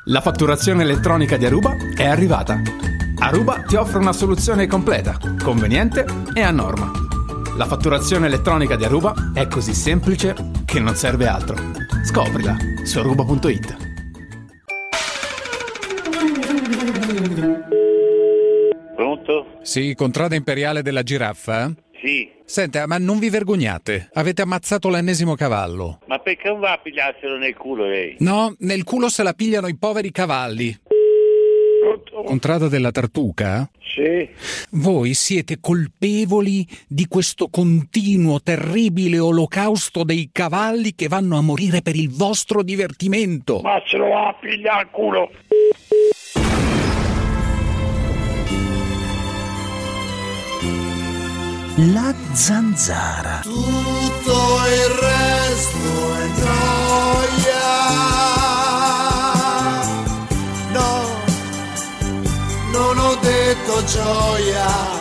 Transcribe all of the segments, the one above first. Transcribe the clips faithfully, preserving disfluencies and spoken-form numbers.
La fatturazione elettronica di Aruba è arrivata. Aruba ti offre una soluzione completa, conveniente e a norma. La fatturazione elettronica di Aruba è così semplice che non serve altro. Scoprila su aruba punto it. Pronto? Sì, contrada imperiale della giraffa? Sì. Senta, ma non vi vergognate? Avete ammazzato l'ennesimo cavallo. Ma perché non va a pigliarselo nel culo lei? No, nel culo se la pigliano i poveri cavalli. Pronto? Contrada della tartuca? Sì. Voi siete colpevoli di questo continuo terribile olocausto dei cavalli che vanno a morire per il vostro divertimento. Ma se lo va a pigliare al culo. La zanzara. Tutto il resto è gioia. No, non ho detto gioia.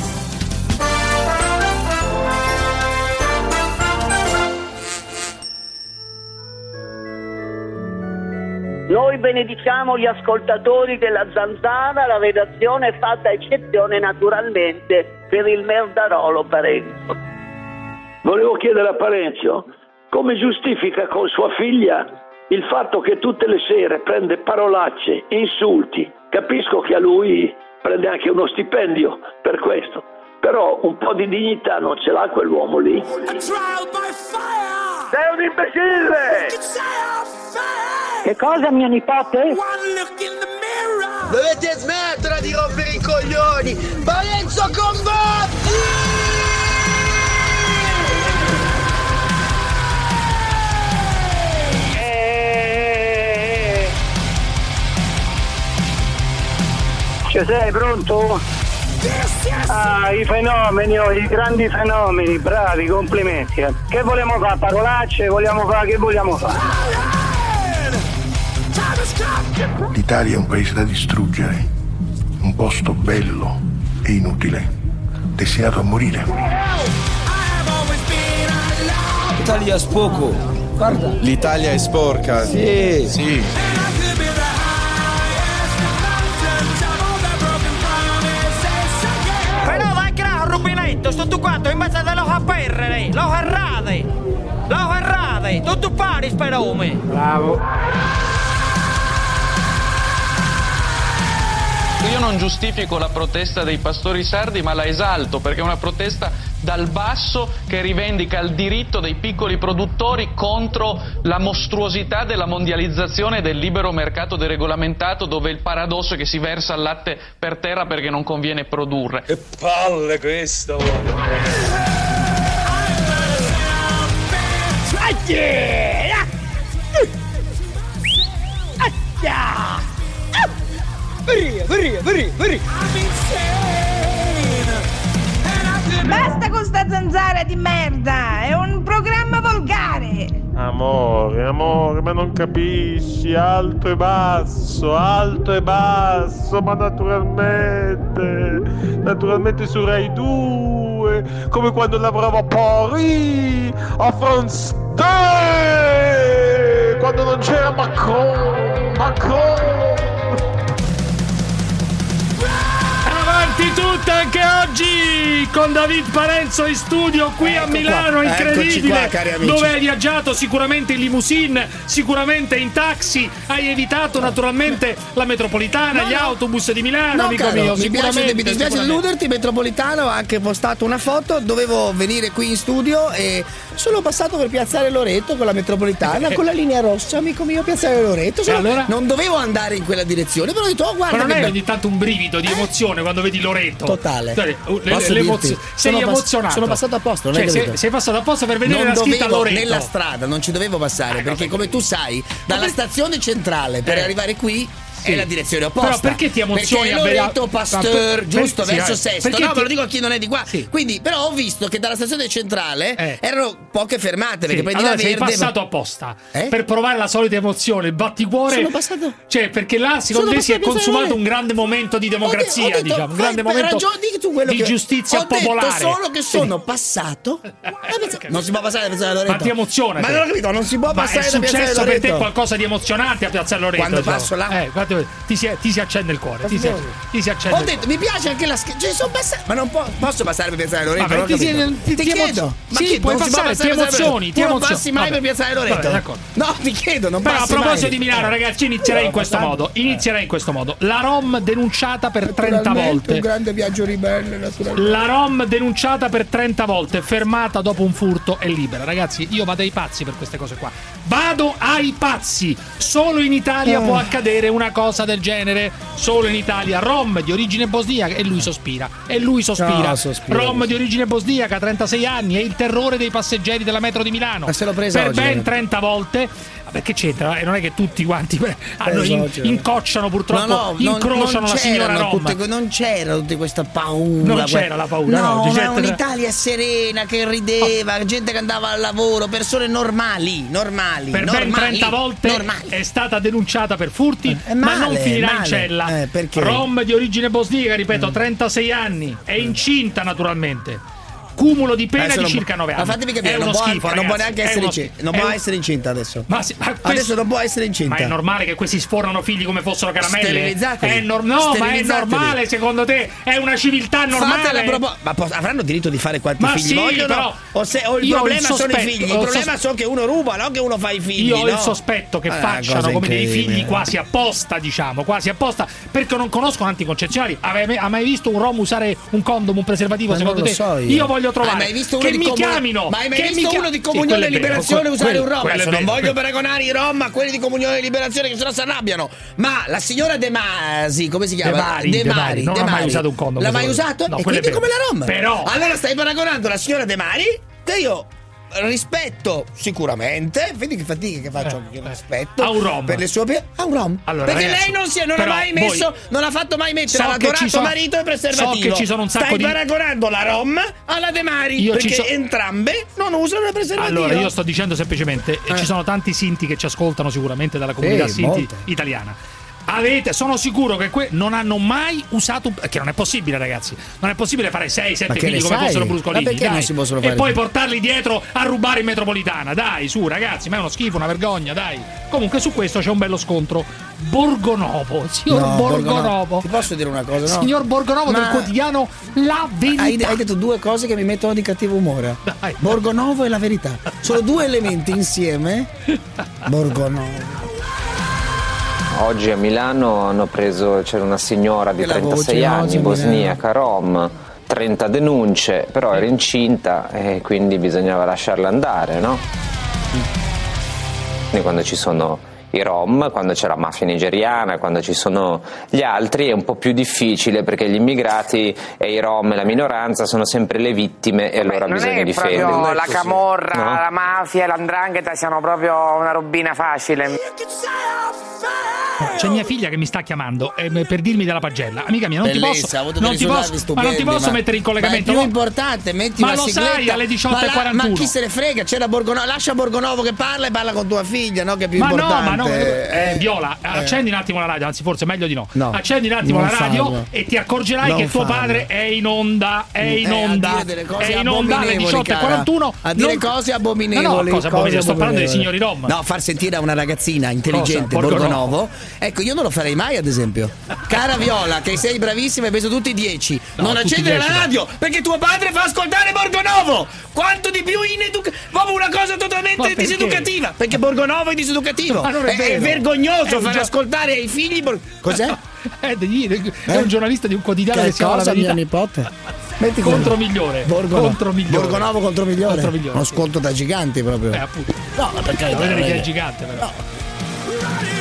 Noi benediciamo gli ascoltatori della Zanzara, la redazione è fatta eccezione naturalmente per il merdarolo Parenzo. Volevo chiedere a Parenzo come giustifica con sua figlia il fatto che tutte le sere prende parolacce, insulti. Capisco che a lui prende anche uno stipendio per questo, però un po' di dignità non ce l'ha quell'uomo lì. Sei un imbecille! Che cosa, mio nipote? Dovete smettere di rompere i coglioni! Parenzo combatti! Ci sei, pronto? Ah, i fenomeni, oh, i grandi fenomeni, bravi, complimenti. Eh. Che vogliamo fare? Parolacce? Vogliamo fare? Che vogliamo fare? L'Italia è un paese da distruggere, un posto bello e inutile, destinato a morire. L'Italia è spoco. Guarda. L'Italia è sporca. Sì. Sì. Però vai che al rubinetto, sto tu quanto in mezzo dello capperre, lo errate, lo errate, tutto pari sperome. Bravo. Io non giustifico la protesta dei pastori sardi, ma la esalto perché è una protesta dal basso che rivendica il diritto dei piccoli produttori contro la mostruosità della mondializzazione e del libero mercato deregolamentato, dove il paradosso è che si versa il latte per terra perché non conviene produrre. Che palle questo! Varia, varia, varia, varia. Basta con sta zanzara di merda, è un programma volgare. Amore, amore, ma non capisci, alto e basso, alto e basso, ma naturalmente, naturalmente su Rai due, come quando lavoravo a Paris, a France due, quando non c'era Macron, Macron. Tutte anche oggi con David Parenzo in studio qui ecco a Milano, qua. Incredibile qua, dove hai viaggiato sicuramente in limousine, sicuramente in taxi, hai evitato naturalmente la metropolitana, no, gli no. autobus di Milano, no, amico caro, mio, mi piace, mi dispiace deluderti, metropolitana, ho anche postato una foto, dovevo venire qui in studio e sono passato per Piazzale Loreto con la metropolitana, con la linea rossa, amico mio, Piazzale Loreto, solo, allora? Non dovevo andare in quella direzione, però ho detto oh guarda, ma non è be- ogni tanto un brivido di emozione quando vedi Loreto totale. Cioè, le, l'emozio- sei sono emozionato. Pass- sono passato apposta, non cioè, hai capito? Sei, sei passato apposta per vedere non la scritta dovevo, Loreto. Nella strada non ci dovevo passare, eh, perché come tu sai, dalla stazione centrale per eh. arrivare qui sì. è la direzione opposta. Però perché ti emozioni perché Loreto, Pasteur, per, giusto, per, verso sì, Sesto. No, ti... me lo dico a chi non è di qua. Sì. Quindi, però ho visto che dalla stazione centrale eh. erano poche fermate, perché sì. prendi allora la verde. Sei passato apposta eh? per provare la solita emozione, il batticuore. Sono passato. Cioè, perché là secondo me si è consumato un grande momento di democrazia, ho detto, diciamo, un grande momento ragione, tu quello di che giustizia ho popolare. Ho detto solo che sono sì. passato. Non si può passare da Piazzale Loreto. Ma ti emoziona? Ma non ho capito, non si può ma passare da da Piazzale Loreto. È successo per te qualcosa di emozionante a Piazzale Loreto? Quando diciamo. passo là, eh, quando ti, si, ti si accende il cuore. Ti si, ti si accende. Ho detto, mi piace anche la scheda. Cioè, sono passato. Ma non po- posso passare per Piazzale Loreto? Ma ti, ti, ti, ti chiedo. Ma sì, puoi passare, ti emozioni. Tu non passi mai per Piazzale Loreto? D'accordo. No, ti chiedo, non passi mai. Però a proposito di Milano, ragazzi, inizierei in questo modo. Inizierei in questo modo. La Rom denunciata per trenta volte. Un grande viaggio ribelle, naturalmente. La Rom denunciata per trenta volte, fermata dopo un furto e libera. Ragazzi, io vado ai pazzi per queste cose qua. Vado ai pazzi. Solo in Italia oh. può accadere una cosa del genere. Solo in Italia. Rom di origine bosniaca e lui sospira. E lui sospira. No, sospira. Rom di origine bosniaca, trentasei anni, è il terrore dei passeggeri della metro di Milano. Ma se l'ho presa per oggi, ben eh. trenta volte. Perché c'entra? E non è che tutti quanti hanno in, incocciano purtroppo, no, no, incrociano non, non la signora Rom. Tutte, non c'era tutta questa paura. Non c'era la paura, no. No, ma un'Italia serena che rideva, oh. gente che andava al lavoro, persone normali, normali. Per normali, ben trenta volte normali. È stata denunciata per furti, eh, male, ma non finirà male. in cella. Eh, perché? Rom di origine bosniaca, ripeto, mm. trentasei anni, è incinta naturalmente. Cumulo di pena di circa nove anni. Ma fatemi capire, è non, uno può, schifo, non può ragazzi, neanche essere uno, incinta. Non può un... essere incinta adesso. Ma sì, ma questo... Adesso non può essere incinta. Ma è normale che questi sfornano figli come fossero caramelle? Sterilizzateli. È nor- no, ma è normale secondo te? È una civiltà normale? Propo- ma posso, avranno diritto di fare quanti ma figli sì, vogliono? Però o, se, o il problema il sospetto, sono i figli? Il problema sos- sono che uno ruba, non che uno fa i figli. Io ho no? il sospetto che ah, facciano come dei figli quasi apposta, diciamo, quasi apposta, perché non conoscono anticoncezionali. Ha mai visto un rom usare un condom, un preservativo? Ma secondo te? So io. io voglio trovare hai mai visto che uno mi comun- chiamino. Ma hai mai che visto mi uno di Comunione sì, e Liberazione vero, usare quello, un rom? Adesso non voglio paragonare i rom a quelli di Comunione e Liberazione che sennò si arrabbiano. Ma la signora De Masi, come si chiama? De Mari, De De Mari, Mari. Non De ha mai Mari. usato un condom. L'ha mai usato? No, e quindi come la rom? Però allora stai paragonando la signora De Mari che io rispetto sicuramente, vedi che fatica che faccio eh, rispetto a un rom per le sue opinioni a un rom allora, perché ragazzi, lei non si è non ha mai messo voi, non ha fatto mai mettere so all'adorato sono, marito e preservativo. So che ci sono un sacco stai di paragonando la rom alla De Mari io perché so... entrambe non usano il preservativo. Allora io sto dicendo semplicemente eh. ci sono tanti sinti che ci ascoltano sicuramente dalla comunità eh, sinti molto. italiana. Avete, sono sicuro che que- non hanno mai usato un... Che non è possibile, ragazzi. Non è possibile fare sei sette figli come sai? fossero bruscolini. Ma perché dai. non si possono fare? E poi portarli dietro a rubare in metropolitana. Dai, su, ragazzi, ma è uno schifo, una vergogna, dai. Comunque su questo c'è un bello scontro. Borgonovo, signor no, Borgonovo. Borgonovo. Ti posso dire una cosa, no? Signor Borgonovo ma... del quotidiano La Verità. Hai, hai detto due cose che mi mettono di cattivo umore. Dai. Borgonovo e La Verità. Sono due elementi insieme. Borgonovo. Oggi a Milano hanno preso, c'era una signora di trentasei anni, bosniaca, rom, trenta denunce, però era incinta e quindi bisognava lasciarla andare, no? Quindi quando ci sono i rom, quando c'è la mafia nigeriana, quando ci sono gli altri è un po' più difficile perché gli immigrati e i rom e la minoranza sono sempre le vittime e allora non bisogna è difenderli. Proprio la camorra, no? La mafia e l'andrangheta siano proprio una robina facile. C'è mia figlia che mi sta chiamando eh, per dirmi della pagella. Amica mia, non Bellezza, ti posso, non ti posso, ma non ti posso ma, mettere in collegamento. Ma è più importante, metti ma una lo sigletta. sai alle diciotto e quarantuno. Ma chi se ne frega? C'era Borgonovo, lascia Borgonovo che parla e parla con tua figlia, no? Che è più ma importante. No, ma no, eh, eh, Viola, eh. accendi un attimo la radio, anzi forse meglio di no. no accendi un attimo la radio farlo. e ti accorgerai non che tuo farlo. padre è in onda, è in onda, eh, è in onda alle diciotto e quarantuno. A dire non... cose abominevoli. No, no, cose abominevoli, sto parlando dei signori rom. No, far sentire a una ragazzina intelligente cosa? Borgonovo. Borgonovo. Ecco, io non lo farei mai, ad esempio. Cara Viola, che sei bravissima, hai preso tutti i dieci. No, non accendere la radio, no. Perché tuo padre fa ascoltare Borgonovo. Quanto di più ineducativo. Proprio una cosa totalmente perché? diseducativa. Perché Borgonovo è diseducativo. Ma non è, è, è vergognoso è far gio- ascoltare ai figli. Bor- Cos'è? è, è un giornalista di un quotidiano che che si chiama La Verità. Mia nipote. Metti contro migliore. Borgonovo contro migliore. Borgonovo contro migliore. Contro migliore. Uno sconto da giganti proprio. Eh, appunto. No, ma perché? Vedere chi è gigante, però. No.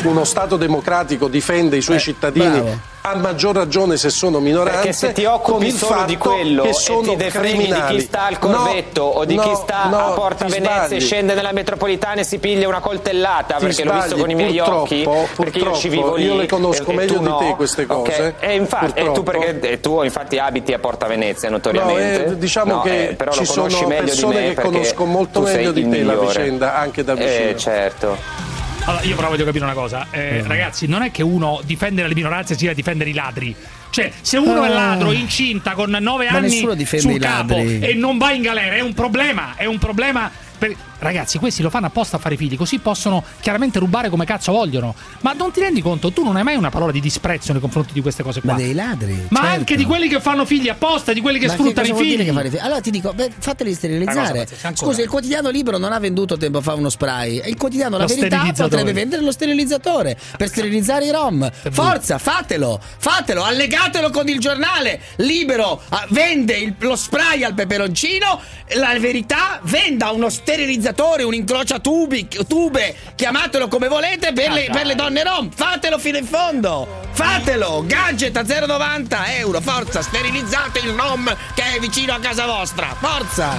uno Stato democratico difende i suoi eh, cittadini, bravo. a maggior ragione se sono minoranze. Perché se ti occupi solo di quello e ti defreghi di chi sta al corvetto no, o di no, chi sta no, a Porta Venezia e scende nella metropolitana e si piglia una coltellata, ti perché sbagli, l'ho visto con i miei occhi, perché io ci vivo lì, io le conosco e, meglio e di no. te queste cose. Okay. E infatti e tu perché e tu infatti abiti a Porta Venezia notoriamente. No, eh, diciamo no, che eh, però ci lo sono conosci meglio persone di me che conosco molto meglio di te la vicenda, anche da vicino. Eh, certo. Allora, io però voglio capire una cosa, eh, mm. ragazzi, non è che uno difendere le minoranze sia difendere i ladri. Cioè, se uno ah. è ladro incinta con nove Ma anni sul i capo ladri. e non va in galera, è un problema, è un problema. Per... Ragazzi, questi lo fanno apposta a fare figli, così possono chiaramente rubare come cazzo vogliono. Ma non ti rendi conto? Tu non hai mai una parola di disprezzo nei confronti di queste cose qua. Ma dei ladri. Ma certo. anche di quelli che fanno figli apposta, di quelli che Ma sfruttano che i figli. Che fare figli. Allora ti dico, beh, fateli sterilizzare. Scusa, il quotidiano Libero non ha venduto tempo fa uno spray. Il quotidiano La Verità potrebbe vendere lo sterilizzatore per sterilizzare i rom. Forza, fatelo, fatelo, allegatelo con il giornale. Libero ah, vende il, lo spray al peperoncino. La Verità venda uno sterilizzatore, un incrocio Tubi, tube, chiamatelo come volete per, ah, le, per le donne rom. Fatelo fino in fondo. Fatelo. Gadget a zero virgola novanta euro. Forza, sterilizzate il rom che è vicino a casa vostra. Forza.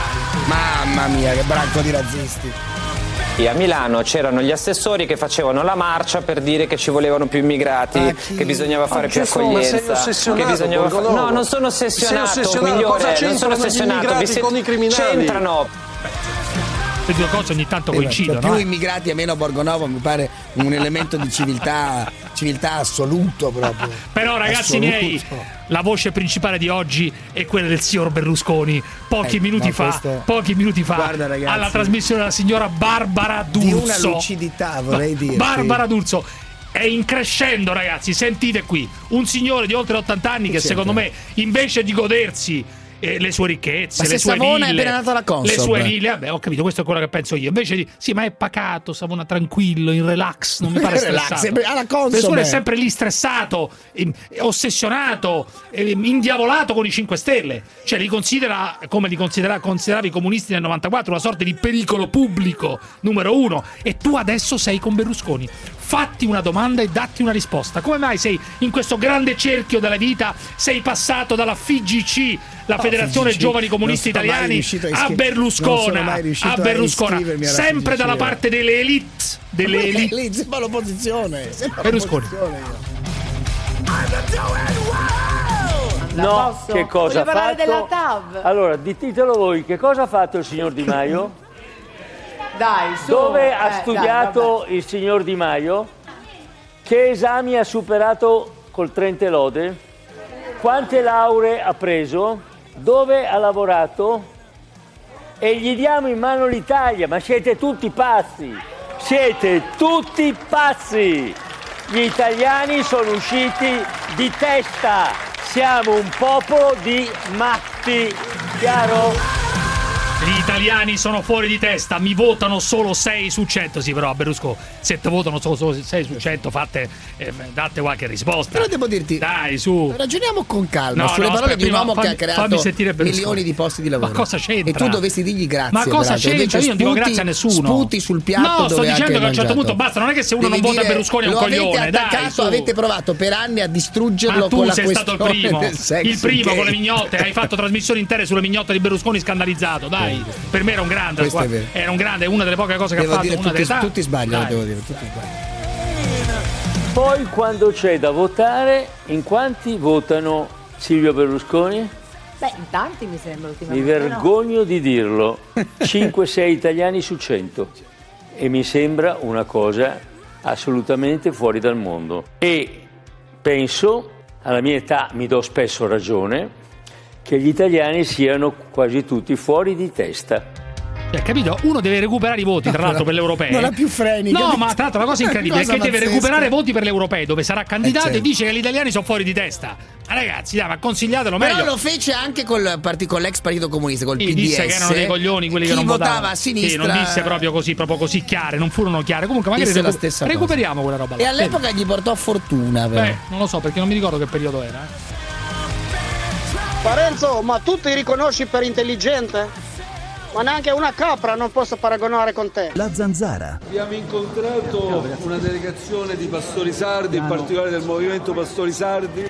Mamma mia, che branco di razzisti. E a Milano c'erano gli assessori che facevano la marcia per dire che ci volevano più immigrati, ah, che bisognava fare oh, più accoglienza. Che bisognava fa... No, non sono ossessionato, migliore, non sono ossessionato. Vi con i criminali? C'entrano. Le due cose ogni tanto coincidono. Più no? immigrati e meno Borgonovo mi pare un elemento di civiltà, civiltà assoluto proprio. Però ragazzi assoluto. miei, la voce principale di oggi è quella del signor Berlusconi. Pochi eh, minuti fa, questo... pochi minuti fa, Guarda, ragazzi, alla trasmissione della signora Barbara D'Urso. Di una lucidità, vorrei dire. Barbara D'Urso. È in crescendo, ragazzi, sentite qui. Un signore di oltre ottanta anni che, che secondo me, invece di godersi Eh, le sue ricchezze, ma le se sue Savona ville, è appena nato alla Consob, le sue ville, vabbè, ho capito, questo è quello che penso io. Invece di sì, ma è pacato, Savona tranquillo, in relax, non mi pare stressato. Alla Consob, Berlusconi è sempre lì stressato, eh, ossessionato, eh, indiavolato con i cinque Stelle. Cioè li considera, come li considera, consideravi i comunisti nel novantaquattro, una sorta di pericolo pubblico numero uno. E tu adesso sei con Berlusconi. Fatti una domanda e datti una risposta. Come mai sei in questo grande cerchio della vita? Sei passato dalla F G C, la Federazione oh, Giovani Comunisti Italiani, a, a Berluscona, a Berluscona, sempre dalla parte delle elite, delle elite. Lì sembra l'opposizione, sembra Berlusconi. No, posso? Che cosa ha fatto? Della T A V. Allora, ditelo voi, che cosa ha fatto il signor Di Maio? Dai, su. Dove eh, ha studiato dai, il signor Di Maio? Che esami ha superato col Trente Lode? Quante lauree ha preso? Dove ha lavorato? E gli diamo in mano l'Italia, ma siete tutti pazzi! Siete tutti pazzi! Gli italiani sono usciti di testa! Siamo un popolo di matti! Chiaro? Gli italiani sono fuori di testa, mi votano solo sei su cento. Sì, però a Berlusconi, se ti votano solo, solo sei su cento, fate, eh, date qualche risposta. Però devo dirti, dai, su. Ragioniamo con calma no, sulle no, parole aspetta, di un uomo fammi, che ha creato milioni di posti di lavoro. Ma cosa c'entra? E tu dovresti dirgli grazie. Ma cosa c'entra? Invece Io non dico sputi, grazie a nessuno. Sputi sul piatto. No, sto dove dicendo che a un certo mangiato. punto basta. Non è che se uno Devi non vota dire, Berlusconi è un lo coglione. Avete attaccato, dai, avete provato per anni a distruggerlo ma tu con la sei questione stato il primo. del sex Il primo gay. con le mignotte. Hai fatto trasmissioni intere sulle mignotte di Berlusconi scandalizzato. Dai, per me era un grande. Era un grande, è una delle poche cose che devo ha fatto. Dire, una tutti, delle tutti sbagliano, devo dire, tutti sbagliano. Poi quando c'è da votare, in quanti votano Silvio Berlusconi? Beh, in tanti mi sembra ultimamente. Mi vergogno no? di dirlo, cinque sei italiani su cento. E mi sembra una cosa assolutamente fuori dal mondo. E penso, alla mia età mi do spesso ragione, che gli italiani siano quasi tutti fuori di testa. Cioè, capito? Uno deve recuperare i voti, tra l'altro, per le europee. Non ha più freni. No, capito? ma tra l'altro la cosa incredibile cosa è che pazzesca. deve recuperare voti per le europee, dove sarà candidato eh, certo. e dice che gli italiani sono fuori di testa. Ma ragazzi, dai, ma consigliatelo meglio. Però lo fece anche col parti, con l'ex partito comunista, col sì, P D S. Disse che erano dei coglioni quelli Chi che non votava votavano. a sinistra. Sì, non disse proprio così, proprio così chiare, non furono chiare. Comunque magari Disse recu- la stessa recuperiamo cosa. quella roba là. E all'epoca sì. Gli portò fortuna, però. Beh, non lo so, perché non mi ricordo che periodo era. Eh. Parenzo, ma tu ti riconosci per intelligente? ma neanche una capra non posso paragonare con te. La Zanzara. Abbiamo incontrato una delegazione di pastori sardi, in particolare del movimento Pastori Sardi.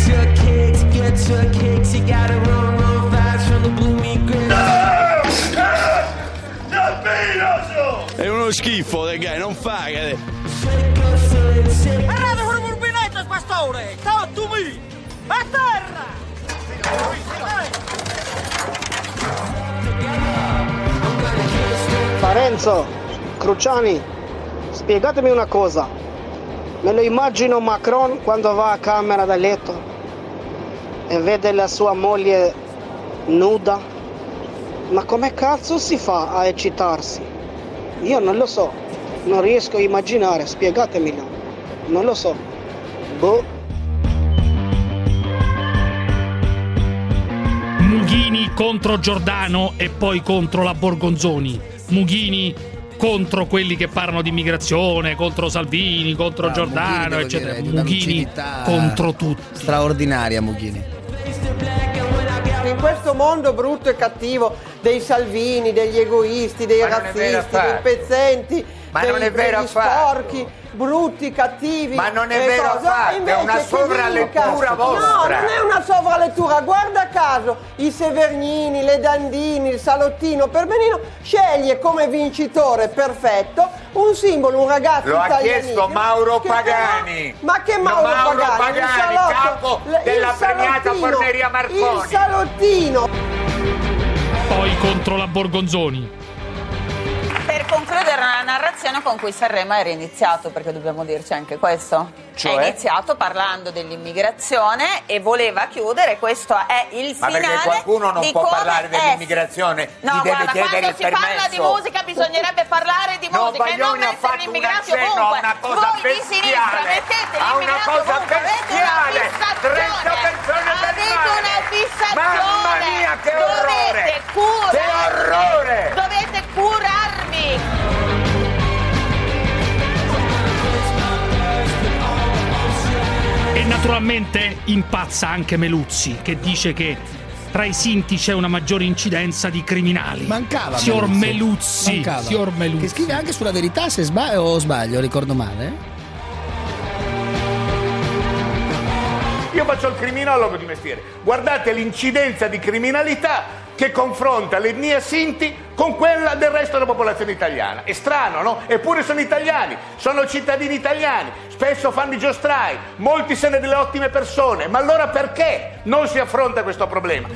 È uno schifo, ragazzi, non fare. Arrabia con un rubinetto, pastore! Ciao, tu mi! A terra! Parenzo, Cruciani, spiegatemi una cosa. Me lo immagino Macron quando va a camera da letto e vede la sua moglie nuda. Ma come cazzo si fa a eccitarsi? Io non lo so, non riesco a immaginare, spiegatemelo. Non lo so. Boh. Mughini contro Giordano e poi contro la Borgonzoni. Mughini contro quelli che parlano di immigrazione, contro Salvini, contro ah, Giordano, Mughini, eccetera. Dire, Mughini contro tutti. Straordinaria Mughini. In questo mondo brutto e cattivo dei Salvini, degli egoisti, dei Ma razzisti, dei pezzenti, Ma dei, non è vero degli sporchi, brutti, cattivi. Ma non è vero affatto, è una sovralettura vostra. No, non è una sovralettura, guarda caso, i Severnini, le Dandini, il Salottino, per Benino sceglie come vincitore perfetto un simbolo, un ragazzo Lo italianissimo. ha chiesto Mauro che Pagani. Però, ma che Mauro, no, Mauro Pagani? Pagani, il salotto, capo della premiata Forneria Marconi. Il Salottino. Poi contro la Borgonzoni. Per concludere la narrazione con cui Sanremo era iniziato, perché dobbiamo dirci anche questo. Cioè? È iniziato parlando dell'immigrazione e voleva chiudere, questo è il Ma finale. perché qualcuno non di può come parlare dell'immigrazione, No, gli deve guarda, chiedere quando il si permesso. parla di musica bisognerebbe parlare di No, musica e non Baglioni ha mettere fatto gli un immigrati accenno a ovunque. una cosa Voi di sinistra bestiale, mettete a una l'immigrato cosa ovunque, avete una bestiale, fissazione. trenta persone del Avete mare. una fissazione. Mamma mia, che orrore. Dovete curarvi. Che orrore. Dovete curarvi. E naturalmente impazza anche Meluzzi, che dice che tra i sinti c'è una maggiore incidenza di criminali. Mancava Signor Meluzzi. Meluzzi, Mancava. signor Meluzzi. Che scrive anche sulla Verità, se sbaglio o sbaglio, ricordo male. Io faccio il criminologo di mestiere. Guardate l'incidenza di criminalità che confronta l'etnia Sinti con quella del resto della popolazione italiana. È strano, no? Eppure sono italiani, sono cittadini italiani, spesso fanno i giostrai, molti sono delle ottime persone. Ma allora perché non si affronta questo problema?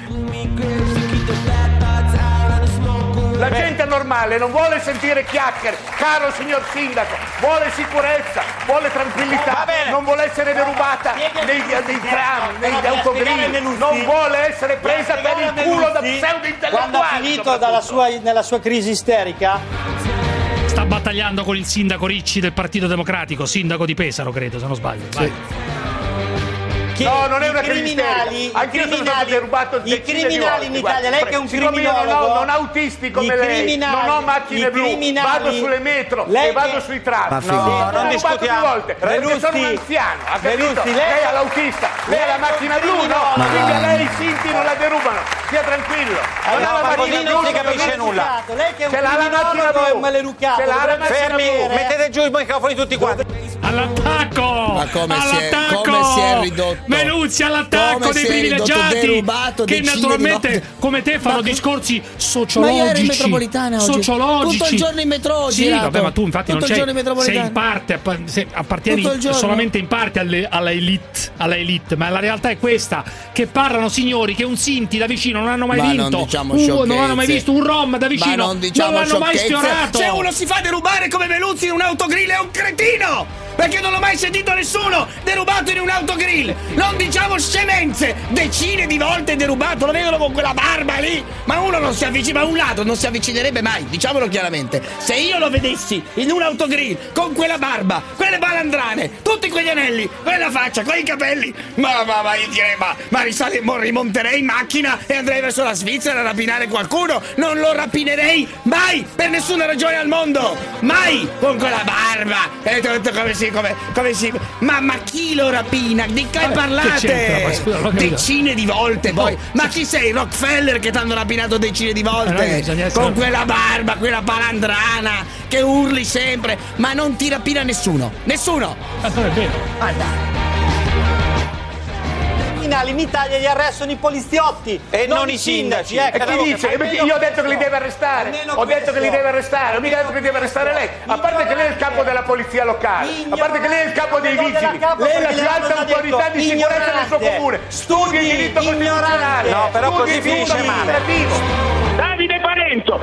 La gente normale non vuole sentire chiacchiere, caro signor sindaco, vuole sicurezza, vuole tranquillità, non vuole essere derubata nei, nei tram, negli autogrill, non vuole essere presa per il culo da pseudo-intellettuali. Quando ha finito dalla sua, nella sua crisi isterica, sta battagliando con il sindaco Ricci del Partito Democratico, sindaco di Pesaro, credo, se non sbaglio. Vai. No, non è una criminali, anche io sono stato derubato i criminali in Italia, lei che è un criminologo, io non ho, non ho autisti come lei, non ho macchine blu, vado sulle metro e vado sui tram. No, non discutiamo. Volte, perché sono un anziano, ha capito? Lei, lei ha l'autista, lei ha la macchina blu, no? Quindi a lei i Sinti non la derubano, stia tranquillo. Non ha la macchina blu, non si capisce nulla. Lei che è un criminologo è un maleducato. Fermi, mettete giù i microfoni tutti quanti. All'attacco! Ma come all'attacco! Si è, come si è ridotto? Meluzzi all'attacco come dei si è privilegiati derubato che naturalmente come te fanno ma discorsi ma sociologici. io ero in metropolitana oggi. Sociologici. Tutto il giorno in metro ho Sì, girato. vabbè, ma tu infatti Tutto non il sei, giorno in metropolitana. sei in parte appa- se- appartieni Tutto il giorno. solamente in parte alle, alla elite, alla elite, ma la realtà è questa, che parlano signori che un Sinti da vicino non hanno mai Ma vinto. non diciamo un, sciocchezze. non hanno mai visto un Rom da vicino. Ma non diciamo non l'hanno mai sciocchezze. sfiorato. Se uno si fa derubare come Meluzzi in un autogrill è un cretino! Perché non l'ho mai sentito nessuno derubato in un autogrill. Non diciamo scemenze. Decine di volte derubato, lo vedono con quella barba lì. Ma uno non si avvicina, ma un ladro non si avvicinerebbe mai, diciamolo chiaramente. Se io lo vedessi in un autogrill con quella barba, quelle balandrane, tutti quegli anelli, quella faccia, quei capelli, ma, ma, ma io direi, ma, ma risale, mo rimonterei in macchina e andrei verso la Svizzera a rapinare qualcuno. Non lo rapinerei mai, per nessuna ragione al mondo. Mai, con quella barba e tutto come si capisci come, come si. Ma, ma chi lo rapina? Di che Vabbè, parlate? che ma scusa, non ho capito. Decine di volte poi. No, ma chi sei? Rockefeller che ti hanno rapinato decine di volte? Eh, no, bisogna essere- Con quella barba, quella palandrana che urli sempre. Ma non ti rapina nessuno. Nessuno. Ma non è vero. Ah, dai. In Italia li arrestano i poliziotti E non, non i i sindaci. sindaci. Eh, E chi dice? almeno- Perché io ho detto che li deve almeno arrestare. Ho detto che li questo. deve arrestare. Ho mica detto che deve arrestare lei. A parte che lei è il capo della polizia locale. A parte che lei è il capo dei vigili. Lei è la più alta autorità di sicurezza del suo comune. Studi il diritto costituzionale. No, però Studi così il diritto finisce male. amministrativo. Davide Parenzo.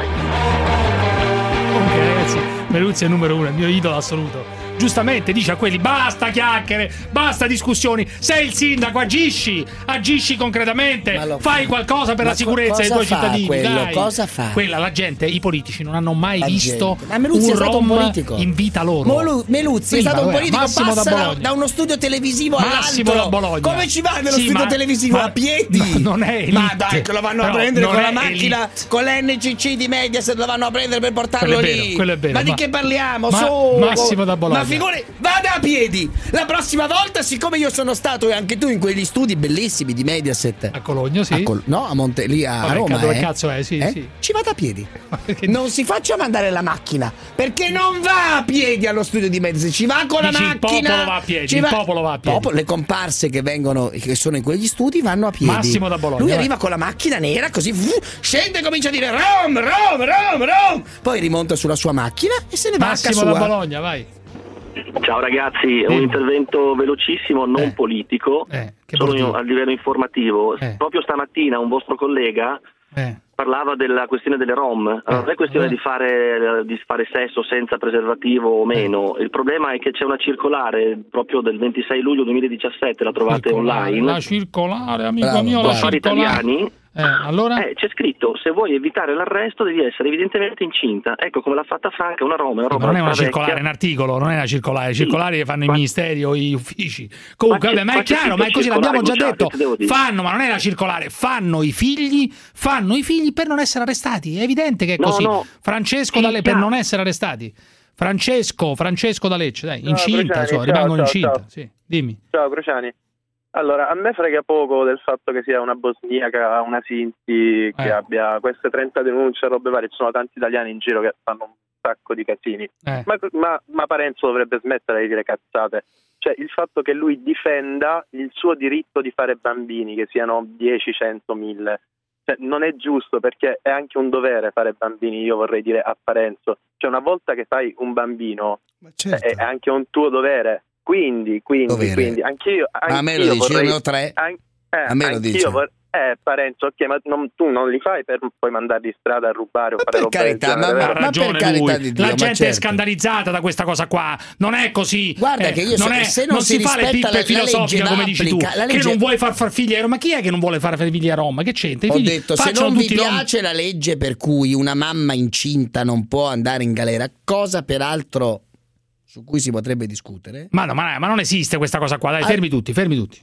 Comunque, ragazzi, Meluzzi è il numero uno, è il mio idolo assoluto. Giustamente dice a quelli: basta chiacchiere, basta discussioni. Sei il sindaco, agisci, agisci concretamente, lo- fai qualcosa per Ma la sicurezza dei cosa tuoi fa cittadini. quello? Dai. Cosa fa? Quella, la gente, i politici non hanno mai La visto gente. Ma Meluzzi un è stato un rom politico. in vita loro. Molu- Meluzzi è Prima, stato un vabbè, politico, Massimo da passa da, Bologna. da uno studio televisivo Massimo all'altro. da Bologna. Come ci va nello Sì, studio ma- televisivo? ma- A piedi? ma non è elite. Ma dai, che lo vanno a Però prendere non con la è macchina, elite. con l'N C C di Mediaset, lo vanno a prendere per portarlo Quello è lì. vero, quello è vero, ma di ma- che parliamo? ma- Su, Massimo da Bologna. Ma figuri, vada a piedi. La prossima volta, siccome io sono stato e anche tu in quegli studi bellissimi di Mediaset a Cologno, sì. a Col- no, a Monte, lì a Vabbè, Roma. dove eh? cazzo è? Sì, Eh? sì. Ci vada a piedi. Non si faccia mandare la macchina, perché non va a piedi allo studio di Mediaset, ci va con la Dici, il macchina. popolo va a piedi, ci il popolo va a piedi. Popolo- le comparse che vengono, che sono in quegli studi, vanno a piedi. Massimo da Bologna, Lui vai. arriva con la macchina nera, così vuh, scende e comincia a dire Rom, Rom, Rom, Rom. Poi rimonta sulla sua macchina e se ne va a casa Massimo sua. da Bologna, vai. Ciao ragazzi, è un intervento velocissimo, non politico, solo vuol dire? a livello informativo. Eh. Proprio stamattina un vostro collega Eh. parlava della questione delle rom. Allora, non è questione di fare, di fare sesso senza preservativo o meno, il problema è che c'è una circolare proprio del ventisei luglio duemiladiciassette, la trovate Circolare, online. La circolare, amico Bravo, mio, bravo. la Affari circolare. italiani. Eh, allora? Eh, c'è scritto: se vuoi evitare l'arresto devi essere evidentemente incinta. Ecco come l'ha fatta Franca, una Roma, una roba Ma non è una vecchia. circolare, è un articolo, non è una circolare. I circolari le fanno i ministeri o gli uffici. Comunque, Ma vabbè, ma è c'è- ma c'è chiaro, ma è così, circolare, l'abbiamo già Luciano, detto. che ti devo dire? Fanno, ma non è la circolare, fanno i figli, fanno i figli per non essere arrestati. È evidente che è No, così. no. Francesco Sì, da Le- per chiaro. non essere arrestati. Francesco, Francesco da Lecce, dai, Ciao, incinta, Cruciani, so, ciao, rimangono ciao, incinta. ciao. Sì, dimmi. Ciao Cruciani. Allora, a me frega poco del fatto che sia una bosniaca, una Sinti, che Eh. abbia queste trenta denunce, robe varie. Ci sono tanti italiani in giro che fanno un sacco di casini. Eh. Ma, ma, ma Parenzo dovrebbe smettere di dire cazzate. Cioè, il fatto che lui difenda il suo diritto di fare bambini, che siano dieci, cento, mille. Cioè, non è giusto, perché è anche un dovere fare bambini, io vorrei dire a Parenzo. Cioè, una volta che fai un bambino, certo. è, è anche un tuo dovere. Quindi, quindi, Dovere. quindi, anch'io, Ma a me lo anch'io dici, io vorrei, ne ho tre. an- eh, A me lo anch'io dici. vor- eh, Parenzo, ok, ma non- tu non li fai per poi mandarli in strada a rubare o fare per roba del carità, genere, ma- vero? Ha ragione per carità lui. di Dio, la ma gente è certo. scandalizzata da questa cosa qua. Non è così. Guarda Eh, che io non, se- è, se non si, si fa le rispetta pippe la- la filosofiche legge come va dici tu. applica- la Che legge- non vuoi far far figli a Roma. Ma chi è che non vuole fare figli a Roma? Che c'entra? I Ho figli detto, se facciano non vi tutti rom- piace la legge per cui una mamma incinta non può andare in galera, cosa peraltro su cui si potrebbe discutere. Ma, no, ma, ma non esiste questa cosa qua. Dai, fermi tutti, fermi tutti.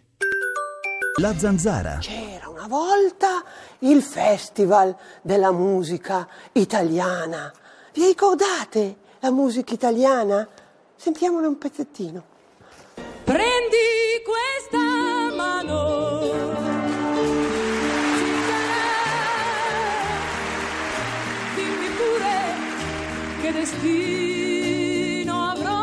La zanzara. C'era una volta il Festival della musica italiana. Vi ricordate la musica italiana? Sentiamone un pezzettino. Prendi questa mano, dimmi pure che destino avrò.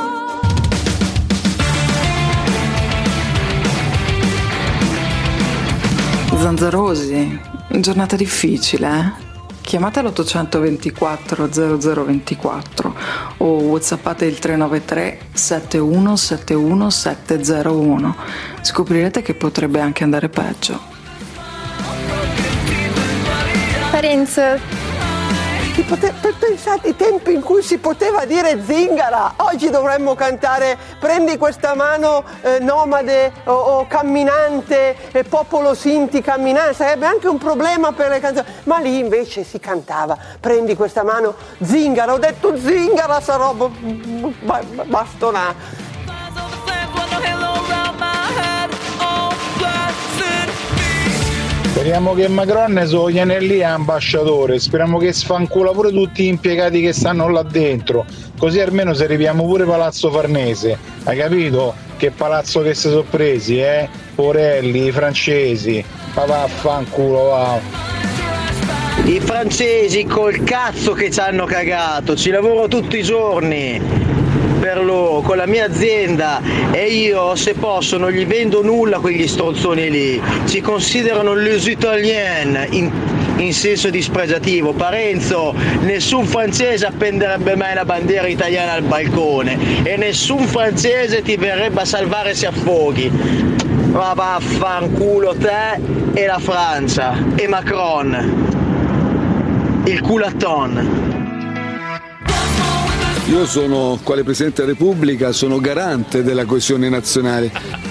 Zanzarosi, giornata difficile, eh? Chiamate l'ottocentoventiquattro zero zero ventiquattro o whatsappate il tre nove tre sette uno sette uno sette zero uno. Scoprirete che potrebbe anche andare peggio. Parenzo. Pote- per pensate ai tempi in cui si poteva dire zingara. Oggi dovremmo cantare prendi questa mano eh, nomade o, o camminante, eh, popolo Sinti camminante. Sarebbe anche un problema per le canzoni. Ma lì invece si cantava prendi questa mano zingara. Ho detto zingara, sta roba ba- ba- bastonà. Speriamo che Macron se lo viene lì a ambasciatore, speriamo che sfancula pure tutti gli impiegati che stanno là dentro, così almeno se arriviamo pure Palazzo Farnese, hai capito? Che palazzo che si sono presi, eh? Porelli, i francesi, papà fanculo, va. I francesi col cazzo che ci hanno cagato, ci lavoro tutti i giorni per loro, con la mia azienda, e io se posso non gli vendo nulla a quegli stronzoni lì, ci considerano les italiens in, in senso dispregiativo. Parenzo, nessun francese appenderebbe mai la bandiera italiana al balcone e nessun francese ti verrebbe a salvare se affoghi. Ma vaffanculo te e la Francia e Macron, il culaton. Io sono, quale Presidente della Repubblica, sono garante della coesione nazionale.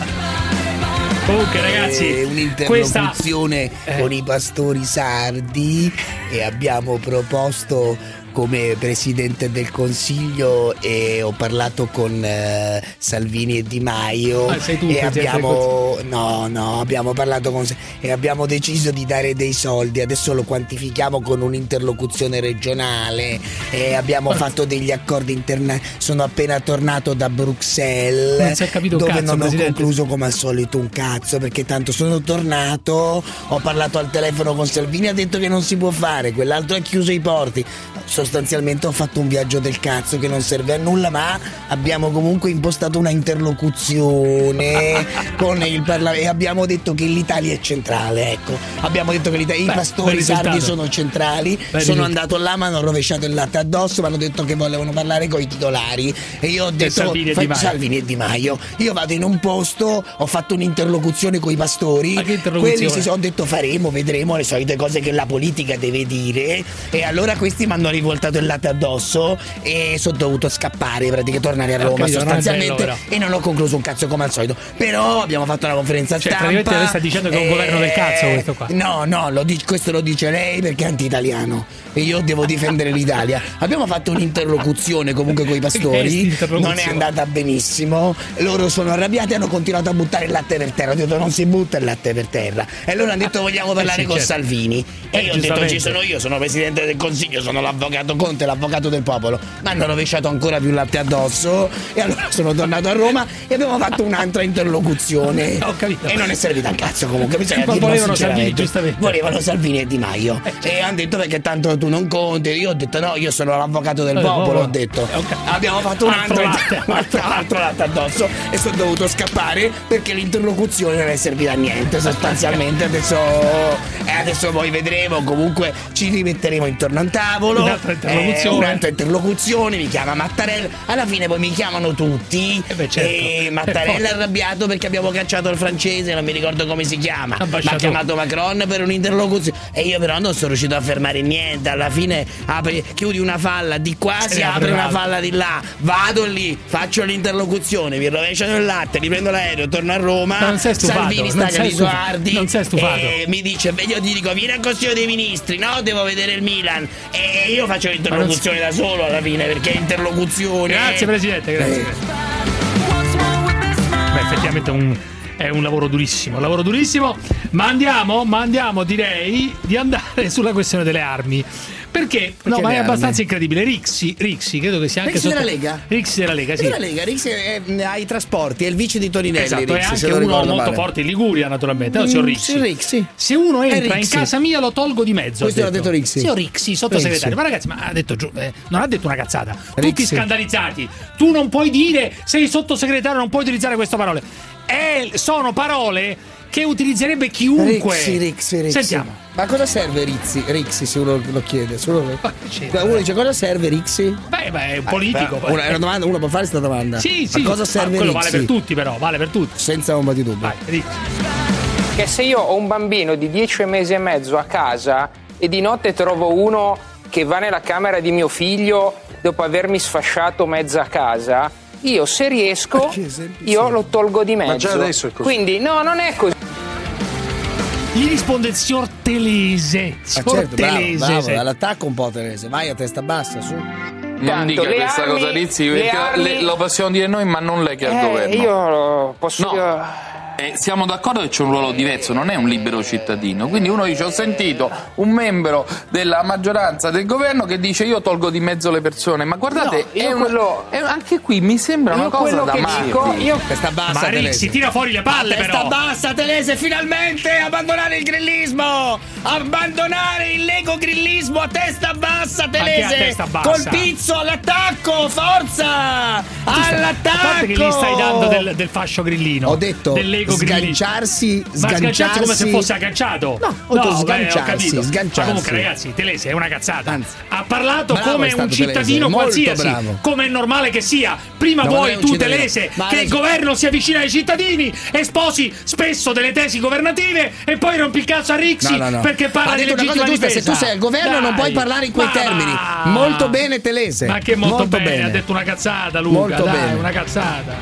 Comunque ragazzi, eh, un'interlocuzione questa... con i pastori sardi e abbiamo proposto come Presidente del Consiglio e ho parlato con eh, Salvini e Di Maio ah, sei tu, e abbiamo no no abbiamo parlato con e abbiamo deciso di dare dei soldi, adesso lo quantifichiamo con un'interlocuzione regionale e abbiamo Quanto? fatto degli accordi interna. Sono appena tornato da Bruxelles, non si è capito dove cazzo, non Presidente. ho concluso come al solito un cazzo, perché tanto sono tornato, ho parlato al telefono con Salvini, ha detto che non si può fare, quell'altro ha chiuso i porti. Sostanzialmente ho fatto un viaggio del cazzo che non serve a nulla, ma abbiamo comunque impostato una interlocuzione con il Parlamento e abbiamo detto che l'Italia è centrale, ecco. Abbiamo detto che l'Italia, Beh, i pastori sardi sono centrali. Beh, sono andato là, mi hanno rovesciato il latte addosso, mi hanno detto che volevano parlare con i titolari e io ho detto Salvini e, fa, Salvini e Di Maio. Io vado in un posto, ho fatto un'interlocuzione con i pastori, quelli si sono detto faremo, vedremo, le solite cose che la politica deve dire, e allora questi mi hanno rivoltato il latte addosso e sono dovuto scappare, praticamente tornare a Roma, capito, sostanzialmente, non e non ho concluso un cazzo come al solito. Però abbiamo fatto una conferenza cioè, stampa. Praticamente lei sta dicendo che è un eh, governo del cazzo questo qua. No, no, lo dice, questo lo dice lei perché è anti-italiano e io devo difendere l'Italia. Abbiamo fatto un'interlocuzione comunque con i pastori, non è andata benissimo, loro sono arrabbiati e hanno continuato a buttare il latte per terra. Ho detto non si butta il latte per terra e loro hanno detto vogliamo parlare eh sì, con certo. Salvini e eh, io ho detto ci sono io, sono Presidente del Consiglio, sono l'avvocato Conte, l'avvocato del popolo. Mi hanno rovesciato ancora più latte addosso e allora sono tornato a Roma e abbiamo fatto un'altra interlocuzione. Ho capito. E non è servita a cazzo comunque, bisogna ma volevano Salvini, giustamente. Volevano Salvini e Di Maio eh, certo. E hanno detto perché tanto tu non conti. Io ho detto no, io sono l'avvocato del popolo, popolo, ho detto okay. Abbiamo fatto un altro latte, altro, altro latte addosso e sono dovuto scappare perché l'interlocuzione non è servita a niente sostanzialmente. Adesso e adesso poi vedremo, comunque ci rimetteremo intorno a un tavolo, un'altra interlocuzione, eh, un'altra interlocuzione, mi chiama Mattarella, alla fine poi mi chiamano tutti eh beh, certo. E Mattarella è arrabbiato perché abbiamo cacciato il francese, non mi ricordo come si chiama, mi ha chiamato Macron per un'interlocuzione e io però non sono riuscito a fermare niente. Alla fine apri, chiudi una falla di qua, si, si apre una falla di là, vado lì, faccio l'interlocuzione, vi rovesciano il latte, riprendo l'aereo, torno a Roma, non sei stufato, Salvini staglia i suardi, non sei stufato e mi dice, io ti dico vieni al Consiglio dei Ministri, no, devo vedere il Milan e io faccio l'interlocuzione da solo alla fine perché è interlocuzione. Grazie Presidente, grazie. Eh. Beh, effettivamente un è un lavoro durissimo, un lavoro durissimo, ma andiamo, ma andiamo direi di andare sulla questione delle armi. Perché? Perché no, ma è armi? Abbastanza incredibile. Rixi, Rixi, credo che sia anche Rixi sotto... della Lega? Rixi della Lega, sì. Della Lega, Rixi è, è ai trasporti, è il vice di Toninelli. Esatto, Rixi, è se anche uno molto male. forte in Liguria, naturalmente. No, signor Rixi. Mm, Rixi. Se uno entra Rixi. in casa mia lo tolgo di mezzo. Questo l'ha detto Rixi. Signor Rixi, sottosegretario. Rixi. Ma ragazzi, ma ha detto giù, eh, non ha detto una cazzata. Rixi. Tutti scandalizzati. Tu non puoi dire, sei sottosegretario, non puoi utilizzare queste parole. Eh, sono parole che utilizzerebbe chiunque. Rixi, Rixi, Rixi. Sentiamo. Ma cosa serve Rixi? Rixi, se uno lo chiede. Se uno, uno dice cosa serve Rixi? Beh, beh, è un politico. Eh, una, è una domanda, uno può fare questa domanda. Sì, sì. Ma cosa serve ah, quello Rixi? Vale per tutti, però, vale per tutti. Senza ombra di dubbio. Vai, Rixi. Che se io ho un bambino di dieci mesi e mezzo a casa e di notte trovo uno che va nella camera di mio figlio dopo avermi sfasciato mezza casa, io se riesco, io lo tolgo di mezzo. Ma già adesso è così. Quindi no, non è così. Gli risponde il signor Telese. Signor ah, certo, Telese. Bravo, bravo, all'attacco un po' Telese. Vai a testa bassa, su. Non Tanto, dica questa armi, cosa, Rizzi, le perché armi... le, lo possiamo dire noi, ma non lei che è al eh, governo. Io posso. No. Io... E siamo d'accordo che c'è un ruolo diverso, non è un libero cittadino. Quindi uno dice: ho sentito un membro della maggioranza del governo che dice io tolgo di mezzo le persone, ma guardate, no, è un, quello... è, anche qui mi sembra una cosa da matti. Io... Testa bassa, ma Rixi, tira fuori le palle, testa però. Testa bassa, Telese, finalmente abbandonare il grillismo, abbandonare il Lego grillismo a testa bassa, Telese. Ma che a testa bassa? Col pizzo all'attacco, forza! All'attacco! A parte che gli stai dando del, del fascio grillino. Ho detto del Lego sganciarsi, grillino. Ma sganciarsi come se fosse agganciato. No, ho detto no, sganciarsi, beh, ho sganciarsi. Ma comunque, ragazzi, Telese è una cazzata. Anzi, ha parlato bravo come un cittadino Telese, qualsiasi, bravo. come è normale che sia. Prima no, vuoi tu, cittadino. Telese, ma che il governo si avvicina ai cittadini, esposi spesso delle tesi governative e poi rompi il cazzo a Rixi no, no, no. perché parla ha di detto una legittima cosa giusta, difesa. se tu sei al governo Dai. non puoi parlare in quei ma termini. va. Molto bene, Telese. Ma che molto, molto bene. bene, ha detto una cazzata Luca, molto dai, bene. una cazzata.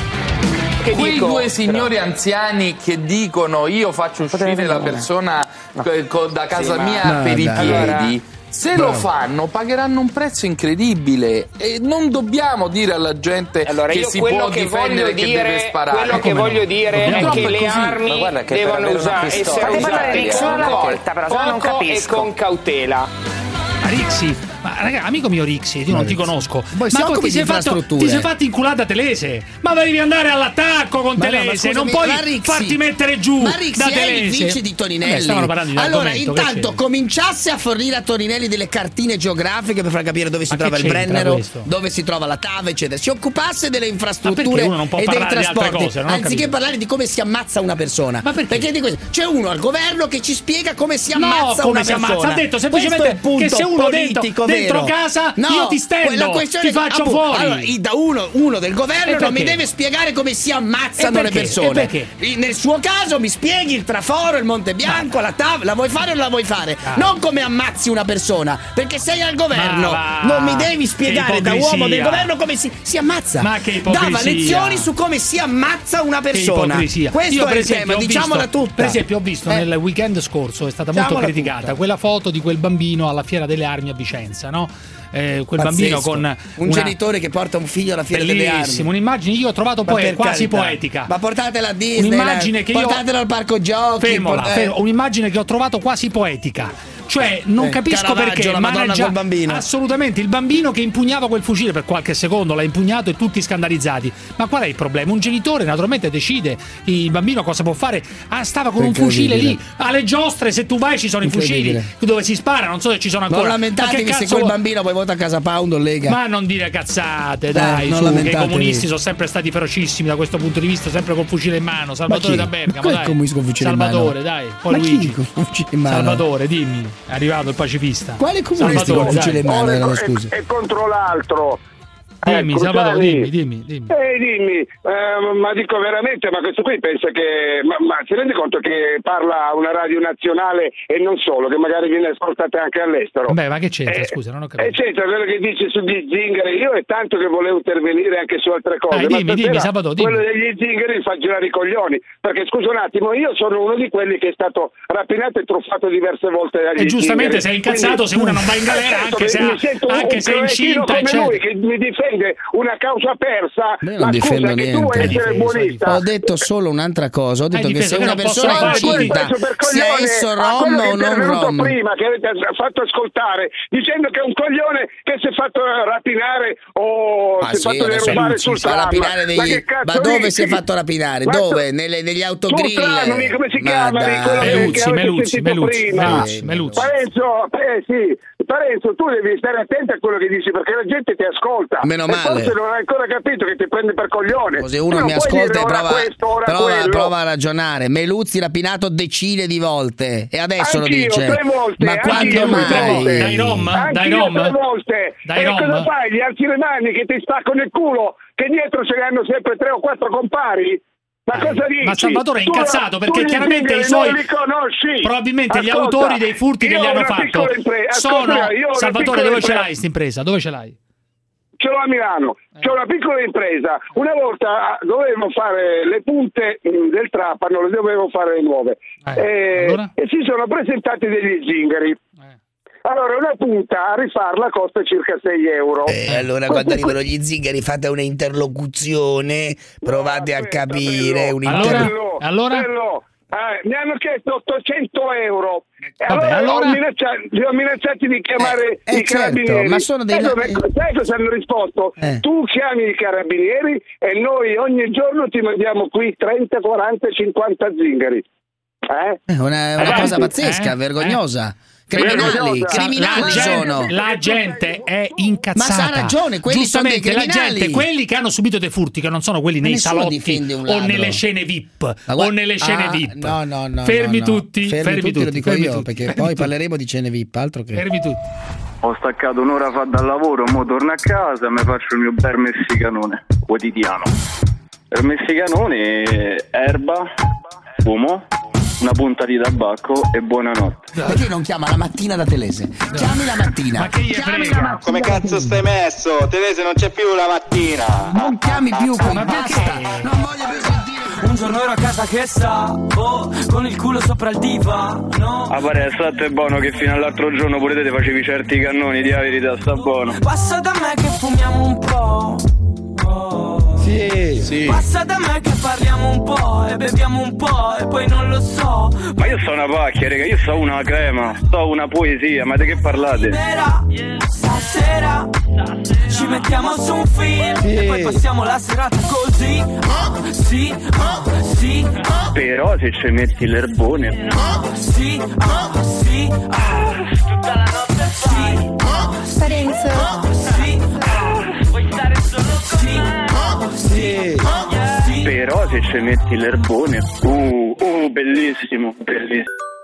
Che Quei dico, due signori però... anziani che dicono io faccio uscire la persona no. co- da casa sì, mia ma... per no, i dai. piedi, allora... se no. lo fanno pagheranno un prezzo incredibile e non dobbiamo dire alla gente allora, che io si quello può che dire che dire, deve sparare. Quello che voglio dire è che le armi che devono usare, essere usate solo alla volta, però, poco non capisco. e con cautela. Ma Rixi, ma raga, amico mio Rixi, io ma non Rixi. ti conosco. Poi ma si ti sei, fatto, ti sei fatto inculare da Telese. Ma devi andare all'attacco con ma Telese, no, non puoi Rixi, farti mettere giù ma Rixi da è Telese. il vice di Toninelli. Vabbè, di allora, intanto cominciasse a fornire a Toninelli delle cartine geografiche per far capire dove si ma trova il Brennero, questo? dove si trova la TAV, eccetera. Si occupasse delle infrastrutture uno non può e dei parlare di altre trasporti, cose, non ho anziché capito. parlare di come si ammazza una persona. Ma perché? Perché di questo c'è uno al governo che ci spiega come si no, ammazza come una si persona. ammazza. Ha detto Questo è semplicemente il che se uno dentro, politico dentro vero. casa no, io ti stendo, ti faccio appunto, fuori. Allora, da uno, uno del governo non mi deve spiegare come si ammazzano le persone. Nel suo caso mi spieghi il traforo, il Monte Bianco, la TAV, la vuoi fare o non la vuoi fare? Ah. Non come ammazzi una persona, perché sei al governo. Non mi devi spiegare da uomo del governo come si, si ammazza. Ma che ipocrisia. Dava lezioni su come si ammazza una persona. Questo Io, è il tema, diciamola visto, tutta. Per esempio, ho visto eh. nel weekend scorso, è stata molto Diciamola criticata tutta. quella foto di quel bambino alla Fiera delle Armi a Vicenza, no? Eh, quel Pazzesco. bambino con un una... genitore che porta un figlio alla Fiera delle Armi. Bellissimo, un'immagine io ho trovato Ma poe- quasi carità. poetica. Ma portatela a Disney, un'immagine che io portatela al parco giochi. Fermola, port- fermo, un'immagine che ho trovato quasi poetica. Cioè, non Eh, capisco Caravaggio, perché. la Madonna managgia- col bambino. Assolutamente, il bambino che impugnava quel fucile per qualche secondo, l'ha impugnato e tutti scandalizzati. Ma qual è il problema? Un genitore naturalmente decide il bambino cosa può fare. Ah, stava con un fucile lì, alle giostre, se tu vai ci sono i fucili dove si spara, non so se ci sono ancora. Non lamentatevi se quel bambino poi vota a Casa Pound o Lega. Ma non dire cazzate, dai, eh, su, che i comunisti sono sempre stati ferocissimi da questo punto di vista, sempre col fucile in mano. Salvatore da Bergamo, dai. Salvatore, dai. Poi Ma Luigi. chi con fucile in mano? Salvatore, dimmi, è arrivato il pacifista. Quale comunista con fucile in mano? Era, scusa. E contro l'altro. Dimmi, ecco, Salvatore, Gianni, dimmi, dimmi, dimmi. Eh, dimmi, eh, ma dico veramente, ma questo qui pensa che, ma, ma si rende conto che parla a una radio nazionale e non solo, che magari viene ascoltata anche all'estero? Beh, ma che c'entra, eh, scusa, non ho capito. E c'entra quello che dice su di zingari, io è tanto che volevo intervenire anche su altre cose, Dai, ma dimmi, dimmi, stasera Salvatore, dimmi. quello degli zingari fa girare i coglioni, perché scusa un attimo, io sono uno di quelli che è stato rapinato e truffato diverse volte dagli E giustamente zingari. sei incazzato se una non va in galera, certo, anche se, mi ha, sento anche un se è cretino incinta, come eccetera. lui che mi difende una causa persa. Io non Ma difendo scusa, che tu vuoi niente. essere buonista. Ho detto solo un'altra cosa. Ho detto Hai che se difeso che una non persona possono è fare incinta, sia esso rom o non rom, prima che avete fatto ascoltare dicendo che è un coglione che si è fatto rapinare o ah, si è sì, fatto derubare sul fa tram. rapinare degli... Ma, che ma dove dici? si è fatto rapinare? Ma Dove? tu... Nelle, negli autogrill? Sul tram, come si ma chiama? dai. Quello che- Meluzzi, che avete Meluzzi, sentito Meluzzi, prima. Meluzzi, Meluzzi. Parenzo, eh, sì, Parenzo, tu devi stare attento a quello che dici perché la gente ti ascolta. Meno e male. forse non hai ancora capito che ti prende per coglione. Così uno Tu mi non puoi ascolta dire e ora prova, questo, ora prova, quello. prova a ragionare. Meluzzi rapinato decine di volte e adesso Anch'io, lo dice. tre volte, Ma quando anch'io, tre mai? volte. Dai Rom? Dai Anch'io Rom? tre volte. Dai e Rom? cosa fai? Gli alzi le mani che ti staccano il culo, che dietro ce ne hanno sempre tre o quattro compari? Ma cosa dici? Ma Salvatore è Tu- incazzato perché tu chiaramente i i suoi non li conosci. probabilmente gli Ascolta, autori dei furti che io gli ho hanno una fatto piccola impre- sono Ascolta, io ho una Salvatore, piccola dove ce impre- l'hai sta impresa? Dove ce l'hai? Ce l'ho a Milano, c'è una piccola impresa. Una volta dovevo fare le punte mh, del trapano, le dovevo fare le nuove. Eh, e, allora? e si sono presentati degli zingari. Allora una punta a rifarla costa circa sei euro. E eh, allora quando arrivano gli zingari fate una interlocuzione, provate no, aspetta, a capire bello, allora, allora? Bello. Eh, mi hanno chiesto ottocento euro e Vabbè, allora, allora... Ho minacciati, li ho minacciati di chiamare eh, i eh, carabinieri. certo, ma sono dei... sai, dove, sai cosa hanno risposto? Eh. Tu chiami i carabinieri e noi ogni giorno ti mandiamo qui trenta, quaranta, cinquanta zingari. Eh? È una, una eh, cosa pazzesca, eh, vergognosa. eh. Criminali, La, criminali la sono. gente, la gente è incazzata. Ma sa ragione, quelli sono dei Giustamente, criminali. la gente, quelli che hanno subito dei furti, che non sono quelli Ma nei nessuno salotti difende un o ladro. nelle scene V I P guarda- o nelle scene ah, V I P. No, no, no. Fermi no, no. tutti, fermi, fermi tutti, tutti, lo dico fermi io, tutti, perché fermi poi tutti. parleremo di scene V I P, altro che. Fermi tutti. Ho staccato un'ora fa dal lavoro, mo torno a casa e mi faccio il mio bel messicanone quotidiano. Il messicanone, erba, fumo, una punta di tabacco e buonanotte. Perché non chiama la mattina da Telese? Chiami la mattina. Ma che gli Chiami frega? la mattina. Come cazzo stai messo? Telese non c'è più la mattina. Non chiami più qui, Ma basta. perché? Non voglio più sentire. Un giorno ero a casa che sa, oh, con il culo sopra il divano. Ah, pare, stato è buono che fino all'altro giorno pure te te facevi certi cannoni, di la verità, sta buono. Passa da me che fumiamo un po'. Oh. Sì, sì. Passa da me che parliamo un po' e beviamo un po' e poi non lo so. Ma io sto una pacchia, raga, io sto una crema, sto una poesia, ma di che parlate? Stasera, stasera ci mettiamo su un film Sì. e poi passiamo la serata così. Oh, sì, oh, sì, oh, Però se ci metti l'erbone, oh, sì, oh, sì, oh, tutta la notte sì, oh, Parenzo. oh, sì, oh, vuoi stare solo con me? Oh, sì, oh, sì. però se ci metti l'erbone, uh, uh, bellissimo, bellissimo.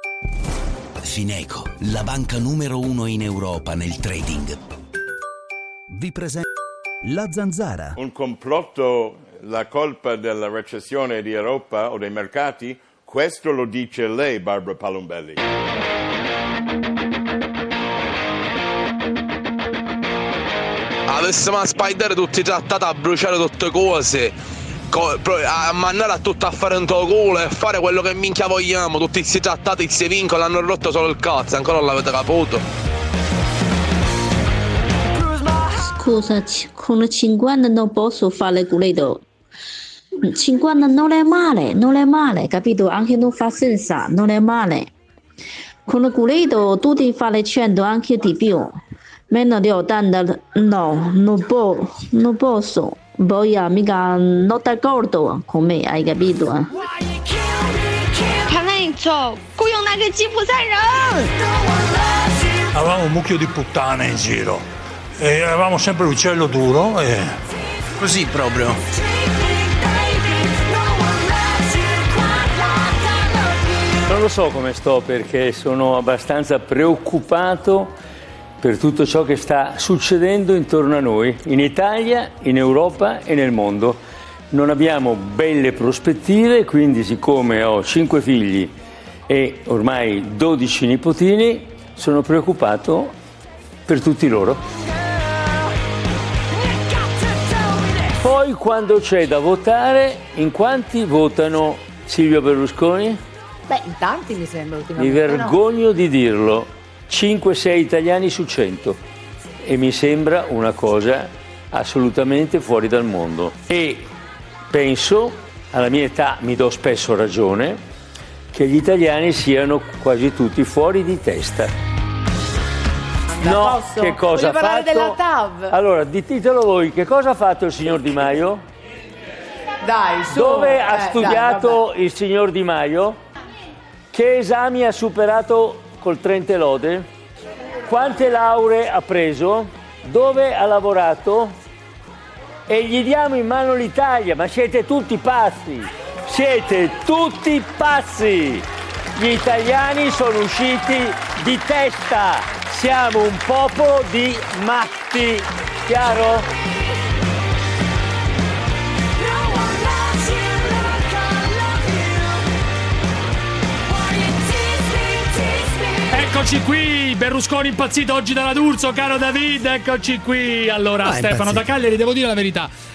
Fineco, la banca numero uno in Europa nel trading, vi presenta La Zanzara. Un complotto, la colpa della recessione di Europa o dei mercati? Questo lo dice lei, Barbara Palombelli. Avessimo a spaidare tutti i trattati, a bruciare tutte cose, co- pro- a mandare a tutto a fare un tuo culo e fare quello che minchia vogliamo. Tutti questi trattati, questi vincoli hanno rotto solo il cazzo, ancora non l'avete capito. Scusa, con cinquanta non posso fare quello. cinquanta non è male, non è male, capito? Anche non fa senza, non è male. Con quello tu devi fare cento, anche di più. Meno di ottanta, no, non, può, non posso. Voglio mica, non d'accordo con me, hai capito? Eh? Parenzo, coglione che ci fuserai! Avevamo un mucchio di puttane in giro e avevamo sempre l'uccello duro e... Così proprio. Non lo so come sto perché sono abbastanza preoccupato per tutto ciò che sta succedendo intorno a noi, in Italia, in Europa e nel mondo. Non abbiamo belle prospettive, quindi siccome ho cinque figli e ormai dodici nipotini, sono preoccupato per tutti loro. Poi quando c'è da votare, in quanti votano Silvio Berlusconi? Beh, in tanti mi sembra Mi ultimamente. vergogno di dirlo, cinque sei italiani su cento, e mi sembra una cosa assolutamente fuori dal mondo. E penso, alla mia età mi do spesso ragione, che gli italiani siano quasi tutti fuori di testa. No, posso? che cosa Voglio ha parlare fatto? della T A V. Allora, ditelo voi, che cosa ha fatto il signor Di Maio? Dai, su. Dove eh, ha dai, studiato vabbè. il signor Di Maio? Che esami ha superato col trenta lode? Quante lauree ha preso? Dove ha lavorato? E gli diamo in mano l'Italia, ma siete tutti pazzi! Siete tutti pazzi! Gli italiani sono usciti di testa! Siamo un popolo di matti! Chiaro? Eccoci qui, Berlusconi impazzito oggi dalla D'Urso, caro David, eccoci qui. Allora, Ah, Stefano impazzito. da Cagliari, devo dire la verità,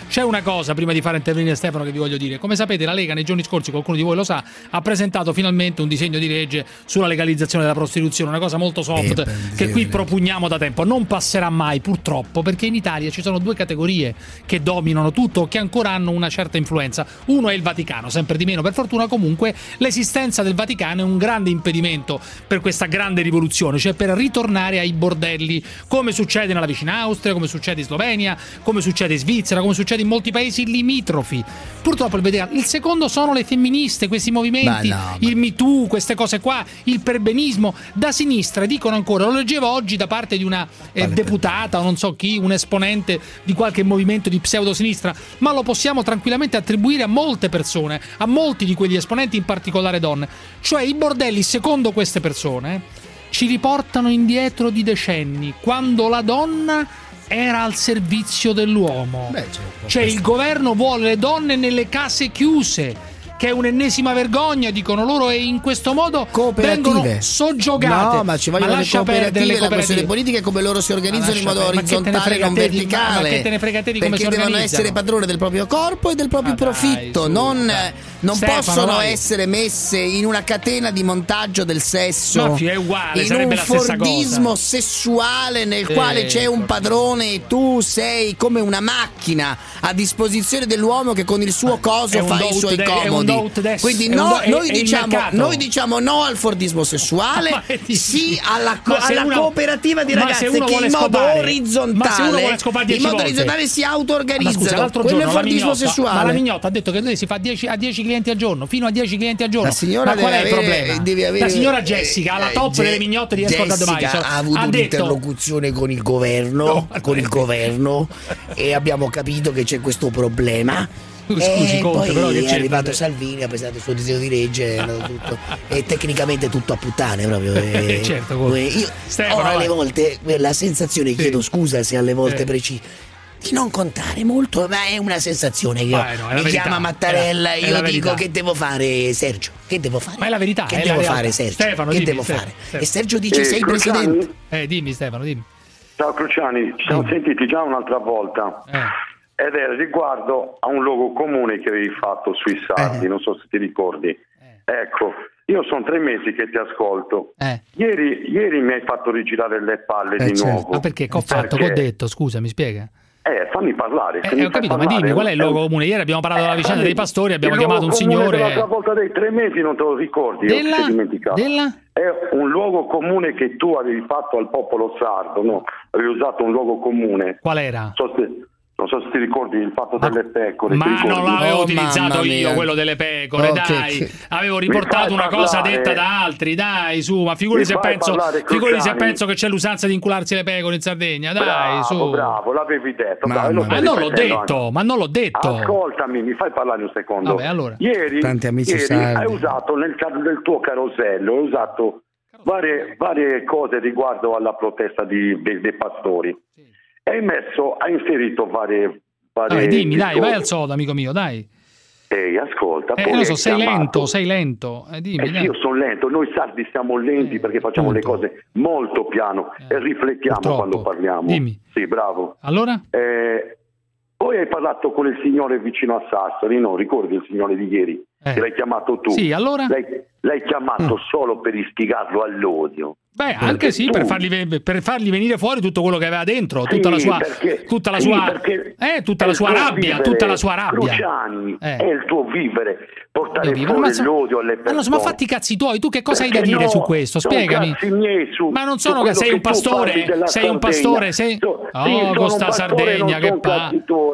C'è una cosa, prima di fare intervenire Stefano, che vi voglio dire. Come sapete, la Lega nei giorni scorsi, qualcuno di voi lo sa, ha presentato finalmente un disegno di legge sulla legalizzazione della prostituzione, una cosa molto soft, eh, che qui propugniamo da tempo. Non passerà mai, purtroppo, perché in Italia ci sono due categorie che dominano tutto, che ancora hanno una certa influenza. Uno è il Vaticano, sempre di meno per fortuna. Comunque l'esistenza del Vaticano è un grande impedimento per questa grande rivoluzione, cioè per ritornare ai bordelli, come succede nella vicina Austria, come succede in Slovenia, come succede in Svizzera, come succede in molti paesi limitrofi. Purtroppo il Vaticano. Il secondo sono le femministe, questi movimenti, no, il Me Too, queste cose qua, il perbenismo. Da sinistra dicono ancora, lo leggevo oggi da parte di una eh, deputata o non so chi, un esponente di qualche movimento di pseudosinistra, ma lo possiamo tranquillamente attribuire a molte persone, a molti di quegli esponenti, in particolare donne. Cioè i bordelli, secondo queste persone, ci riportano indietro di decenni, quando la donna era al servizio dell'uomo. Beh, certo, cioè il governo vuole le donne nelle case chiuse, che è un'ennesima vergogna, dicono loro, e in questo modo vengono soggiogate. No, ma ci vogliono ma le cooperative, le la questione politica è come loro si organizzano in modo orizzontale, non verticale. Ma che te ne frega te di come si organizzano? Perché devono essere padrone del proprio corpo e del proprio ah, profitto, dai, su, non, non Stefano, possono vai. essere messe in una catena di montaggio del sesso. Mafia, è uguale, in sarebbe un la stessa fordismo cosa. sessuale nel eh, quale c'è un padrone e tu sei come una macchina a disposizione dell'uomo che con il suo coso fa i suoi comodi. Quindi no, è, noi, è diciamo, noi diciamo no al fordismo sessuale, sì alla, co- alla una, cooperativa di ragazze che in modo scopare, orizzontale, in modo orizzontale si auto-organizzano. Quello è il fordismo sessuale. Ma la Mignotta ha detto che lei si fa dieci, a dieci clienti al giorno, fino a dieci clienti al giorno. La signora ma qual è avere, il problema? Avere, la signora Jessica, la top eh, delle mignotte di Escort Advice, ha avuto ha un'interlocuzione detto... con il governo, no, con il governo e abbiamo capito che c'è questo problema. Scusi, e Conte, poi però che è c'è arrivato Salvini, ha presentato il suo disegno di legge tutto, e tecnicamente tutto a puttane proprio. E, certo, io Stefano, ho alle volte la sensazione, sì. chiedo scusa se alle volte eh. precise, di non contare molto, ma è una sensazione che ah, no, mi verità. chiama Mattarella e io dico verità. che devo fare, Sergio? Che devo fare? Ma è la verità. Che è devo la fare, Sergio? Stefano, che dimmi, devo Stefano, fare? Stefano. E Sergio dice: eh, sei Cruciani? presidente. Eh, dimmi, Stefano, dimmi. Ciao Cruciani, ci siamo sentiti già un'altra volta. Eh. Ed era riguardo a un logo comune che avevi fatto sui sardi, eh. non so se ti ricordi. Eh. Ecco, io sono tre mesi che ti ascolto. Eh. Ieri, ieri mi hai fatto rigirare le palle eh, di certo. nuovo. Ma perché? Che ho fatto? Che ho detto? Scusa, mi spiega? Eh, fammi parlare. Eh, ho capito, ma dimmi, qual è il logo comune? Ieri abbiamo parlato della vicenda dei pastori, abbiamo chiamato un signore... L'altra volta dei tre mesi non te lo ricordi, della... io ti dimenticato. Della... È un logo comune che tu avevi fatto al popolo sardo, no? Avevi usato un logo comune. Qual era? So se... Non so se ti ricordi il fatto delle pecore. Ma non l'avevo oh, utilizzato io quello delle pecore, oh, dai. Che... Avevo riportato una parlare. cosa detta da altri, dai, su. Ma figuri se penso, figuri se penso che c'è l'usanza di incularsi le pecore in Sardegna, dai, bravo, su. Bravo, l'avevi detto. Ma, bravo, ma non l'ho detto, anche. ma non l'ho detto. Ascoltami, mi fai parlare un secondo. Vabbè, allora. Ieri, Tanti amici ieri sardi. hai usato nel, nel tuo carosello, hai usato varie, varie cose riguardo alla protesta di, dei, dei pastori. Sì. E hai messo, hai inserito varie... Vabbè, dimmi, discorsi. Dai, vai al sodo, amico mio, dai. Ehi, ascolta. Eh, lo so, sei chiamato. lento, sei lento. Eh, dimmi, eh dai. Sì, io sono lento, noi sardi siamo lenti eh, perché facciamo punto. le cose molto piano eh, e riflettiamo purtroppo. quando parliamo. Dimmi. Sì, bravo. Allora? Eh, poi hai parlato con il signore vicino a Sassari, no? Ricordi il signore di ieri? Eh. Che l'hai chiamato tu. Sì, allora? L'hai, l'hai chiamato mm. solo per istigarlo all'odio. Beh, anche sì, per fargli, per fargli venire fuori tutto quello che aveva dentro, sì, tutta la sua, perché, tutta la sì, sua, eh, tutta la sua rabbia, vivere, tutta la sua rabbia. Cruciani, eh. è il tuo vivere, portare vivere, fuori so, l'odio alle persone. Allora, ma fatti i cazzi tuoi, tu che cosa perché hai da dire no, su questo? Spiegami. Miei su, ma non sono che sei un pastore, sei un pastore, sei... So, oh, sì, con sta Sardegna che pa...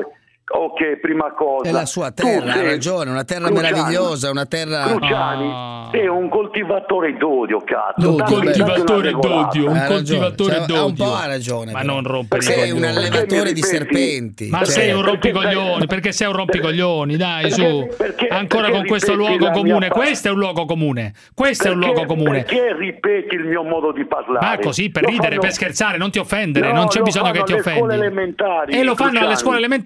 Ok, prima cosa. È la sua terra, ha ragione, una terra Cruciani, meravigliosa, una terra... Cruciani oh. è un coltivatore d'odio, cazzo. Un coltivatore d'odio, un coltivatore cioè, d'odio. Un po' ha ragione. Ma però. non rompere i sei coglioni. un allevatore di serpenti. Ma sei un rompicoglioni, perché sei un rompicoglioni, dai, perché, su. Perché, Ancora perché con questo luogo comune, questo è un luogo comune. Questo perché, è un luogo comune. Perché ripeti il mio modo di parlare? Ma così, per lo ridere, fanno... per scherzare, non ti offendere, no, non c'è bisogno che ti offendi. Elementari, e lo fanno Cruciani. alle scuole elementari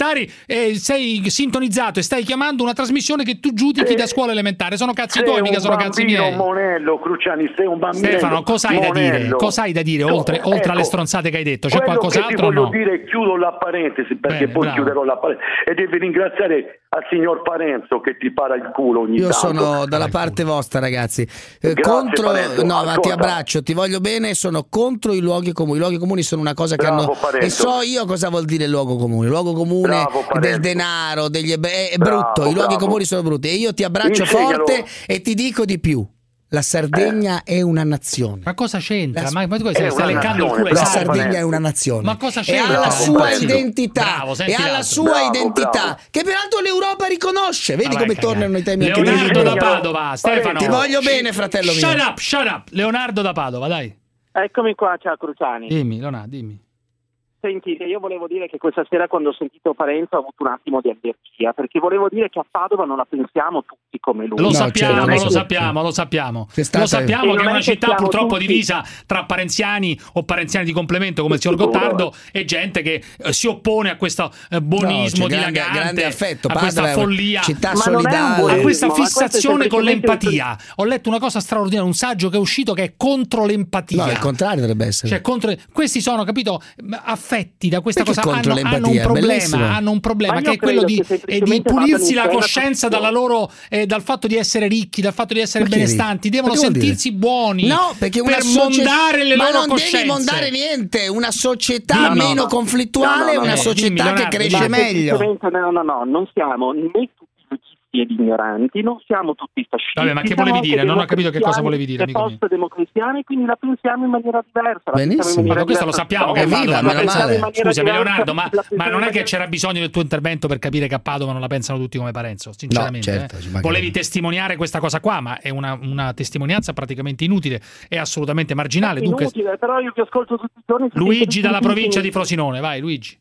eh, sei sintonizzato e stai chiamando una trasmissione che tu giudichi da scuola elementare. Sono cazzi tuoi, mica sono cazzi miei. Monello, Cruciani, sei un bambino. Stefano, cos'hai da dire? Cos'hai da dire oltre, oltre ecco, alle stronzate che hai detto? C'è qualcos'altro? Che ti voglio no? dire, chiudo la parentesi perché Bene, poi bravo. chiuderò la parentesi e devi ringraziare al signor Parenzo che ti para il culo ogni Io tanto. sono dalla parte vostra, ragazzi. Eh, Grazie, contro, Parenzo. no, ma ti Ascolta. abbraccio, ti voglio bene. Sono contro i luoghi comuni. I luoghi comuni sono una cosa Bravo, che hanno. Parenzo. E so io cosa vuol dire il luogo comune. Il luogo comune Bravo, del Parenzo. denaro, degli è, è Bravo, brutto. I luoghi bravo. comuni sono brutti. E io ti abbraccio Insegnalo. forte e ti dico di più. La Sardegna Eh. è una nazione. Ma cosa c'entra? La- Ma, ma tu È stai, una stai leccando il nazione, culo ai La bravo, sardi? Sardegna Parenzo. è una nazione. Ma cosa e c'entra? ha la Bravo, sua impazzito. identità. Bravo, e senti ha la l'altro. sua Bravo, identità. bravo. Che peraltro l'Europa riconosce. Vedi Ma vai come a cagare. tornano i temi anche Leonardo lì. da Padova, Stefano. Ti voglio bene, fratello mio. Shut up, shut up. Leonardo da Padova, dai. Eccomi qua, ciao Cruciani. Dimmi, Leonardo, dimmi. Senti, io volevo dire che questa sera quando ho sentito Parenzo ho avuto un attimo di allergia, perché volevo dire che a Padova non la pensiamo tutti come lui. Lo No, sappiamo, certo, lo certo. sappiamo, lo sappiamo. C'è stata- Lo sappiamo E che non è è una che città siamo purtroppo tutti- divisa tra parenziani o parenziani di complemento come il signor Gottardo e gente che eh, si oppone a questo eh, buonismo No, c'è grande- dilagante, grande affetto. a Padova questa è una follia, città Ma non è un solidale. buonismo, a questa ma questo è fissazione con semplicemente l'empatia. Ho letto una cosa straordinaria, un saggio che è uscito che è contro l'empatia. No, il contrario dovrebbe essere. Cioè, contro, questi sono, capito, affetti da questa Perché cosa, contro hanno, l'empatia? hanno un È problema, bellissimo. hanno un problema Ma che io è quello credo di, che eh, di semplicemente pulirsi la vadano in coscienza piena dalla loro, eh, dal fatto di essere ricchi, dal fatto di essere Perché benestanti, ricchi? devono Perché vuol sentirsi buoni No, perché una per socie- mondare le ma loro non coscienze. devi mondare niente. Una società Dimmi. meno No, conflittuale no, no, è no, una no. società Dimmi, che Leonardo, cresce dimmi. Ma meglio. semplicemente no, no, no, non siamo né tutti leghisti ed ignoranti, non siamo tutti fascisti. Vabbè, ma che siamo volevi anche dire? Non ho capito che cosa volevi dire, e amico mio. post-democristiani, quindi la pensiamo in maniera diversa. la pensiamo in Benissimo. maniera Ma questo lo diversa. sappiamo No, che a Evviva, Padova meno la pensano- male. Scusami Leonardo, ma, La ma pensiamo non è in che c'era bisogno del tuo intervento per capire che a Padova non la pensano tutti come Parenzo, sinceramente. No, certo, eh. ci mancherebbe. Volevi testimoniare questa cosa qua, ma è una, una testimonianza praticamente inutile, è assolutamente marginale. Dunque, Inutile, però io vi ascolto tutti i giorni. Luigi dalla siete provincia di tutti Frosinone, vai Luigi.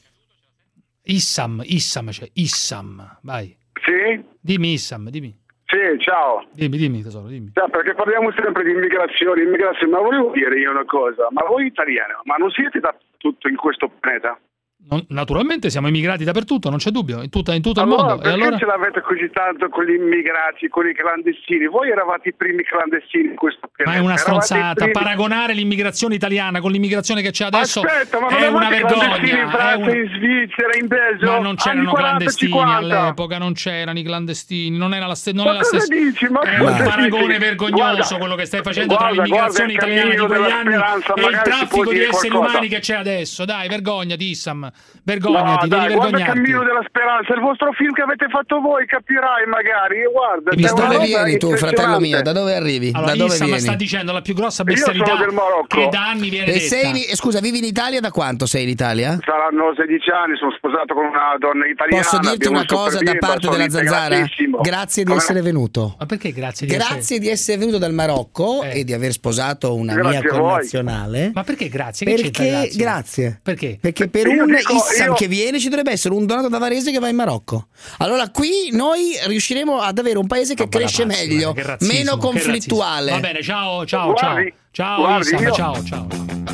Issam, Issam, cioè Issam, vai. Sì? Dimmi Issam, dimmi. Sì, ciao. Dimmi, dimmi tesoro, dimmi. Cioè, perché parliamo sempre di immigrazione, immigrazione, ma volevo dire io una cosa, ma voi italiani, ma non siete dappertutto in questo pianeta? Non- naturalmente siamo immigrati dappertutto, non c'è dubbio, in, tutta, in tutto il Allora, mondo. E perché allora? ce l'avete così tanto con gli immigrati, con i clandestini? Voi eravate i primi clandestini in questo Ma pianeta. è una Eravate i stronzata, primi- paragonare l'immigrazione italiana con l'immigrazione che c'è adesso Aspetta, ma non è una avevate clandestini in vergogna. È Francia, una... in Svizzera, in Belgio? Ma non c'erano anni quaranta, clandestini cinquanta. all'epoca, non c'erano i clandestini, non era la, ste- non Ma è la cosa stessa. dici? Ma è cosa un paragone dici? vergognoso Guarda, quello che stai facendo guarda, tra l'immigrazione guarda il italiana di cammino quegli della anni speranza, e il magari si traffico può di dire esseri qualcosa. umani che c'è adesso. Dai, vergognati, Issam. No, Vergognati, dai, devi guarda il vergognarti. cammino della speranza, il vostro film che avete fatto voi, capirai magari, guarda. Da c'è una dove roba vieni tu, fratello mio? Da impressionante. dove arrivi? Allora, da dove Issam vieni? sta dicendo la più grossa Io sono bestialità del Marocco. che da anni viene E detta. sei in- eh, scusa, vivi in Italia da quanto sei in Italia? Saranno sedici anni, sono sposato con una donna italiana. Posso dirti abbiamo una un super cosa da bimbo, parte sono della Zanzara? integratissimo. Grazie di Come- essere venuto. Ma perché grazie di essere... Grazie di essere venuto dal Marocco Eh. e di aver sposato una Grazie mia a voi. connazionale. Ma perché grazie? Che c'entra Perché grazie? grazie. Perché? Perché per Io un dico, Issam io- che viene ci dovrebbe essere un Donato da Varese che va in Marocco. Allora qui noi riusciremo ad avere un paese che Roba da cresce pazzi, meglio, guarda, che razzismo, meno che conflittuale. razzismo. Va bene, ciao, ciao, Guardi, ciao. Ciao guardi, Issam, io- ciao, ciao.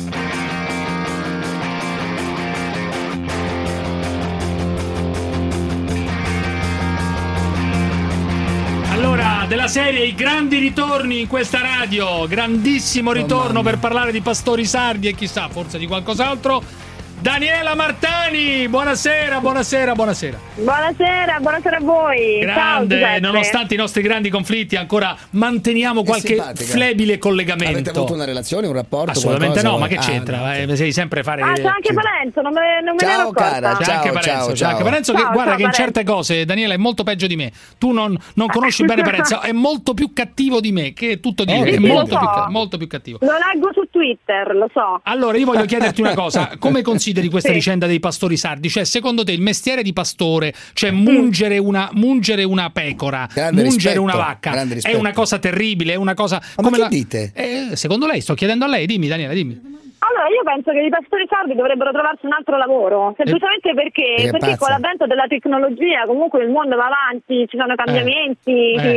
Allora, della serie I grandi ritorni in questa radio, grandissimo ritorno per parlare di pastori sardi e chissà, forse di qualcos'altro. Daniela Martani, buonasera, buonasera, buonasera. Buonasera, buonasera a voi. Ciao, Grande, Giuseppe. nonostante i nostri grandi conflitti, ancora manteniamo qualche simpatica. flebile collegamento. Avete avuto una relazione, un rapporto? Assolutamente qualcosa? no, ma che Ah, c'entra? no. Eh, Sei sempre fare. Ah, c'è anche Parenzo, non me, non me ne ero Ciao, accorta. cara, C'è ciao, anche Parenzo, ciao, c'è ciao. anche Parenzo che Ciao, guarda ciao, che in Parenzo. certe cose Daniela è molto peggio di me. Tu non, non conosci bene Parenzo, è molto più cattivo di me, che è tutto dire, Eh, è sì, molto lo più, so. ca- molto più cattivo. Lo leggo su Twitter, lo so. Allora io voglio chiederti una cosa, come consideri questa Sì. vicenda dei pastori sardi? Cioè, secondo te il mestiere di pastore, cioè mungere una, mungere una pecora, Grande mungere rispetto, una vacca, grande è rispetto. una cosa terribile, è una cosa... Ma come che la... dite? Eh, secondo lei, sto chiedendo a lei, dimmi Daniela, dimmi. Allora, io penso che i pastori sardi dovrebbero trovarsi un altro lavoro, semplicemente perché, Perché è perché pazza. con l'avvento della tecnologia comunque il mondo va avanti, ci sono cambiamenti, Eh. ci,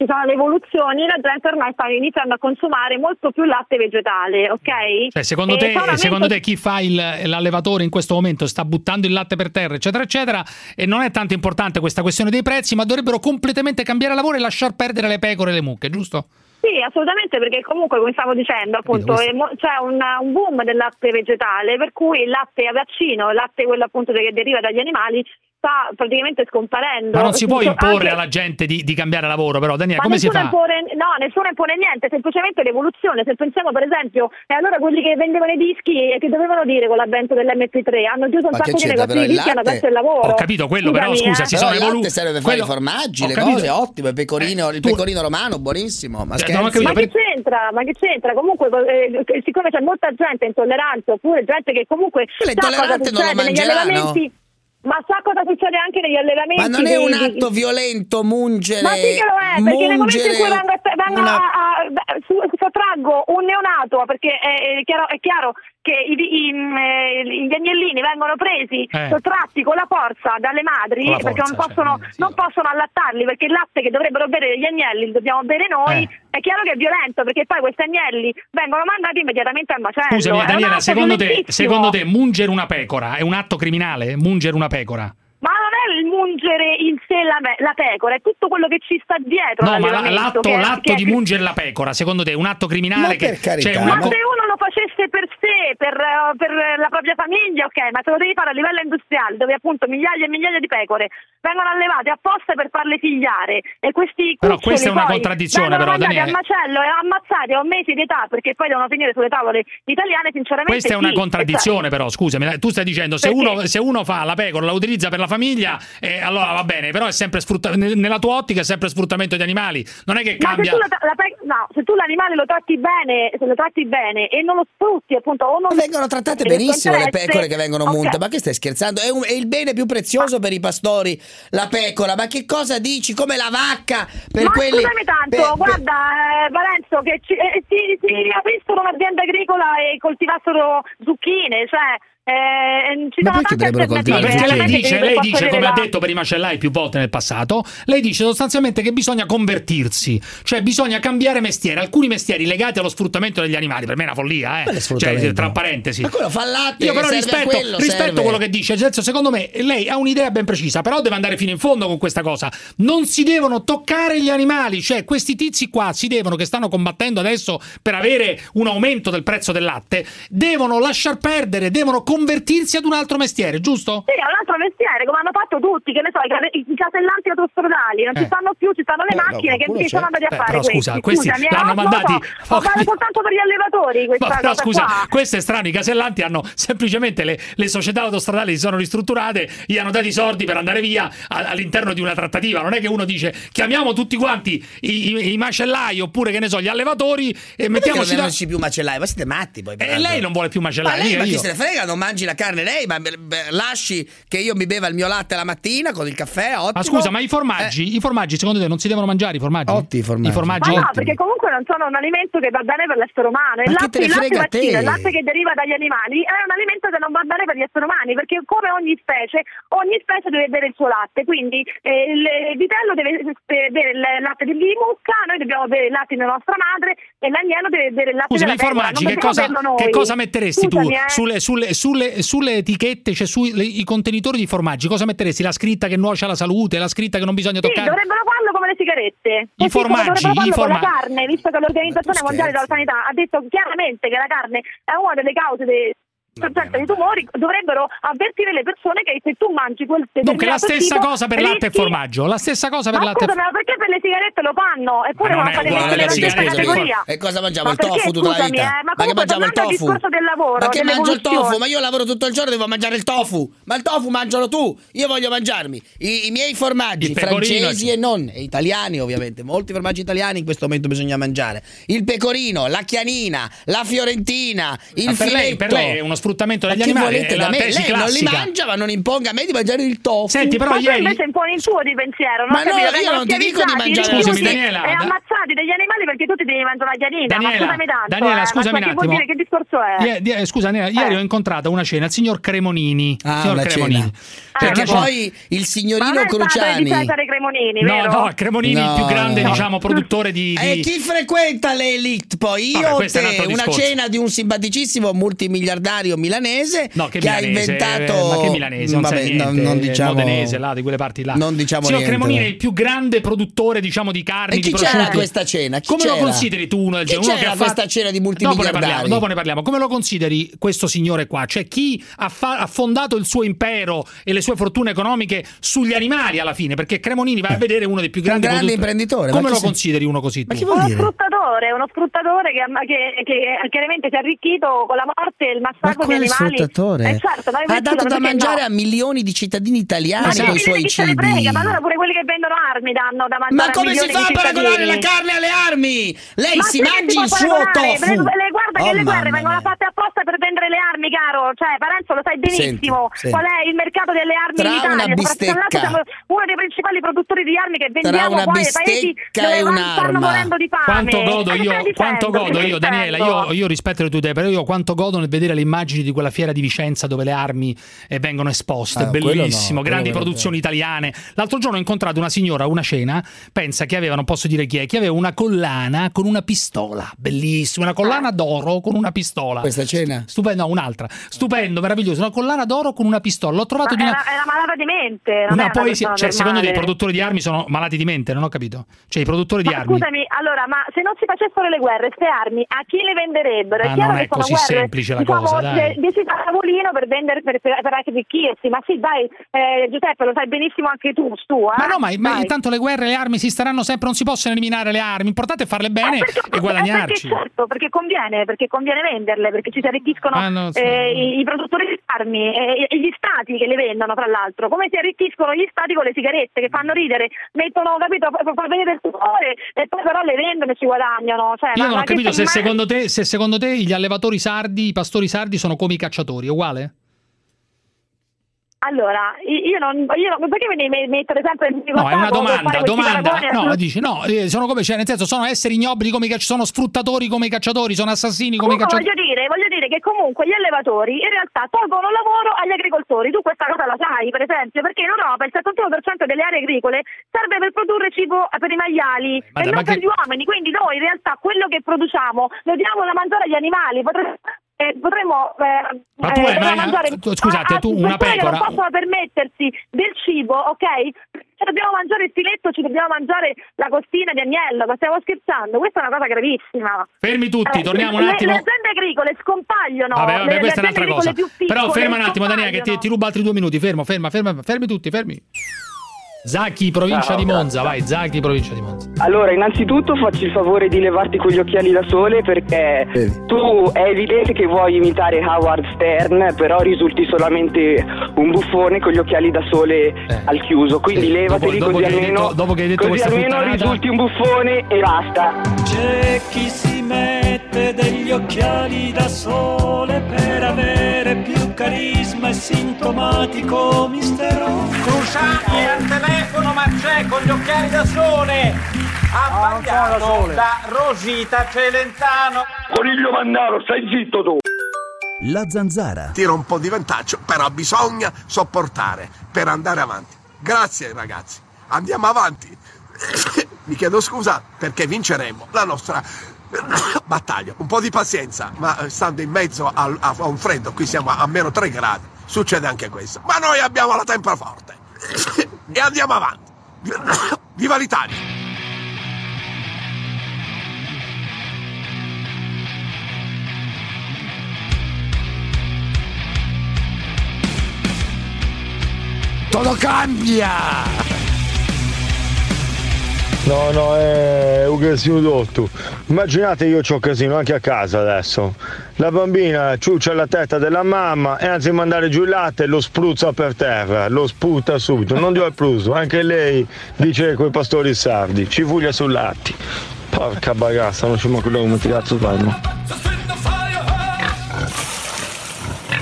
ci sono le evoluzioni, la gente ormai sta iniziando a consumare molto più latte vegetale, ok? Cioè, secondo, te, solamente... secondo te chi fa il, l'allevatore in questo momento sta buttando il latte per terra, eccetera, eccetera, e non è tanto importante questa questione dei prezzi, ma dovrebbero completamente cambiare lavoro e lasciar perdere le pecore e le mucche, giusto? Sì, assolutamente, perché comunque, come stavo dicendo, appunto, c'è un, un boom del latte vegetale, per cui il latte a vaccino, il latte quello appunto che deriva dagli animali, sta praticamente scomparendo. Ma non si può imporre anche... alla gente di, di cambiare lavoro, però Daniela, Ma come si fa? Impone, no, nessuno impone niente, semplicemente l'evoluzione. Se pensiamo per esempio, e allora quelli che vendevano i dischi e che dovevano dire con l'avvento dell'emme pi tre, hanno chiuso un sacco di negozi di dischi e hanno perso il lavoro. Ho capito quello, Scusami, però scusa, eh. si però sono evoluti. Il latte serve per fare i formaggi, le cose, ottimo, il pecorino, eh, il tu... pecorino romano, buonissimo. Ma, cioè, ma che c'entra? Ma che c'entra? Comunque, eh, siccome c'è molta gente intollerante, oppure gente che comunque sa cosa succede negli allevamenti. Ma sa cosa succede anche negli allevamenti? Ma non è un atto violento mungere? Ma sì che lo è, perché nel momento in cui vengo, vengo una... a, a, sottraggo un neonato, perché è, è, chiaro, è chiaro che i, i, i, gli agnellini vengono presi, eh. sottratti con la forza dalle madri, forza, perché non possono, cioè, sì, non possono allattarli, perché il latte che dovrebbero bere gli agnelli lo dobbiamo bere noi, eh. È chiaro che è violento, perché poi questi agnelli vengono mandati immediatamente al macello. Scusami Daniela, secondo te, secondo te mungere una pecora è un atto criminale? Mungere una pecora? Ma non è il mungere in sé la, la pecora, è tutto quello che ci sta dietro. No, ma l'atto, che, l'atto che di è... mungere la pecora, secondo te è un atto criminale? Che, cioè ma se uno lo facesse per sé, per, per la propria famiglia, ok, ma se lo devi fare a livello industriale, dove appunto migliaia e migliaia di pecore vengono allevate apposta per farle figliare, e questi però questa è una contraddizione, però Daniele, al macello e ammazzati a un mese di età, perché poi devono finire sulle tavole italiane, sinceramente questa è una sì, contraddizione, però scusami, tu stai dicendo se uno, se uno fa la pecora, la utilizza per la famiglia, eh, allora va bene, però è sempre sfruttamento, nella tua ottica è sempre sfruttamento di animali, non è che cambia. Ma se tu, la, la pe- no, se tu l'animale lo tratti bene, se lo tratti bene e non lo sfrutti, appunto, o non vengono trattate benissimo le pecore che vengono okay. munte, ma che stai scherzando? È, un, è il bene più prezioso per i pastori, la pecora, ma che cosa dici? Come la vacca per ma quelli... scusami tanto, per, guarda eh, Parenzo, che ci, eh, si, si aprissero un'azienda agricola e coltivassero zucchine, cioè Eh, ci ma sono perché tante dovrebbero coltivare? Perché lei dice, lei dice come ha la... detto per i macellai più volte nel passato, lei dice sostanzialmente che bisogna convertirsi, cioè bisogna cambiare mestiere, alcuni mestieri legati allo sfruttamento degli animali. Per me è una follia, eh. Cioè, tra parentesi. Ma quello fa latte, io però rispetto, quello, rispetto quello che dice, Gelso, secondo me lei ha un'idea ben precisa, però deve andare fino in fondo con questa cosa. Non si devono toccare gli animali, cioè questi tizi qua si devono, che stanno combattendo adesso per avere un aumento del prezzo del latte, devono lasciar perdere, devono convertirsi ad un altro mestiere, giusto? Sì, è un altro mestiere, come hanno fatto tutti, che ne so, i, i casellanti autostradali, non eh. ci stanno più, ci stanno le eh, macchine, no, che ci sono andati a eh, fare però, questi. Scusa, questi Scusami, l'hanno mandati... So, vale soltanto per gli allevatori questa ma, però, cosa scusa, qua. questo è strano, i casellanti hanno semplicemente le, le società autostradali si sono ristrutturate, gli hanno dato i soldi per andare via a, all'interno di una trattativa, non è che uno dice chiamiamo tutti quanti i, i, i macellai oppure che ne so, gli allevatori e ma mettiamoci da... più macellai, ma siete matti poi. E lei non vuole più macellai. Ma lei, ma chi io. se ne frega, non mangi la carne lei, ma lasci che io mi beva il mio latte la mattina con il caffè, ottimo. Ma scusa, ma i formaggi, eh. i formaggi secondo te non si devono mangiare i formaggi? Ottimi formaggi. I formaggi ma no, ottimi. perché comunque non sono un alimento che va bene per l'essere umano. Il ma latte, che te ne il frega latte a te? vaccino, il latte che deriva dagli animali è un alimento che non va bene per gli esseri umani, perché come ogni specie, ogni specie deve bere il suo latte, quindi eh, il vitello deve bere il latte di mucca, noi dobbiamo bere il latte della nostra madre e l'agnello deve bere il latte Scusa, della i formaggi che cosa, che cosa metteresti Scusami, tu eh. sulle, sulle, sulle, sulle etichette, cioè sui le, i contenitori di formaggi? Cosa metteresti? La scritta che nuoce alla salute, la scritta che non bisogna toccare? Sì, dovrebbero farlo come le sigarette. I formaggi, dovrebbero farlo i formaggi. con la carne, visto che l'Organizzazione Mondiale della Sanità ha detto chiaramente che la carne è una delle cause dei sorgente di tumori, dovrebbero avvertire le persone che se tu mangi quel dunque la stessa tipo, cosa per latte e formaggio, la stessa cosa per ma latte. Scusami, ma perché per le sigarette lo fanno eppure non vanno a fare uguale, nella stessa categoria? E cosa mangiamo? Ma Il tofu perché, tutta la scusami, vita? eh, ma ma che mangiamo il tofu? Il discorso del lavoro, ma che mangio il tofu? dell'evoluzione. Ma io lavoro tutto il giorno, devo mangiare il tofu. Ma il tofu mangialo tu. Io voglio mangiarmi i, i miei formaggi francesi e non, e italiani ovviamente. Molti formaggi italiani in questo momento bisogna mangiare. Il pecorino, la chianina, la fiorentina, il ma per filetto. lei, per lei è uno sfruttamento degli Ma che animali volete è da la me? tesi Lei non li classica. mangia, ma non imponga a me di mangiare il tofu. Senti, però Ma tu ieri invece imponi il tuo di pensiero, Ma no? no, Capito? io Vengono non ti dico di schiavizzati, mangiare- Scusami, rifiuti Daniela, e da- ammazzati degli animali perché tu ti devi mangiare la ghianina. Daniela, ma scusami tanto, Daniela, eh, scusami ma un che vuol attimo. dire, che discorso è? Ie- die- scusa, Daniela, ieri ho incontrato a una cena il signor Cremonini. Ah, signor una Cremonini. cena. Cioè, Perché una cena- poi il Ma signorino non è il padre Cruciani. di Cesare Cremonini, No, vero? no, Cremonini il più No, grande, no. diciamo, produttore di. E di- chi frequenta le elite poi? Io Vabbè, o questo è un te, altro una discorso. cena di un simpaticissimo multimiliardario milanese No, che, che ha milanese, inventato eh, ma che milanese, non Vabbè, sai niente, non, non eh, diciamo modenese, là, di quelle parti là. Non diciamo Signor niente. Cremonini è il più grande produttore, diciamo, di carni, E di chi c'era prosciutti. a questa cena? Chi Come c'era? lo consideri tu uno del Chi genere? Uno c'era che a ha questa fatto- cena di Dopo ne multimiliardari? parliamo, dopo ne parliamo. Come lo consideri questo signore qua? Cioè chi ha, fa- ha fondato il suo impero e le sue fortune economiche sugli animali alla fine? Perché Cremonini va a vedere uno dei più Un grandi grande produttori. imprenditore. Come ma lo chi se- consideri uno così? Ma tu? chi vuol Uno dire? sfruttatore, uno sfruttatore che, che, che chiaramente si è arricchito con la morte e il Ma massacro di quale animali. sfruttatore? Eh, certo, ma ha invece dato da perché mangiare no? a milioni di cittadini italiani Ma con i chi suoi se ne cibi. frega, ma allora pure quelli che vendono armi danno da mangiare Ma a come si milioni fa a di paragonare la cittadini. carne alle armi? Lei Ma si sì che mangi può il suo paragonare, tofu. le- le- guarda che Oh, le guerre mamma vengono mia. fatte apposta per vendere le armi, caro. Cioè, Parenzo lo sai benissimo. Senti, Qual è il mercato delle armi Tra in Italia? una Soprattutto tra l'altro bistecca. siamo uno dei principali produttori di armi che vendiamo una poi ai paesi bistecca dove e van- un'arma. stanno morendo di fame. Quanto godo Ma che io, stai dicendo? quanto godo Che io, stai Daniela, dicendo? io, io rispetto le tue idee, però io quanto godo nel vedere le immagini di quella fiera di Vicenza dove le armi eh, vengono esposte, Ah, quello bellissimo, no, grandi quello produzioni italiane. L'altro giorno ho incontrato una signora a una cena, pensa che aveva, non posso dire chi è, che aveva una collana con una pistola, bellissima, una collana d'oro con una pistola. Questa cena? Stupendo, no, un'altra. Stupendo, meraviglioso, una collana d'oro con una pistola. L'ho trovato Ma di una... era, era malata di mente. Non una era poesia, una cioè persona secondo te i normale. produttori di armi sono malati di mente? Non ho capito. Cioè i produttori di Ma armi. scusami, allora, ma se non si facessero le guerre, queste armi, a chi le venderebbero? Ma È chiaro non è che sono così guerre, semplice la diciamo, cosa, dai. de- decise a tavolino per vendere, per, per, per arricchirsi. Ma sì, dai, eh, Giuseppe, lo sai benissimo anche tu, tu, eh? Ma no, ma, ma Dai. intanto le guerre, le armi si staranno sempre, non si possono eliminare le armi, l'importante è farle bene Eh, perché- e guadagnarci. eh, perché, certo, perché conviene, perché conviene venderle, perché ci si arricchiscono Ah, no, sì. eh, i, i produttori di armi e, e gli stati che le vendono, tra l'altro, come si arricchiscono gli stati con le sigarette che fanno ridere, mettono, capito, fa fa venire il sudore e poi però le vendono e ci guadagnano. Cioè, Io ma- non ho ma che capito se immagini- secondo te, se secondo te gli allevatori sardi, i pastori sardi sono come i cacciatori, è uguale? Allora, io non, io non perché mi devi mettere sempre in No, è una domanda, domanda. No, no, dici, no, eh, sono come, cioè, nel senso, sono esseri ignobili come i cacciatori, sono sfruttatori come i cacciatori, sono assassini come i Comunque cacciatori. voglio dire, voglio dire che comunque gli allevatori in realtà tolgono lavoro agli agricoltori. Tu questa cosa la sai, per esempio, perché in Europa il settantuno per cento delle aree agricole serve per produrre cibo per i maiali Ma e dai, non ma per che- gli uomini. Quindi noi in realtà quello che produciamo lo diamo da mangiare agli animali. Potremmo eh, potremmo eh, Ma tu eh, hai mai- da mangiare tu- scusate, a- a tu una persone che pecora- non possono permettersi del cibo, ok? Ci dobbiamo mangiare il filetto, ci dobbiamo mangiare la costina di agnello, ma stiamo scherzando? Questa è una cosa gravissima. Fermi tutti, Eh, torniamo un le- attimo. Le aziende agricole scompaiono. Vabbè, vabbè, le, questa è le un'altra aziende cosa. agricole più Però piccole ferma un attimo, Daniela, che ti, scompaiono. ti rubo altri due minuti. Fermo, ferma, ferma, fermi tutti, fermi. Zacchi, provincia di Monza, vai, Zacchi, provincia di Monza. Allora, innanzitutto facci il favore di levarti quegli occhiali da sole perché tu è evidente che vuoi imitare Howard Stern, però risulti solamente un buffone con gli occhiali da sole al chiuso. Quindi Sì, levateli dopo- dopo così che hai almeno, detto- dopo che hai detto così questa almeno puttanata- risulti un buffone e basta. C'è chi si mette degli occhiali da sole per avere più carisma e sintomatico mistero. Cruciani al telefono, ma c'è con gli occhiali da sole. Ha sbagliato da Rosita Celentano. Coniglio Mannaro, stai zitto tu. La Zanzara. Tira un po' di vantaggio, però bisogna sopportare per andare avanti. Grazie ragazzi, andiamo avanti. Mi chiedo scusa perché vinceremo la nostra battaglia. Un po' di pazienza, ma stando in mezzo al- a, a un freddo, qui siamo a meno tre gradi, succede anche questo. Ma noi abbiamo la tempra forte e andiamo avanti. Viva l'Italia! Todo cambia! No, no, è un casino tutto. Immaginate io c'ho casino anche a casa adesso. La bambina ciuccia la testa della mamma e anziché mandare giù il latte lo spruzza per terra, lo sputa subito. Non dio il pluso, anche lei dice quei pastori sardi, ci voglia sul latte. Porca bagassa, non ci manco quello come ti cazzo fanno.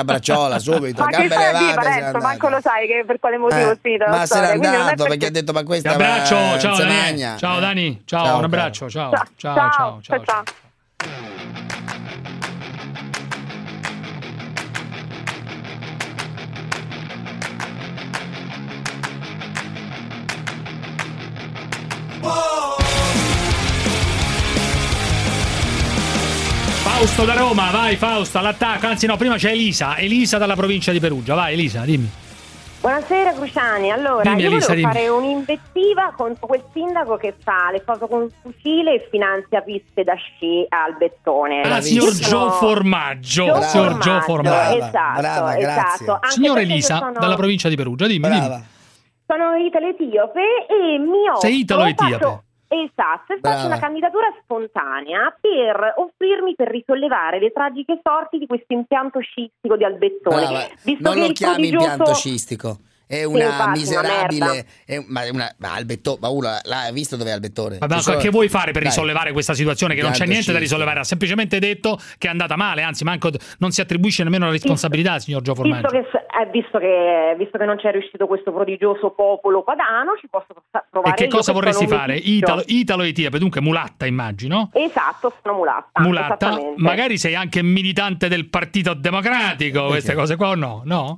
a bracciola subito, Ma che gambe fai a dire, levate. se n'è Parenzo? andato. Manco lo sai che per quale motivo Eh, è finita la ma se n'è storia, quindi non è andato perché- perché ha detto ma Ti questa abbraccio, va- ciao se Daniele. magna. Ciao Eh. Dani, ciao, Ciao, un caro. abbraccio, ciao. Ciao, Ciao, ciao, ciao, ciao. ciao. ciao. Fausto da Roma, vai Fausto, all'attacco. Anzi no, prima c'è Elisa, Elisa dalla provincia di Perugia. Vai Elisa, dimmi. Buonasera Cruciani, allora dimmi, io Elisa, volevo dimmi. fare un'invettiva contro quel sindaco che fa le foto con il fucile e finanzia piste da sci al bettone. Ah, signor Gio Formaggio, Gio signor Gio Formaggio. Esatto, brava, grazie. esatto. Anche Signor perché Elisa, io sono- dalla provincia di Perugia, dimmi, dimmi. Brava. Sono italo-etiope e mi ho Sei italo-etiope? faccio- Esatto, e Brava. faccio una candidatura spontanea per offrirmi per risollevare le tragiche sorti di questo impianto sciistico di Albettone. Brava. Visto Non che lo il chiami prodigioso- impianto scistico. È una infatti, una miserabile. merda. È, ma è una. Ma Albettone, ma uno l'ha visto dov'è Albettone? Vabbè, Ci sono- che vuoi fare per Dai. risollevare questa situazione? Che non c'è Impianto niente da sciistico. risollevare, ha semplicemente detto che è andata male, anzi manco non si attribuisce nemmeno la responsabilità, signor Gio Visto Formaggio. che, eh, visto, che, visto che non c'è riuscito questo prodigioso popolo padano, ci posso fa- provare E che io cosa che vorresti sono un fare? meticcio. Italo, Italo-etiope, dunque mulatta immagino. Esatto, sono mulatta. Mulatta, esattamente. magari sei anche militante del Partito Democratico, queste cose qua o no? No?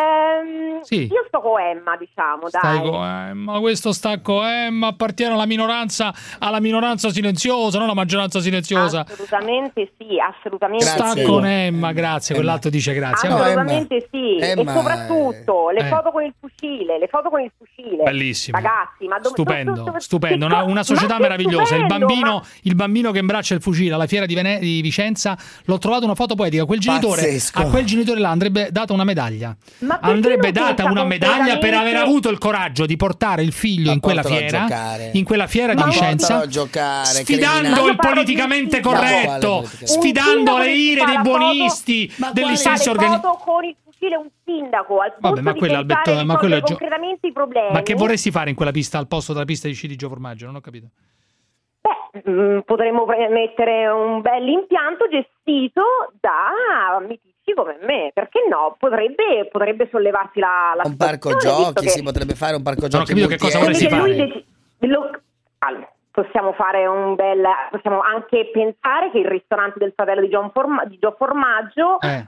Ehm, Sì. Io sto con Emma, diciamo, Stai dai. con Emma, questo stacco Emma appartiene alla minoranza, alla minoranza silenziosa, non alla maggioranza silenziosa. Assolutamente sì, assolutamente Sta sì. con Emma, grazie, quell'altro dice grazie. Vabbè. Assolutamente sì, Emma, e soprattutto le eh. foto con il fucile, le foto con il fucile. Bellissimo. Ragazzi, ma dove Stupendo, dove- dove- stupendo, che una, co- una società ma che meravigliosa. Il stupendo, bambino, ma- il bambino che imbraccia il fucile alla fiera di, Vene- di Vicenza, l'ho trovato una foto poetica. Quel genitore, Pazzesco. a quel genitore là andrebbe data una medaglia. Ma perché Andrebbe non data pensa una medaglia per aver completamente- avuto il coraggio di portare il figlio Ma in quella portalo a fiera, giocare. in quella fiera Ma di Vicenza, portalo a giocare, sfidando criminale. il politicamente Ma quale corretto, politicamente? sfidando Un le sindaco ire che dei fa la buonisti, foto- degli fa stessi le organizzati. foto con il fucile un sindaco al Vabbè, posto ma di quello pensare Alberto- di ma quello è risolvere gio- concretamente i problemi. Ma che vorresti fare in quella pista al posto della pista di sci di Gio Formaggio? Non ho capito. Beh, mh, potremmo pre- mettere un bel impianto gestito da mitici come me, perché no? Potrebbe, potrebbe sollevarsi la, la Un parco situazione, visto giochi, che- si potrebbe fare un parco Non ho giochi. capito che cosa multietnico. vorresti Perché fare. lui dec- lo- allora, possiamo fare un bel, possiamo anche pensare che il ristorante del fratello di, John Forma- di Gio Formaggio Eh.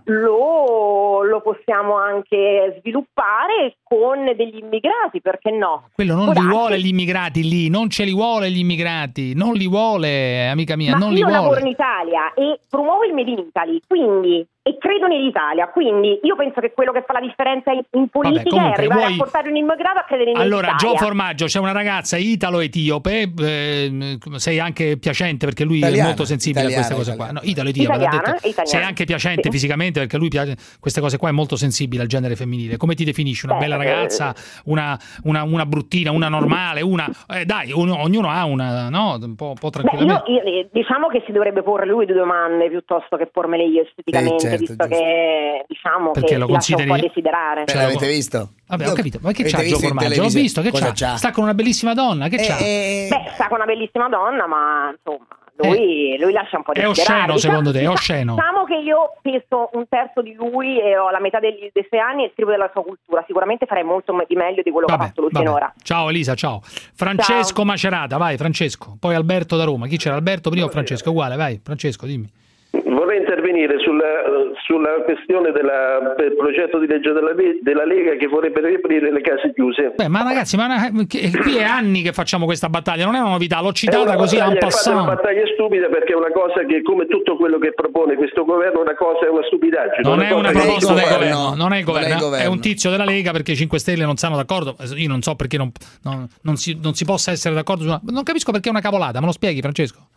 lo, lo possiamo anche sviluppare con degli immigrati, perché no? Quello non Può li darsi. vuole gli immigrati lì, non ce li vuole gli immigrati, non li vuole, amica mia, Ma non li io lavoro vuole. in Italia e promuovo il Made in Italy, quindi e credo nell'Italia, quindi io penso che quello che fa la differenza in, in politica comunque, è arrivare vuoi- a portare un immigrato a credere in Allora, Gio Italia. Formaggio, c'è una ragazza italo-etiope, eh, sei anche piacente perché lui Italiana, è molto sensibile italiana, a queste cose qua. italiana. No, italo-etiope, l'ha Italiana, detto. italiana. Sei anche piacente Sì. fisicamente perché lui piace queste cose qua, è molto sensibile al genere femminile. Come ti definisci? Una Beh, bella ragazza, una, una, una bruttina, una normale, una... Eh, dai, ognuno, ognuno ha una, no? Un po', un po' Beh, tranquillamente. io, io- diciamo che si dovrebbe porre lui due domande piuttosto che pormele io esteticamente, Sì, certo, visto giusto. che diciamo Perché che lo si lascia un po' consideri- desiderare. Ce l'avete visto? Vabbè, ho capito, ma che Avete c'ha Gio visto in Formaggio? L'ho televisione? visto, che Cosa c'ha? c'ha? Sta con una bellissima donna, che Eh, c'ha? eh, Beh, sta con una bellissima donna, ma insomma, lui, lui lascia un po' È desiderare. osceno, secondo te? È osceno? Diciamo che io peso un terzo di lui e ho la metà degli, dei suoi anni e scrivo della sua cultura. Sicuramente farei molto me- di meglio di quello che ha Vabbè, fatto lui vabbè. finora. Ciao Elisa, ciao. Francesco Ciao. Macerata, vai Francesco. Poi Alberto da Roma. Chi c'era? Alberto prima o Francesco? Uguale, vai Francesco, dimmi. Vorrei intervenire sulla, sulla questione della, del progetto di legge della, della Lega che vorrebbe riaprire le case chiuse. Beh, ma ragazzi, ma che- qui è anni che facciamo questa battaglia, non è una novità, l'ho È citata una così battaglia, en è fatta una passant. battaglia stupida perché è una cosa che, come tutto quello che propone questo governo, una cosa è una stupidaggine. Non è una cosa che- proposta del governo, governo, non è il non è il governo, è governo. un tizio della Lega perché i cinque Stelle non stanno d'accordo. Io non so perché non, non- non si, non si possa essere d'accordo su una... Non capisco perché è una cavolata, me lo spieghi Francesco?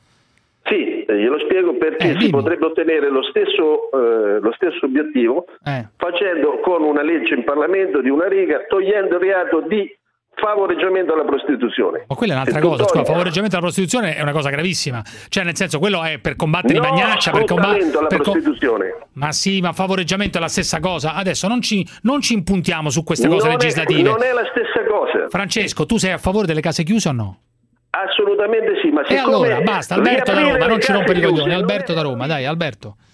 Sì, eh, glielo spiego perché Eh, si dimmi. potrebbe ottenere lo stesso, eh, lo stesso obiettivo Eh. facendo con una legge in Parlamento di una riga, togliendo il reato di favoreggiamento alla prostituzione. Ma quella è un'altra E cosa, tuttora- scusa, favoreggiamento alla prostituzione è una cosa gravissima. Cioè, nel senso, quello è per combattere No, i bagnaccia, per combattere... sfruttamento alla per co- prostituzione. Ma sì, ma favoreggiamento è la stessa cosa. Adesso non ci, non ci impuntiamo su queste cose Non è- legislative. non è la stessa cosa. Francesco, tu sei a favore delle case chiuse o no? Assolutamente sì, ma E siccome allora, basta, Alberto da riaprire Roma, le non ci case rompere i chiuse coglioni. non è- Alberto da Roma, dai, Alberto.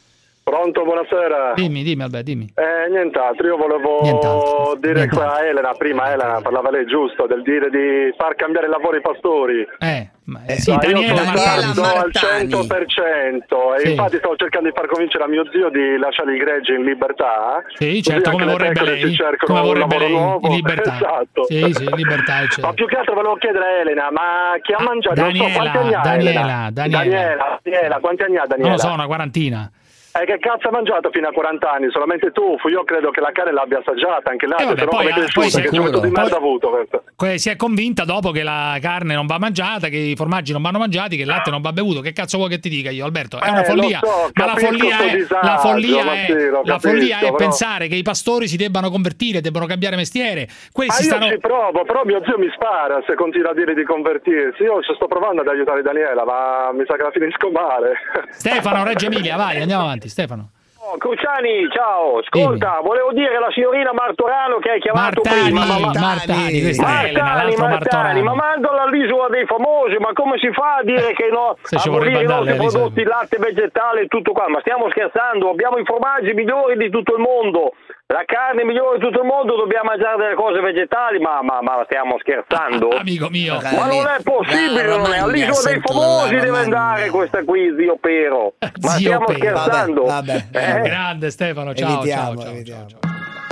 Pronto, buonasera. Dimmi, dimmi, Alberto, dimmi. Eh, nient'altro, io volevo Nient'altro. dire Nient'altro. qua a Elena, prima Elena parlava lei giusto, del dire di far cambiare lavoro ai pastori. Eh, ma, eh, sì, Ma io Daniela sono Martani. stato al cento per cento e Sì. infatti stavo cercando di far convincere a mio zio di lasciare il gregge in libertà. Sì, così certo, anche come le vorrebbe pecore lei, si cercano come un vorrebbe lavoro lei, nuovo. in libertà. Esatto. Sì, sì, in libertà, eccetera. Ma più che altro volevo chiedere a Elena, ma chi ha mangiato? Non so, Daniela, quanti anni ha Daniela, Elena? Daniela. Daniela, Daniela, quanti anni ha Daniela? Non lo so, una quarantina. Eh, che cazzo ha mangiato fino a quaranta anni? Solamente tu? Io credo che la carne l'abbia assaggiata, anche l'altro, Eh, vabbè, se no poi- come poi cresciuta, che sicuro. gioventù di merda Poi- ha avuto questo. Que- Si è convinta dopo che la carne non va mangiata, che i formaggi non vanno mangiati, che il latte non va bevuto. Che cazzo vuoi che ti dica io, Alberto? È una Eh, follia. lo so, ma la capisco follia sto è, disagio, la follia ma è, sì, lo la capisco, follia è però- pensare che i pastori si debbano convertire, debbano cambiare mestiere. Ma Questi io stanno. ci provo, però mio zio mi spara se continua a dire di convertirsi. Io ci sto provando ad aiutare Daniela, ma mi sa che la finisco male. Stefano, Reggio Emilia, vai, andiamo avanti, Stefano. Oh, Cruciani, ciao, ascolta, volevo dire alla signorina Martorano che hai chiamato Martani, prima. Ma, ma, Martani, questa è Elena, Martani, l'altro Martani, Martorano. ma mandala all'isola dei famosi, ma come si fa a dire che no, Se ci a vorrebbe abolire i nostri andare all'isola. prodotti, latte vegetale e tutto qua, ma stiamo scherzando, abbiamo i formaggi migliori di tutto il mondo, la carne migliore di tutto il mondo, dobbiamo mangiare delle cose vegetali, ma, ma, ma stiamo scherzando? Amico mio. Ma non è possibile, non è, all'isola dei famosi deve andare questa qui, zio Pero, ma Zio stiamo Pero. scherzando? Vabbè, Eh? Grande Stefano, ciao, Evitiamo, ciao, ciao, evitiamo. ciao, ciao.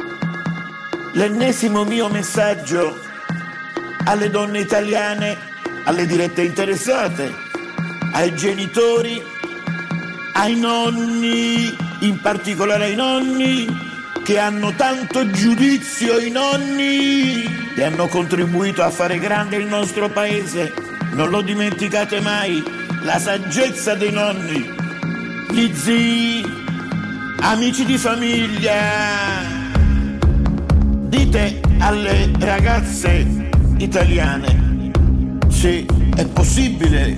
L'ennesimo mio messaggio alle donne italiane, alle dirette interessate, ai genitori, ai nonni, in particolare ai nonni che hanno tanto giudizio, i nonni che hanno contribuito a fare grande il nostro paese. Non lo dimenticate mai, la saggezza dei nonni, gli zii, amici di famiglia. Dite alle ragazze italiane se è possibile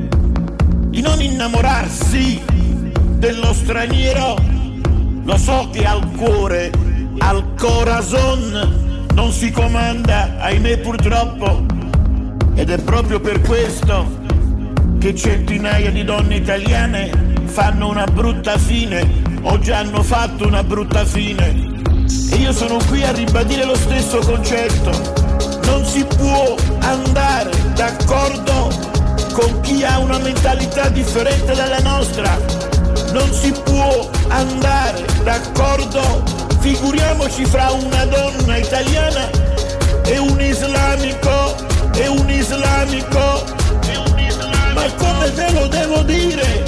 di non innamorarsi dello straniero. Lo so che al cuore, al corazon non si comanda, ahimè purtroppo, ed è proprio per questo che centinaia di donne italiane fanno una brutta fine o già hanno fatto una brutta fine. E io sono qui a ribadire lo stesso concetto. Non si può andare d'accordo con chi ha una mentalità differente dalla nostra. Non si può andare d'accordo, figuriamoci fra una donna italiana e un islamico, e un islamico, e un islamico. Ma come ve lo devo dire?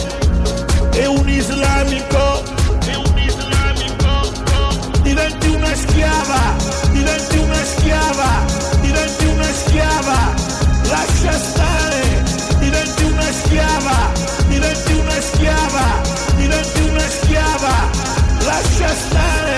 E un islamico, e un islamico. Diventi una schiava, diventi una schiava, diventi una schiava, lascia stare, diventi una schiava, diventi una schiava, diventi una schiava, lascia stare.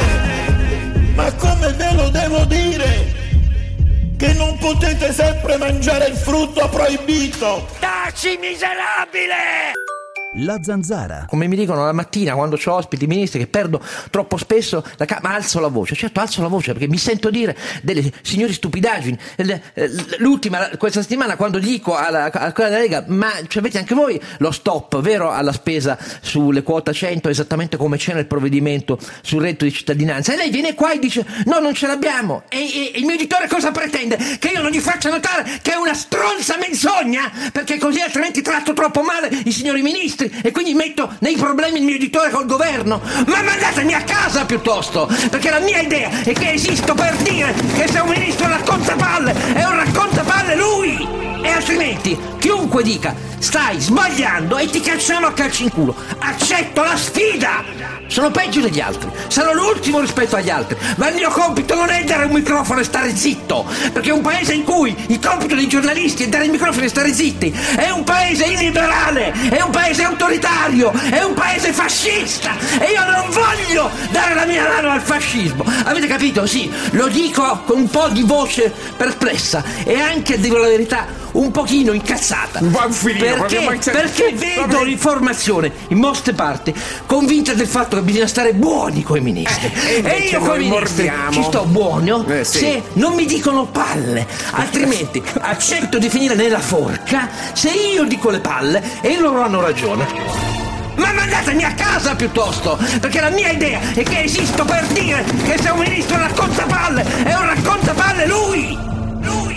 Ma come ve lo devo dire? Che non potete sempre mangiare il frutto proibito. Taci, miserabile! La Zanzara. Come mi dicono la mattina quando ho ospiti ministri che perdo troppo spesso la ca- ma alzo la voce. Certo, alzo la voce perché mi sento dire delle signori stupidaggini. L'ultima, questa settimana, quando dico alla, alla quella della Lega, ma cioè, avete anche voi lo stop, vero, alla spesa sulle quota cento, esattamente come c'è nel provvedimento sul reddito di cittadinanza. E lei viene qua e dice no, non ce l'abbiamo. E, e, e il mio editore cosa pretende? Che io non gli faccia notare che è una stronza menzogna, perché così altrimenti tratto troppo male i signori ministri e quindi metto nei problemi il mio editore col governo. Ma mandatemi a casa piuttosto, perché la mia idea è che esisto per dire che se un ministro racconta palle è un raccontapalle lui, e altrimenti chiunque dica stai sbagliando e ti cacciamo a calci in culo. Accetto la sfida. Sono peggio degli altri, sarò l'ultimo rispetto agli altri, ma il mio compito non è dare un microfono e stare zitto, perché un paese in cui il compito dei giornalisti è dare il microfono e stare zitti è un paese illiberale, è un paese autoritario, è un paese fascista, e io non voglio dare la mia mano al fascismo. Avete capito? Sì, lo dico con un po' di voce perplessa e anche, a dire la verità, un pochino incazzata, perché, perché vedo l'informazione in molte parti convinta del fatto che bisogna stare buoni coi ministri, eh, e io coi ministri ci sto buono eh, sì. se non mi dicono palle, altrimenti accetto di finire nella forca se io dico le palle e loro hanno ragione. Ma mandatemi a casa piuttosto, perché la mia idea è che esisto per dire che se un ministro raccontapalle è un raccontapalle lui! Lui!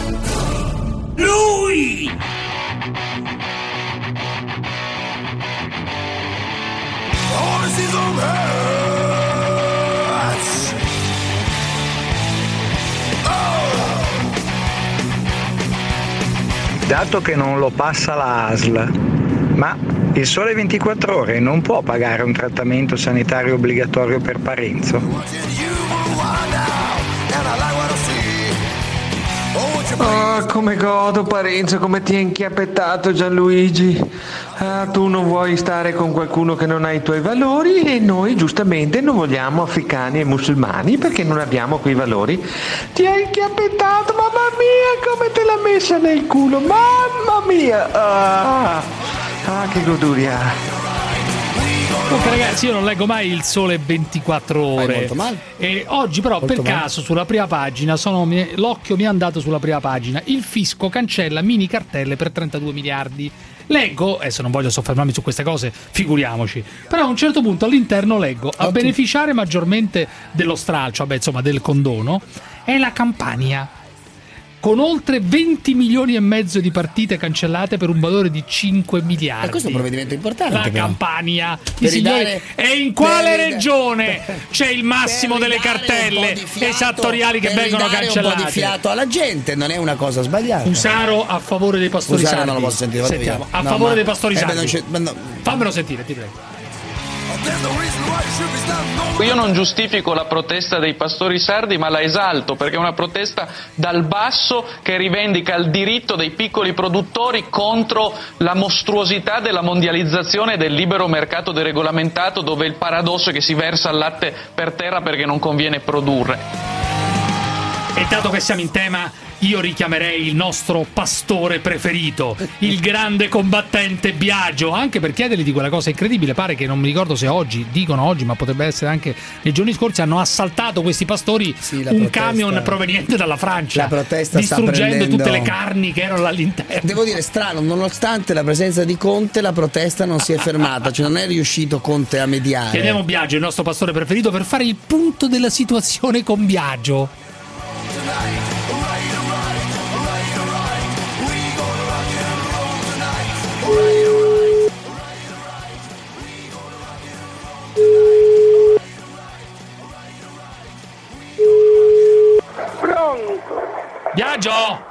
Lui! Dato che non lo passa la A S L, ma il Sole ventiquattro Ore non può pagare un trattamento sanitario obbligatorio per Parenzo? Oh, come godo Parenzo, come ti è inchiappettato Gianluigi. Ah, tu non vuoi stare con qualcuno che non ha i tuoi valori e noi giustamente non vogliamo africani e musulmani perché non abbiamo quei valori. Ti ha inchiappettato, mamma mia, come te l'ha messa nel culo, mamma mia. Ah, ah che goduria. Comunque ragazzi, io non leggo mai il Sole ventiquattro Ore. Molto male. E oggi però Molto per male. caso sulla prima pagina sono, l'occhio mi è andato sulla prima pagina. Il fisco cancella mini cartelle per trentadue miliardi. Leggo, adesso non voglio soffermarmi su queste cose, figuriamoci, però a un certo punto all'interno leggo: a beneficiare maggiormente dello stralcio, vabbè insomma del condono, è la Campania, con oltre venti milioni e mezzo di partite cancellate per un valore di cinque miliardi. E questo è un provvedimento importante. La però. Campania. Per I signori, ridare- e in quale per ridare- regione c'è il massimo delle cartelle esattoriali che per vengono ridare cancellate? un po' di fiato alla gente, non è una cosa sbagliata. Usaro a favore dei pastori Usaro sardi. non lo posso sentire, vado Sentiamo. via. A No, favore ma- dei pastori eh, beh, sardi. non c'è- ma no. Fammelo sentire, ti prego. Io non giustifico la protesta dei pastori sardi, ma la esalto perché è una protesta dal basso che rivendica il diritto dei piccoli produttori contro la mostruosità della mondializzazione e del libero mercato deregolamentato, dove il paradosso è che si versa il latte per terra perché non conviene produrre. E dato che siamo in tema, io richiamerei il nostro pastore preferito, il grande combattente Biagio, anche per chiedergli di quella cosa incredibile. Pare che, non mi ricordo se oggi, dicono oggi, ma potrebbe essere anche nei giorni scorsi, hanno assaltato questi pastori Sì, la un protesta- camion proveniente dalla Francia, La protesta sta distruggendo prendendo- tutte le carni che erano là all'interno. Devo dire, strano, nonostante la presenza di Conte, la protesta non si è fermata, cioè non è riuscito Conte a mediare. Chiamiamo Biagio, il nostro pastore preferito, per fare il punto della situazione con Biagio. Pronto? Biagio!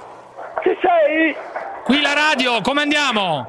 Ci sei? Qui la radio, come andiamo?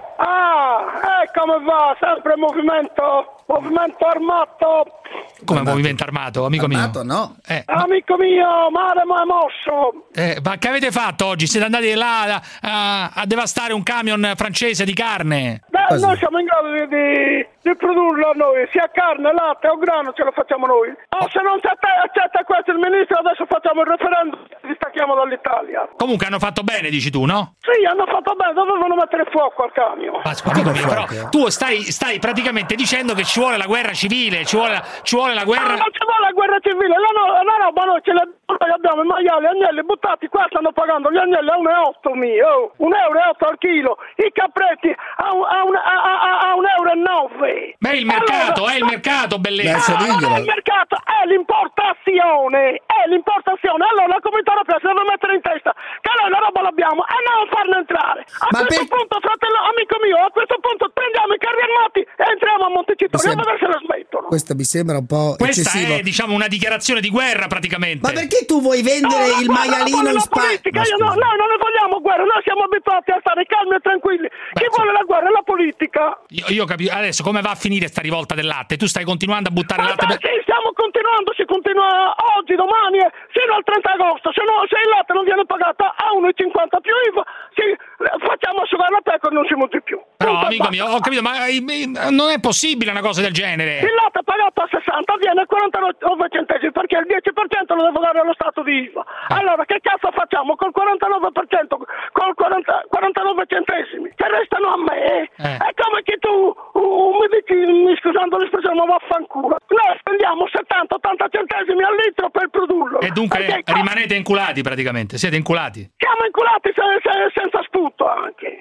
Ah, e come va? Sempre movimento, movimento armato. Come movimento armato, amico mio? Armato, no. Eh, Amico mio, mare ma è mosso. eh, ma che avete fatto oggi? Siete andati là a, a devastare un camion francese di carne? Beh, noi siamo in grado di, di, di produrlo noi, sia carne, latte o grano ce lo facciamo noi. Oh, se non accetta, accetta questo il ministro, adesso facciamo il referendum e distacchiamo dall'Italia. Comunque hanno fatto bene, dici tu, no? Sì, hanno fatto bene, dovevano mettere fuoco al camion. Ma scusa, amico mio, però tu stai, stai praticamente dicendo che ci vuole la guerra civile, ci vuole, ci vuole la guerra... Ah, non ci vuole la guerra civile, la, no, la roba noi ce l'abbiamo, i maiali, gli agnelli buttati, qua stanno pagando gli agnelli a un euro e otto mio, oh, un euro e otto al chilo, i capretti a un, a un, a, a, a un euro e nove. Ma è il mercato, allora, è il mercato, bellezza. Ah, non è il mercato, è l'importazione, è l'importazione. Allora la comunità europea si deve mettere in testa che noi la roba l'abbiamo e non farne entrare. A Ma questo per- punto, fratello, amico mio, a questo punto prendiamo i carri armati e entriamo a Montecitorio a vedere se la smettono. Questo mi sembra un po' Questa eccessivo. è, diciamo, una dichiarazione di guerra praticamente. Ma perché tu vuoi vendere No, il la guerra maialino la in vuole la Spagna? politica, io no, noi non ne vogliamo guerra, noi siamo abituati a stare calmi e tranquilli. Chi vuole la guerra è la politica. Io, io capisco adesso come va a finire sta rivolta del latte. Tu stai continuando a buttare Ma latte beh, per... sì, stiamo continuando, si continua oggi, domani e fino al trenta agosto. Se, no, se il latte non viene pagato a uno e cinquanta più I V A, si, facciamo asciugare la pecora e non si monti più. Però, Punto e amico basta. mio, ho capito, ma eh, non è possibile una cosa del genere. Il latte pagato a sessanta viene a quarantanove centesimi perché il dieci per cento lo devo dare allo Stato di I V A. Allora che cazzo facciamo col quarantanove per cento, col quaranta, quarantanove centesimi che restano a me? Eh. È come che tu uh, mi dici, mi scusando l'espressione, ma vaffanculo. Noi spendiamo settanta ottanta centesimi al litro per produrlo. E dunque Perché rimanete inculati praticamente, siete inculati. siamo inculati se- se- senza sputo anche.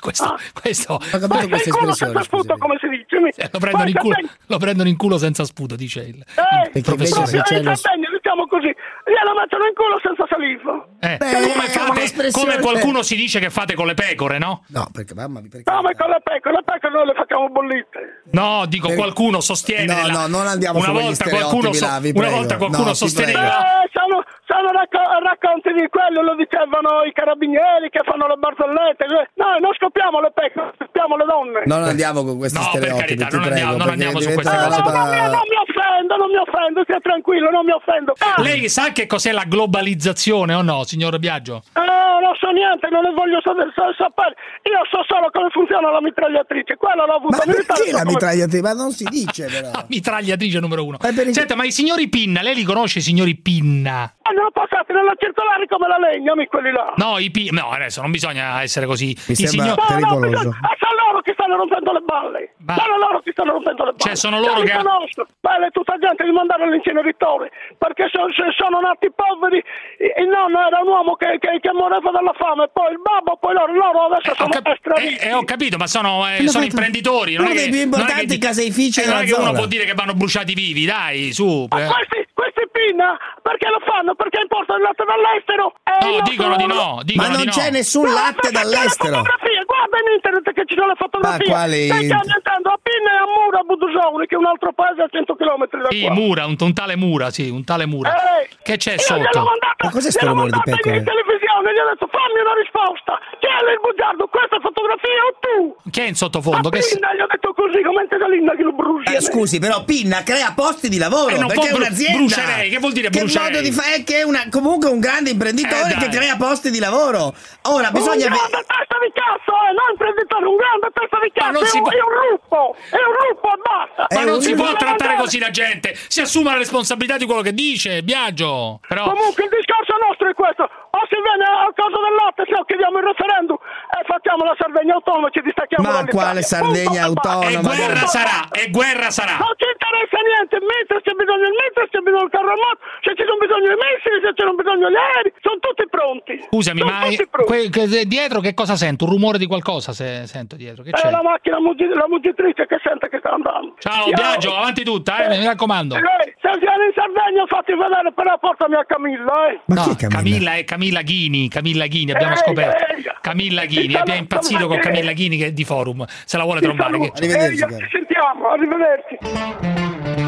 questo, Ah. questo Ho capito Ma sei questa in culo espressione. senza sputo, come si dice? Mi- lo prendono, in Poi culo, Sardegna- lo prendono in culo senza sputo, dice il, Eh, il professore. proprio in Sardegna, diciamo così, gliela mettono in culo senza saliva. Eh, Beh, come, è fate, un'espressione- come qualcuno si dice che fate con le pecore, no? No, perché mamma mia, perché... No, ma con le pecore, le pecore noi le facciamo bollite. No, dico qualcuno sostiene. No, nella- no, non andiamo una su quegli volta qualcuno, stereotipi so- là, vi una prego. volta qualcuno No, ti sosteneva. Eh, sono, sono racco- racconti di quello, lo dicevano i carabinieri che fanno le barzellette. Noi non scopriamo le pecore, scopriamo le donne. Non andiamo con questi No, per stereotipi, carità, ti non prego, andiamo- non perché andiamo su diventa queste una cose. roba- No, no, non mi offendo, non mi offendo, stia tranquillo, non mi offendo. Ah, Lei sa che cos'è la globalizzazione o no, signor Biagio? eh, non so niente, non ne voglio sapere, sa- sapere. Io so solo come funziona la mitragliatrice, quello l'ho avuto Ma militare. perché la so come- mitragliatrice? Ma non si dice però. Mitragliatrice numero uno. Ma per- Senta, ma i signori Pinna, lei li conosce i signori Pinna? Hanno passati nella circolare come la legna, mi quelli là. No, i Pinna. No, adesso non bisogna essere così. Mi I sembra signor- No, no, pericoloso. bisogna- ah, sono loro che stanno rompendo le balle. Ma- Sono loro che stanno rompendo le balle. Cioè, sono loro Io li che- conosco. Beh, è tutta gente di mandare all'inceneritore. Perché so- se sono nati poveri. Il nonno era un uomo che, che, che moriva dalla fame. Poi il babbo, poi loro, loro adesso Ho, sono cap- extravisti. eh, eh, ho capito, ma sono, eh, Hanno sono fatto imprenditori. Non uno è che, dei più non è che importanti di- caseifici eh, non è della che uno zona. può dire che vanno bruciati vivi, dai, su. Ma eh. questi, questi pinna, perché lo fanno? Perché importano il latte dall'estero? E il No, nostro dicono di loro- no. Ma Dicono non di no. c'è nessun Guarda, latte perché c'è le dall'estero. fotografie, guarda in internet che ci sono le fotografie. Ma quali Stai internet? andando a Pinna e a Mura, a Budusauri, che è un altro paese a cento chilometri da Sì, qua. Mura, un, un tale Mura, sì, un tale Mura. Eh, Che c'è io gliel'ho sotto? mandata, Ma cos'è sto gliel'ho rumore di mandata pecore? in televisione, gli ho detto fammi una risposta. Chi è il bugiardo? Questa fotografia o tu? Che è in sottofondo? A Che s- Pinna gli ho detto così, come in Tesalinda che lo bruci. Eh, scusi, però Pinna crea posti di lavoro Eh, non perché può è bru- un'azienda. brucerei, che vuol dire Che brucerei? modo di fare? È che è una, comunque un grande imprenditore Eh, che dai. crea posti di lavoro. Ora bisogna un grande testa di cazzo, eh, non imprenditore, un grande testa di cazzo, non è, si un, può- è un ruffo, è un ruffo e basta. Ma È non un- si può Bisogna trattare mandare- così la gente. Si assume la responsabilità di quello che dice, Biagio. Però Comunque il discorso nostro è questo, o si viene al caso del latte, se no chiediamo il referendum e facciamo la Sardegna autonoma, ci distacchiamo Ma dall'Italia. quale Sardegna Punto, basta. e autonoma? guerra Punto, sarà, basta. e guerra sarà. Non ci interessa niente, mentre c'è bisogno del mentre c'è bisogno del carro armato, se ci sono bisogno dei missili, se ci sono bisogno gli aerei, sono tutti pronti. Scusami, Sono ma tutti pronti. que- que- dietro che cosa sento? Un rumore di qualcosa se sento dietro. Che È c'è? la macchina muggi- la muggitrice che sente che sta andando. Ciao Io- Biagio, avanti tutta, eh, mi raccomando. Eh, se vieni in Sardegna fatti vedere, però portami a Camilla, eh. Ma No, chi è Camilla? Camilla è Camilla Ghini, Camilla Ghini, abbiamo Ehi, scoperto. ehi. Camilla Ti Ghini, saluto, abbiamo impazzito con perché- Camilla Ghini che è di Forum. Se la vuole Ti trombare. saluto. Che... Arrivederci, Ehi, caro. ci sentiamo, arrivederci.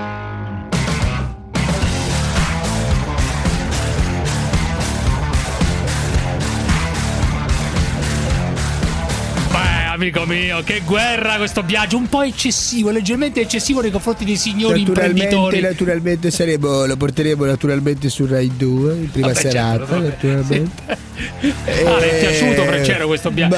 Beh, amico mio, che guerra questo Biagio, un po' eccessivo, leggermente eccessivo nei confronti dei signori Naturalmente, imprenditori. naturalmente saremo, lo porteremo naturalmente su Rai due in prima Vabbè, certo, serata, vabbè. naturalmente. Ah, le è piaciuto Freccero questo Biagio?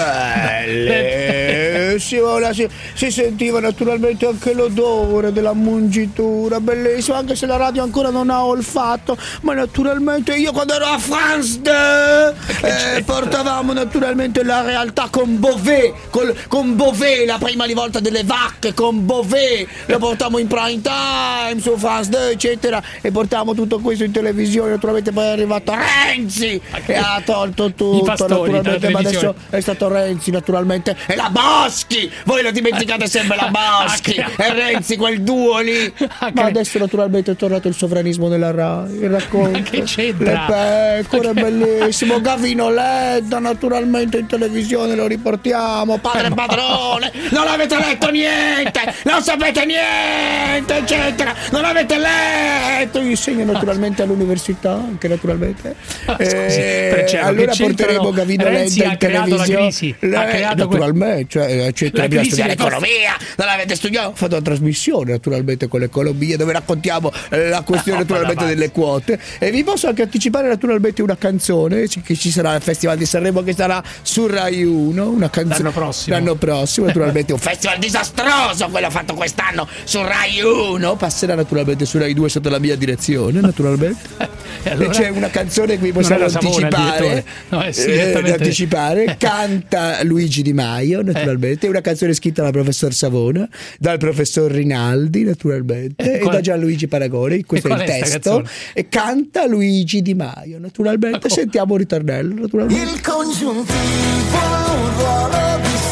Belle, si, ora si, si sentiva naturalmente anche l'odore della mungitura, bellissimo, anche se la radio ancora non ha olfatto, ma naturalmente io quando ero a France deux, eh, portavamo naturalmente la realtà con Beauvais, col, con Beauvais, la prima volta delle vacche con Beauvais, lo portiamo in prime time su France deux, eccetera, e portiamo tutto questo in televisione, naturalmente poi è arrivato Renzi e ha tolto tutto, pastori naturalmente, dalla ma televisione. adesso è stato Renzi naturalmente e la Boschi, voi lo dimenticate sempre la Boschi e Renzi, quel duo lì, ma adesso naturalmente è tornato il sovranismo della Rai, il racconto, Ma che c'entra? le pecore, bellissimo, Gavino Ledda naturalmente in televisione lo riportiamo, padre padrone, non avete letto niente, non sapete niente, eccetera, non avete letto, io insegno naturalmente all'università, anche naturalmente. Ah, scusi, Eh, Freccero, allora che c'entrano? porteremo Gavino Renzi Ledda ha in creato la televisione. crisi, Lei- ha creato que- naturalmente, cioè, eccetera, La bisogna crisi studiare dei costi. economia, non l'avete studiato, ho fatto una trasmissione naturalmente con l'economia dove raccontiamo eh, la questione No, naturalmente ma delle quote e vi posso anche anticipare naturalmente una canzone che ci sarà al Festival di Sanremo che sarà su Rai uno, una canzone L'anno prossimo. l'anno prossimo naturalmente un festival disastroso quello fatto quest'anno su Rai uno, passerà naturalmente su Rai due sotto la mia direzione naturalmente. E allora? E c'è una canzone che vi Non possiamo era Savona il anticipare, direttore. No, è sì, eh, direttamente- da anticipare, canta Luigi Di Maio naturalmente, è una canzone scritta dal professor Savona, dal professor Rinaldi naturalmente E e, qual- da Gianluigi Paragone, questo e è il qual è sta testo, canzone? e canta Luigi Di Maio naturalmente, sentiamo il ritornello naturalmente. Il congiuntivo, un ruolo di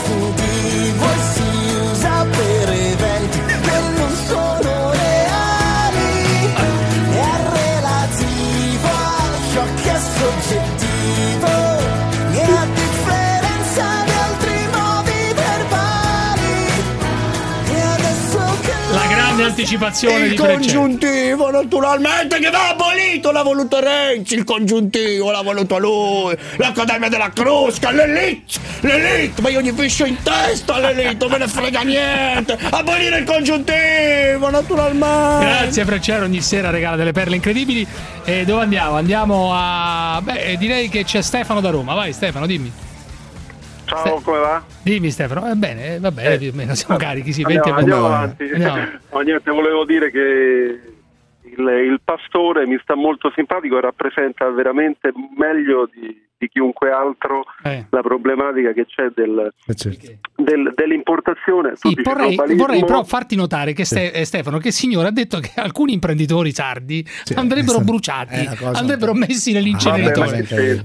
anticipazione il di Freccero. congiuntivo, naturalmente, che va abolito, l'ha voluto Renzi, il congiuntivo l'ha voluto lui, l'Accademia della Crusca, l'elite, l'elite, ma io gli piscio in testa l'elite, non me ne frega niente, abolire il congiuntivo, naturalmente. Grazie Freccero, ogni sera regala delle perle incredibili. E dove andiamo? Andiamo a... Beh, direi che c'è Stefano da Roma, vai Stefano, dimmi. Ciao, Ste- come va? Dimmi Stefano, va bene, va bene, più o meno siamo carichi, sì, venti Andiamo, andiamo avanti. Andiamo. No, niente, volevo dire che il, il pastore mi sta molto simpatico e rappresenta veramente meglio di, di chiunque altro eh. la problematica che c'è del, eh certo. del, dell'importazione. Sì, vorrei, vorrei però farti notare che Ste- eh, Stefano, che il signore ha detto che alcuni imprenditori sardi sì, andrebbero esatto. bruciati, andrebbero messi nell'inceneritore.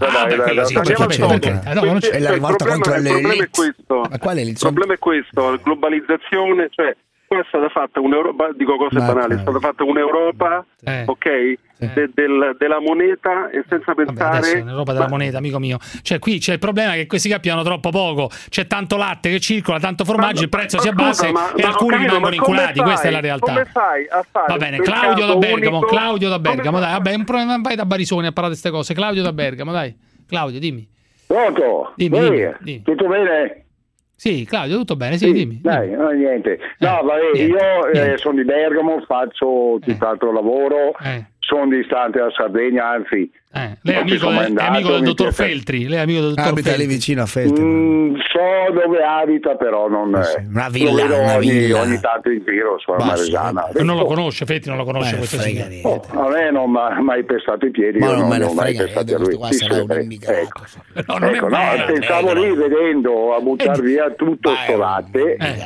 È la rivolta contro le elite. Ma qual è il problema? È questo, la globalizzazione, cioè qua è stata fatta un'Europa, dico cose Ma banali, è stata fatta un'Europa, eh. ok, eh. De, del, della moneta e senza pensare. Vabbè, è un'Europa della ma... moneta, amico mio. Cioè qui c'è il problema che questi capiano troppo poco, c'è tanto latte che circola, tanto formaggio, ma, il prezzo ma, si abbassa ma, e ma, alcuni capito, rimangono inculati, fai, questa è la realtà. Come fai a fare? Va bene, Claudio da Bergamo, unico? Claudio da Bergamo, dai, vabbè, un problema, vai da Barisoni a parlare di queste cose. Claudio da Bergamo, dai. Claudio, dimmi. Pronto? Dimmi, dimmi, dimmi. Tutto bene? Sì, Claudio, tutto bene, sì, sì dimmi. Dai, dimmi. No, niente. No, eh, vabbè, niente, io niente. Eh, sono di Bergamo, faccio tutt'altro lavoro, eh. sono distante dalla Sardegna, anzi... Eh, lei è amico, del, andato, è amico del dottor piace... Feltri, lei è amico del dottor abita Feltri. lì vicino a Feltri. Mm, so dove abita, però non eh sì, una villa, lo vedo una ogni, villa. ogni tanto in giro sulla Maresana. Non lo conosce, Feltri non lo conosce Beh, questo signore. Oh, a me non mi ha mai pestato i piedi, ma io non non me ne ho mai frega, pestato a lui. qua sarà un immigrato. Ecco, no, non ecco, è no, vero, pensavo lì vedendo a buttare via tutto sto latte, eh.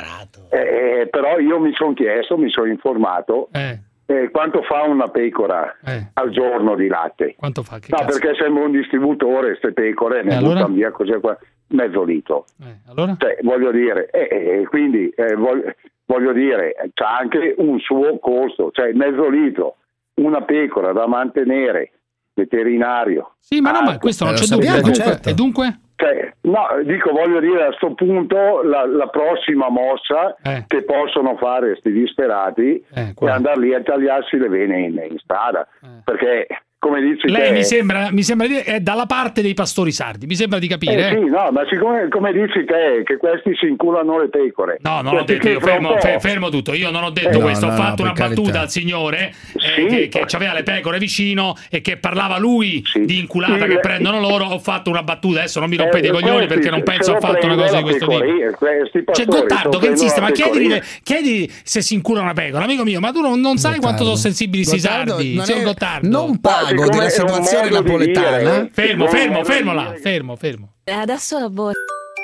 eh, però io mi sono chiesto, mi sono informato. Eh. Eh, quanto fa una pecora eh. al giorno di latte? Quanto fa? Che no, cazzo? Perché sembra un distributore, queste pecore, ne eh, allora? buttano via cos'è qua? Mezzo litro. Eh, allora? Cioè, voglio dire, eh, eh, quindi eh, voglio, voglio dire, c'ha anche un suo costo, cioè mezzo litro, una pecora da mantenere, veterinario. Sì, ma no, ma questo non c'è dubbio. E dunque? Certo. E dunque? Cioè, no, dico, voglio dire, a sto punto la, la prossima mossa eh. che possono fare questi disperati eh, è andare lì a tagliarsi le vene in, in strada, eh. perché come dici lei te, mi sembra mi sembra dire è dalla parte dei pastori sardi, mi sembra di capire. Eh, sì, no, ma siccome come dici te che questi si inculano le pecore. No, non ho detto io, fermo, fermo tutto. Io non ho detto eh, questo, no, ho no, fatto no, una battuta carità. al signore sì, eh, che, che aveva le pecore vicino e che parlava lui sì. di inculata sì, che prendono loro. Ho fatto una battuta, adesso non mi rompete eh, i coglioni perché non penso ha fatto una cosa di questo tipo. C'è Gottardo che insiste, ma chiedi, chiedi se si incula una pecora, amico mio, ma tu non, non sai Gottardo. Quanto sono sensibili questi sardi, signor Gottardo. Non pago della situazione napoletana. Fermo, fermo, fermo là, fermo, fermo. Adesso la borsa.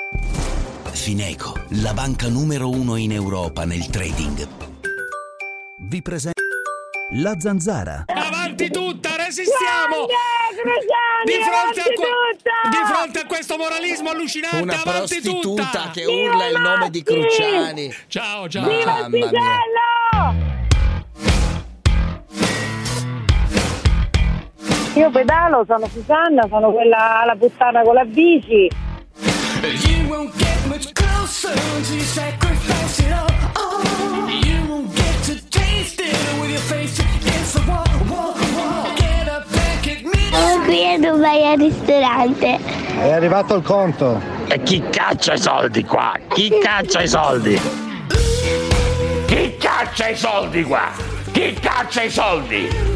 Fineco, la banca numero uno in Europa nel trading. Vi presenta La Zanzara. Avanti tutta, resistiamo! Di fronte, a que- di fronte a questo moralismo allucinante, una avanti prostituta tutta! che urla il nome di Cruciani. Ciao, ciao! Viva il pisello! Io pedalo, sono Susanna, sono quella la puttana con la bici. You won't get much closer until you sacrifice it all. Oh, you won't get to taste it with your face against the wall, wall, wall. Get up back at me. Sono qui a Dubai al ristorante. È arrivato il conto. E chi caccia i soldi qua? Chi caccia i soldi? Chi caccia i soldi qua? Chi caccia i soldi?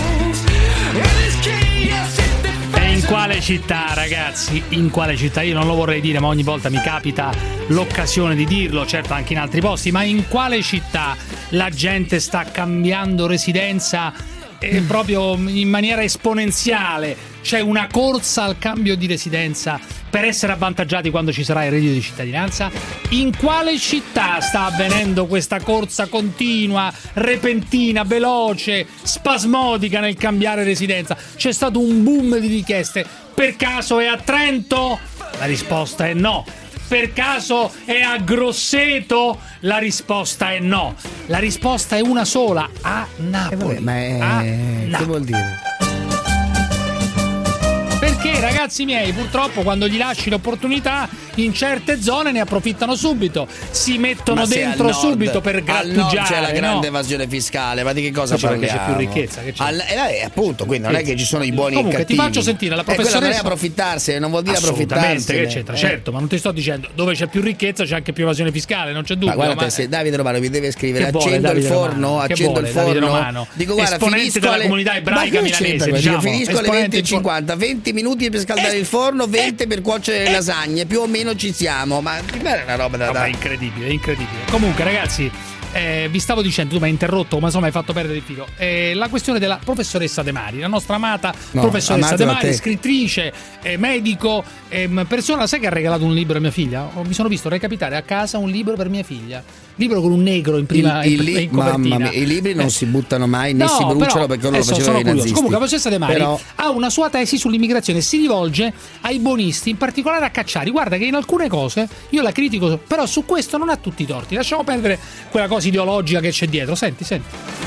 E in quale città, ragazzi? In quale città? Io non lo vorrei dire, ma ogni volta mi capita l'occasione di dirlo, certo anche in altri posti, ma in quale città la gente sta cambiando residenza eh, proprio in maniera esponenziale? C'è una corsa al cambio di residenza per essere avvantaggiati quando ci sarà il reddito di cittadinanza? In quale città sta avvenendo questa corsa continua, repentina, veloce, spasmodica nel cambiare residenza? C'è stato un boom di richieste. Per caso è a Trento? La risposta è no. Per caso è a Grosseto? La risposta è no. La risposta è una sola, a Napoli. Eh vabbè, ma è... a che Napoli. vuol dire? Perché che, ragazzi miei, purtroppo quando gli lasci l'opportunità in certe zone ne approfittano subito, si mettono dentro nord, subito per grattugiare. Al nord c'è la grande no? evasione fiscale, ma di che cosa c'è parliamo? C'è più ricchezza, che c'è? Al, eh, appunto, quindi non è che ci sono i buoni Comunque, e i cattivi. ti faccio sentire la professoressa. Eh, non è approfittarsi, non vuol dire approfittarsi. Che c'entra, eh. certo, ma non ti sto dicendo dove c'è più ricchezza c'è anche più evasione fiscale, non c'è dubbio. Ma guarda, ma... se Davide Romano mi deve scrivere che accendo vuole, il forno, Romano? accendo vuole, il forno. Romano? Dico guarda, esponente della alle... comunità ebraica milanese, diciamo. Finisco alle venti e cinquanta, venti minuti per scaldare il forno, venti per cuocere le lasagne, più o meno ci siamo, ma è una roba da Vabbè, da... è incredibile, è incredibile. Comunque, ragazzi, eh, vi stavo dicendo, tu mi hai interrotto, ma insomma hai fatto perdere il filo. Eh, la questione della professoressa De Mari, la nostra amata no, professoressa De Mari, scrittrice, eh, medico, eh, persona, sai che ha regalato un libro a mia figlia? Oh, mi sono visto recapitare a casa un libro per mia figlia. Libro con un negro in prima il, il, in, in copertina. Mamma mia, i libri non eh. si buttano mai né no, si bruciano però, perché loro lo facevano i nazisti. Comunque la professoressa De Mari però... ha una sua tesi sull'immigrazione, si rivolge ai buonisti, in particolare a Cacciari. Guarda che in alcune cose io la critico, però su questo non ha tutti i torti. Lasciamo perdere quella cosa ideologica che c'è dietro. Senti, senti.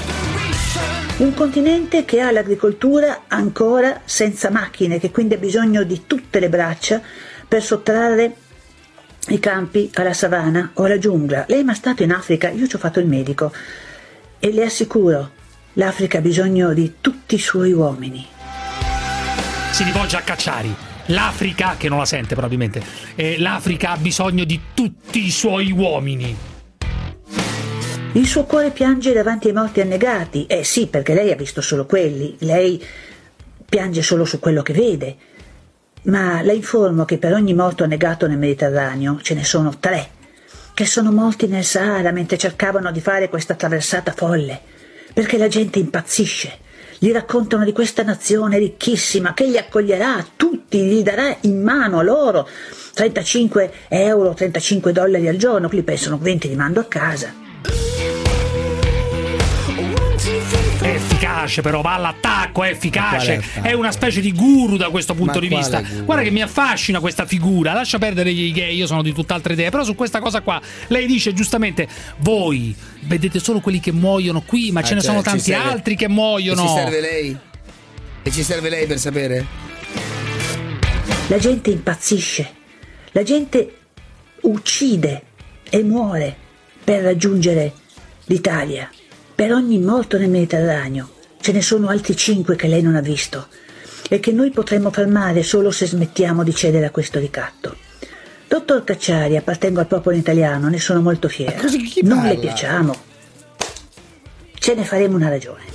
Un continente che ha l'agricoltura ancora senza macchine, che quindi ha bisogno di tutte le braccia per sottrarre i campi alla savana o alla giungla. Lei è mai stato in Africa? Io ci ho fatto il medico e le assicuro, l'Africa ha bisogno di tutti i suoi uomini. Si rivolge a Cacciari. L'Africa, che non la sente probabilmente, eh, l'Africa ha bisogno di tutti i suoi uomini. Il suo cuore piange davanti ai morti annegati. Eh sì, perché lei ha visto solo quelli. Lei piange solo su quello che vede. Ma la informo che per ogni morto annegato nel Mediterraneo ce ne sono tre, che sono morti nel Sahara mentre cercavano di fare questa traversata folle, perché la gente impazzisce. Gli raccontano di questa nazione ricchissima che li accoglierà tutti, gli darà in mano a loro trentacinque euro, trentacinque dollari al giorno, qui pensano venti li mando a casa. È efficace, però va all'attacco, è efficace, è una specie di guru da questo punto Ma di vista. guru? Guarda che mi affascina questa figura, lascia perdere gli gay, io sono di tutt'altre idee, però su questa cosa qua lei dice giustamente, voi vedete solo quelli che muoiono qui, ma Ah, ce ne cioè, sono ci tanti serve- altri che muoiono. E ci serve lei? E ci serve lei per sapere? La gente impazzisce, la gente uccide e muore per raggiungere l'Italia. Per ogni morto nel Mediterraneo ce ne sono altri cinque che lei non ha visto e che noi potremmo fermare solo se smettiamo di cedere a questo ricatto. Dottor Cacciari, appartengo al popolo italiano, ne sono molto fiera. Non le piacciamo. Ce ne faremo una ragione.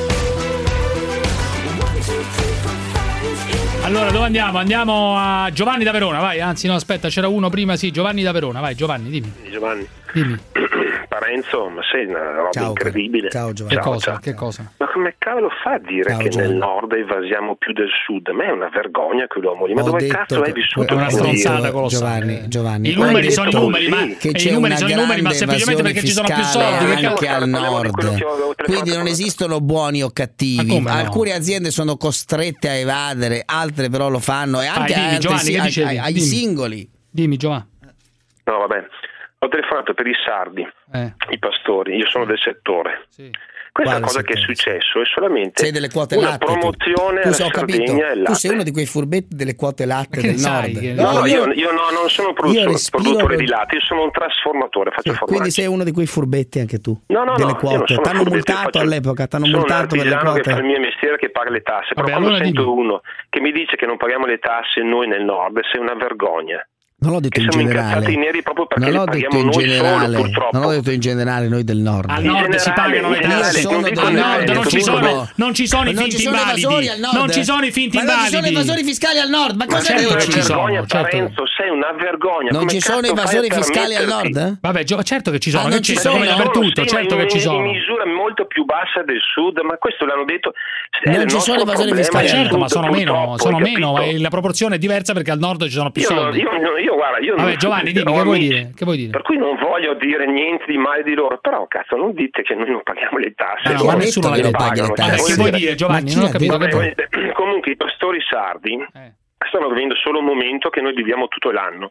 Allora dove andiamo? Andiamo a Giovanni da Verona, vai, anzi no aspetta, c'era uno prima, sì, Giovanni da Verona, vai Giovanni, dimmi. Giovanni. Dimmi. Parenzo, ma sei una roba Ciao, incredibile. ciao Giovanni. Che Ciao, cosa? ciao. Che cosa? Ma come cavolo fa a dire Ciao, che Giovanni. nel nord evasiamo più del sud? A me è una vergogna quell'uomo lì. Ma Ho dove detto cazzo hai che- vissuto? È una fino a ieri? stronzata colossale. Giovanni, Giovanni. I numeri hai sono i detto numeri, ma così? Che e c'è i numeri una sono i numeri, ma grande semplicemente perché ci sono più evasione soldi. Che fiscale cazzo? anche al Parliamo di quello nord. che avevo telefonato Quindi non con- esistono buoni o Ma cattivi. come no? Alcune aziende sono costrette a evadere, altre però lo fanno, e anche dimmi, altri Giovanni, sì, che ai- dicevi? ai, ai Dimmi. singoli. Dimmi Giovanni. No, va bene. Ho telefonato per i sardi, Eh. i pastori, io sono del settore. Sì. Questa Quale cosa che è settore? successo è solamente Sei delle quote una latte. tu. promozione Tu, alla se ho capito, Sardegna e tu latte. sei uno di quei furbetti delle quote latte Ma che del ne sai nord. che- No, no, io, io- io no, non sono io produttore, respiro produttore per- di latte, io sono un trasformatore, faccio Sì, formaggi. quindi sei uno di quei furbetti anche tu. No, no, delle no, io non quote. sono T'hanno furbetti, multato faccio- all'epoca, t'hanno sono multato per le un artigiano che fa quote. il mio mestiere, che paga le tasse, però Vabbè, quando allora sento dimmi. uno che mi dice che non paghiamo le tasse noi nel nord, sei una vergogna. Non l'ho detto Che in siamo generale. incazzati neri proprio perché Non le l'ho detto paghiamo in noi generale. solo, purtroppo. Non l'ho detto in generale noi del nord. Al In nord si generale, pagano le in generale, tasse. Io sono non dico Al del nel nord nord, non ci furbo. sono, non ci sono i Non finti ci sono invalidi. evasori al nord. Non ci sono i finti Ma non ci sono invalidi. evasori fiscali al nord. Ma Ma cosa certo certo che che ci ci sono, vergogna, certo. Parenzo, sei una vergogna. Non Come ci sono cazzo fai a evasori fiscali al permetterti? nord? Vabbè, Gio- certo che ci sono, Ah, che non ci ci sono come sono? dappertutto, Sì, certo ma che in, ci in sono. misura molto più bassa del sud, ma questo l'hanno detto. è Non il ci sono nostro evasori problema fiscali del al Certo, sud, ma sono meno, purtroppo, sono hai meno, capito? e la proporzione è diversa perché al nord ci sono più Io, non- soldi. io, non- io guarda, io Vabbè, non- Giovanni, dimmi, ho che vuoi amici, dire? Che vuoi dire? Per cui non voglio dire niente di male di loro, però cazzo, non dite che noi non paghiamo le tasse. Ah, no, Loro ma nessuno le le paghi pagano, le cioè, tasse. Vabbè, che voglio vuoi dire, Giovanni? Ma chi Non ho l'ha capito Vabbè, che vuoi. voglio- comunque i pastori sardi Eh. stanno vivendo solo un momento che noi viviamo tutto l'anno.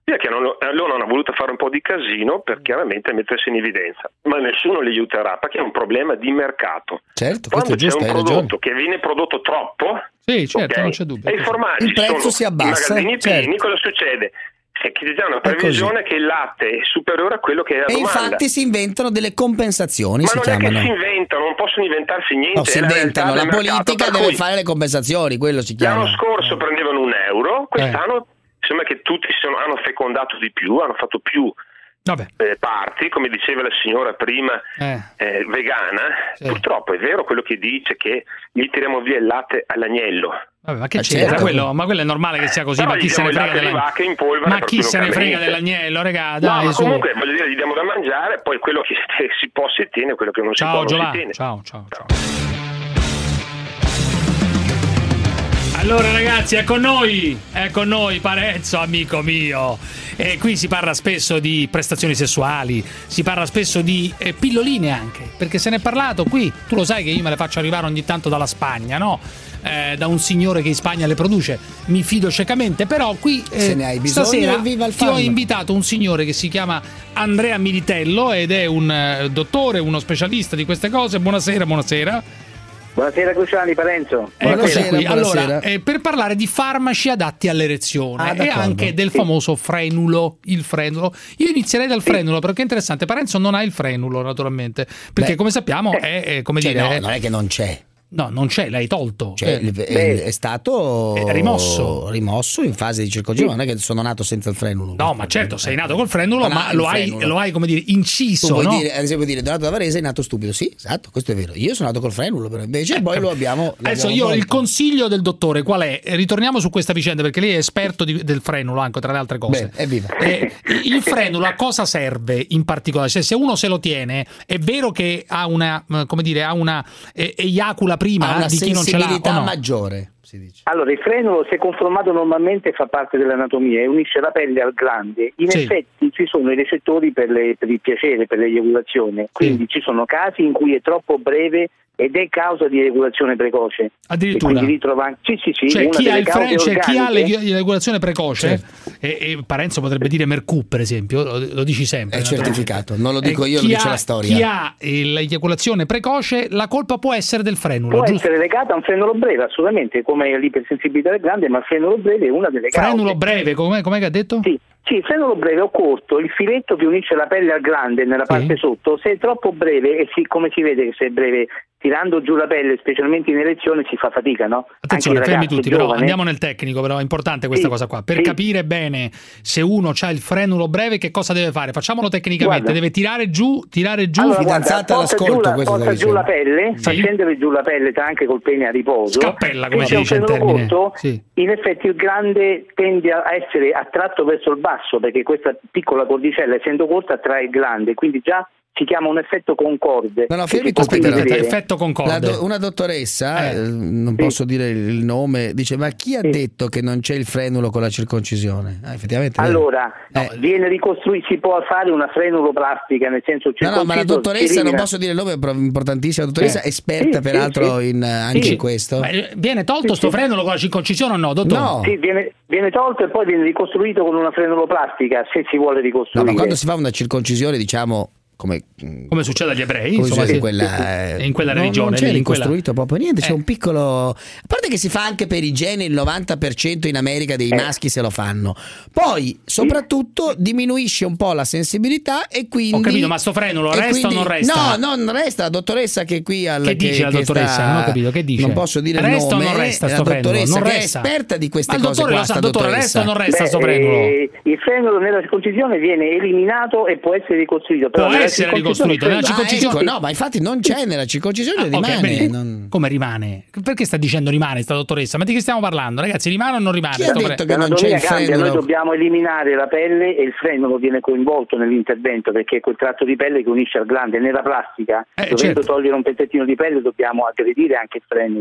Perché non, loro hanno voluto fare un po' di casino per chiaramente mettersi in evidenza, ma nessuno li aiuterà perché è un problema di mercato. Certo, quando c'è giusto, un prodotto che viene prodotto troppo, sì, certo, okay, non c'è dubbio. E i formaggi il prezzo sono si abbassa. I magazzini Certo. pieni, cosa succede? È che c'è una previsione che il latte è superiore a quello che è la E domanda. infatti si inventano delle compensazioni, Ma si non chiamano. è che si inventano, non possono inventarsi niente. No, si è la inventano, realtà la del mercato, politica per deve cui fare le compensazioni, quello si chiama. l'anno scorso prendevano un euro, quest'anno sembra che tutti sono, hanno fecondato di più, hanno fatto più eh, parti, come diceva la signora prima, eh. Eh, vegana. Sì. Purtroppo è vero quello che dice che gli tiriamo via il latte all'agnello. Vabbè, ma che Ma c'entra certo. quello? Ma quello è normale che sia così, Però ma chi gli se ne diamo il frega latte di dell'agnello? vacca in polvere Ma per chi se ne frega localmente. dell'agnello, regà? No, Dai, ma su. comunque voglio dire, gli diamo da mangiare, poi quello che si può si tiene, quello che non Ciao, si può Giovanni. non si tiene. Ciao, ciao, ciao. Allora ragazzi, è con noi, è con noi Parenzo, amico mio. E qui si parla spesso di prestazioni sessuali, si parla spesso di eh, pilloline anche, perché se ne è parlato qui. Tu lo sai che io me le faccio arrivare ogni tanto dalla Spagna, no? Eh, da un signore che in Spagna le produce, mi fido ciecamente, però qui eh, Se ne hai bisogno, stasera viva il ti ho farmaco. invitato un signore che si chiama Andrea Militello ed è un eh, dottore, uno specialista di queste cose. Buonasera, buonasera. Buonasera Cruciani, Parenzo. Eccoci qui. buonasera. Allora, eh, per parlare di farmaci adatti all'erezione Ah, e d'accordo. anche del famoso frenulo, il frenulo. Io inizierei dal frenulo perché è interessante. Parenzo non ha il frenulo, naturalmente, perché Beh, come sappiamo è, è come Cioè, dire, no, è- non è che non c'è. no, non c'è, l'hai tolto. Cioè, Eh, il- è, è stato È rimosso. rimosso in fase di circoncisione, non è che sono nato senza il frenulo. no, ma certo, sei nato col frenulo, Non ma ha il lo hai, frenulo. lo hai, come dire, Tu inciso, puoi no? dire, ad esempio, dire Donato da Varese è nato stupido. Sì, esatto, questo è vero. Io sono nato col frenulo, però invece poi lo abbiamo. Adesso l'abbiamo io il tolto. consiglio del dottore qual è? Ritorniamo su questa vicenda perché lei è esperto di- del frenulo anche tra le altre cose. Beh, evviva. Eh, il frenulo a cosa serve in particolare? Cioè, se uno se lo tiene, è vero che ha una, eh, come dire, ha una eh, eiacula prima Ha una di chi non ce l'ha sensibilità o no? maggiore, si dice. Allora, il frenulo, se conformato normalmente, fa parte dell'anatomia e unisce la pelle al glande. In Sì. effetti ci sono i recettori per, le- per il piacere, per l'eiaculazione, quindi ci sono casi in cui è troppo breve ed è causa di eiaculazione precoce. Addirittura. E quindi ritrova... Sì, sì, sì, Cioè, una chi ha, delle il cause fre- cioè, chi ha organiche- l'eiaculazione precoce, e, e Parenzo potrebbe dire Mercù, per esempio, lo, lo dici sempre. È naturalmente. certificato, non lo dico Eh, io, lo chi dice ha- la storia. Chi ha eh, l'eiaculazione precoce, la colpa può essere del frenulo, Può giusto? essere legata a un frenulo breve, assolutamente, come l'ipersensibilità del glande, ma il frenulo breve è una delle cause. Frenulo breve, com'è, com'è che ha detto? Sì. Sì, il frenulo breve o corto, il filetto che unisce la pelle al glande nella parte sotto, se è troppo breve, e si, come si vede che se è breve, tirando giù la pelle, specialmente in erezione, si fa fatica, no? Attenzione, Anche il fermi ragazzo tutti, però giovane- andiamo nel tecnico, però è importante questa Sì, cosa qua. Per sì. capire bene se uno ha il frenulo breve, che cosa deve fare? Facciamolo tecnicamente, Guarda. deve tirare giù, tirare giù. Allora, guarda, porta giù la, porta giù la pelle, Sì. fa scendere giù la pelle anche col pene a riposo. Scappella, come Se si c'è un dice in frenulo termine. corto, Sì. in effetti il glande tende a essere attratto verso il basso, perché questa piccola cordicella, essendo corta, attrae il glande, quindi già si chiama un effetto concorde. No, no, che fermi si tu, può quindi aspetta, vedere. effetto concorde. La do- una dottoressa, eh, non posso dire il nome, dice: ma chi ha detto che non c'è il frenulo con la circoncisione? Ah, effettivamente. è vero. Allora, viene ricostruito, si può fare una frenuloplastica, nel senso No, no, ma la circonciso, dottoressa, si non elimina- posso dire il nome, però è importantissima, la dottoressa, Eh. esperta Sì, peraltro sì, sì. in, anche Sì. in questo. Ma, eh, viene tolto sto frenulo con la circoncisione o no, dottore? Sì, viene, viene tolto e poi viene ricostruito con una frenuloplastica, se si vuole No, ricostruire. ma quando si fa una circoncisione, diciamo, come, Come succede agli ebrei, come insomma, succede sì. in quella, in quella no, religione. non c'è lì, in quella- ricostruito proprio niente, c'è Eh. un piccolo, a parte che si fa anche per igiene, il novanta per cento in America dei maschi se lo fanno, poi soprattutto diminuisce un po' la sensibilità e quindi Ho capito, ma sto frenulo e resta o quindi- non resta? no, non resta. La dottoressa che è qui al, Che dice la dottoressa? sta- Non ho capito, che dice? non posso dire Resta o il nome, non resta è la sto frenulo? dottoressa Non che resta. è esperta di queste Ma il cose dottore qua, lo sa, sta dottore, dottoressa. resta o non resta Beh, sto frenulo? eh, il frenulo nella circoncisione viene eliminato e può essere ricostruito. però Può nella essere circoncisione ricostruito, nella il frenulo- circoncisione- Ecco, no, ma infatti non c'è nella circoncisione, Ah, ok, rimane. bene. non- Come rimane? Perché sta dicendo rimane sta dottoressa? Ma di che stiamo parlando? Ragazzi, rimane o non rimane? Chi ha sto detto fre- che non c'è L'anatomia il cambia, frenulo? noi dobbiamo eliminare la pelle e il frenulo viene coinvolto nell'intervento, perché è quel tratto di pelle che unisce al glande. Nella plastica, Eh, dovendo certo. togliere un pezzettino di pelle, dobbiamo aggredire anche il frenulo.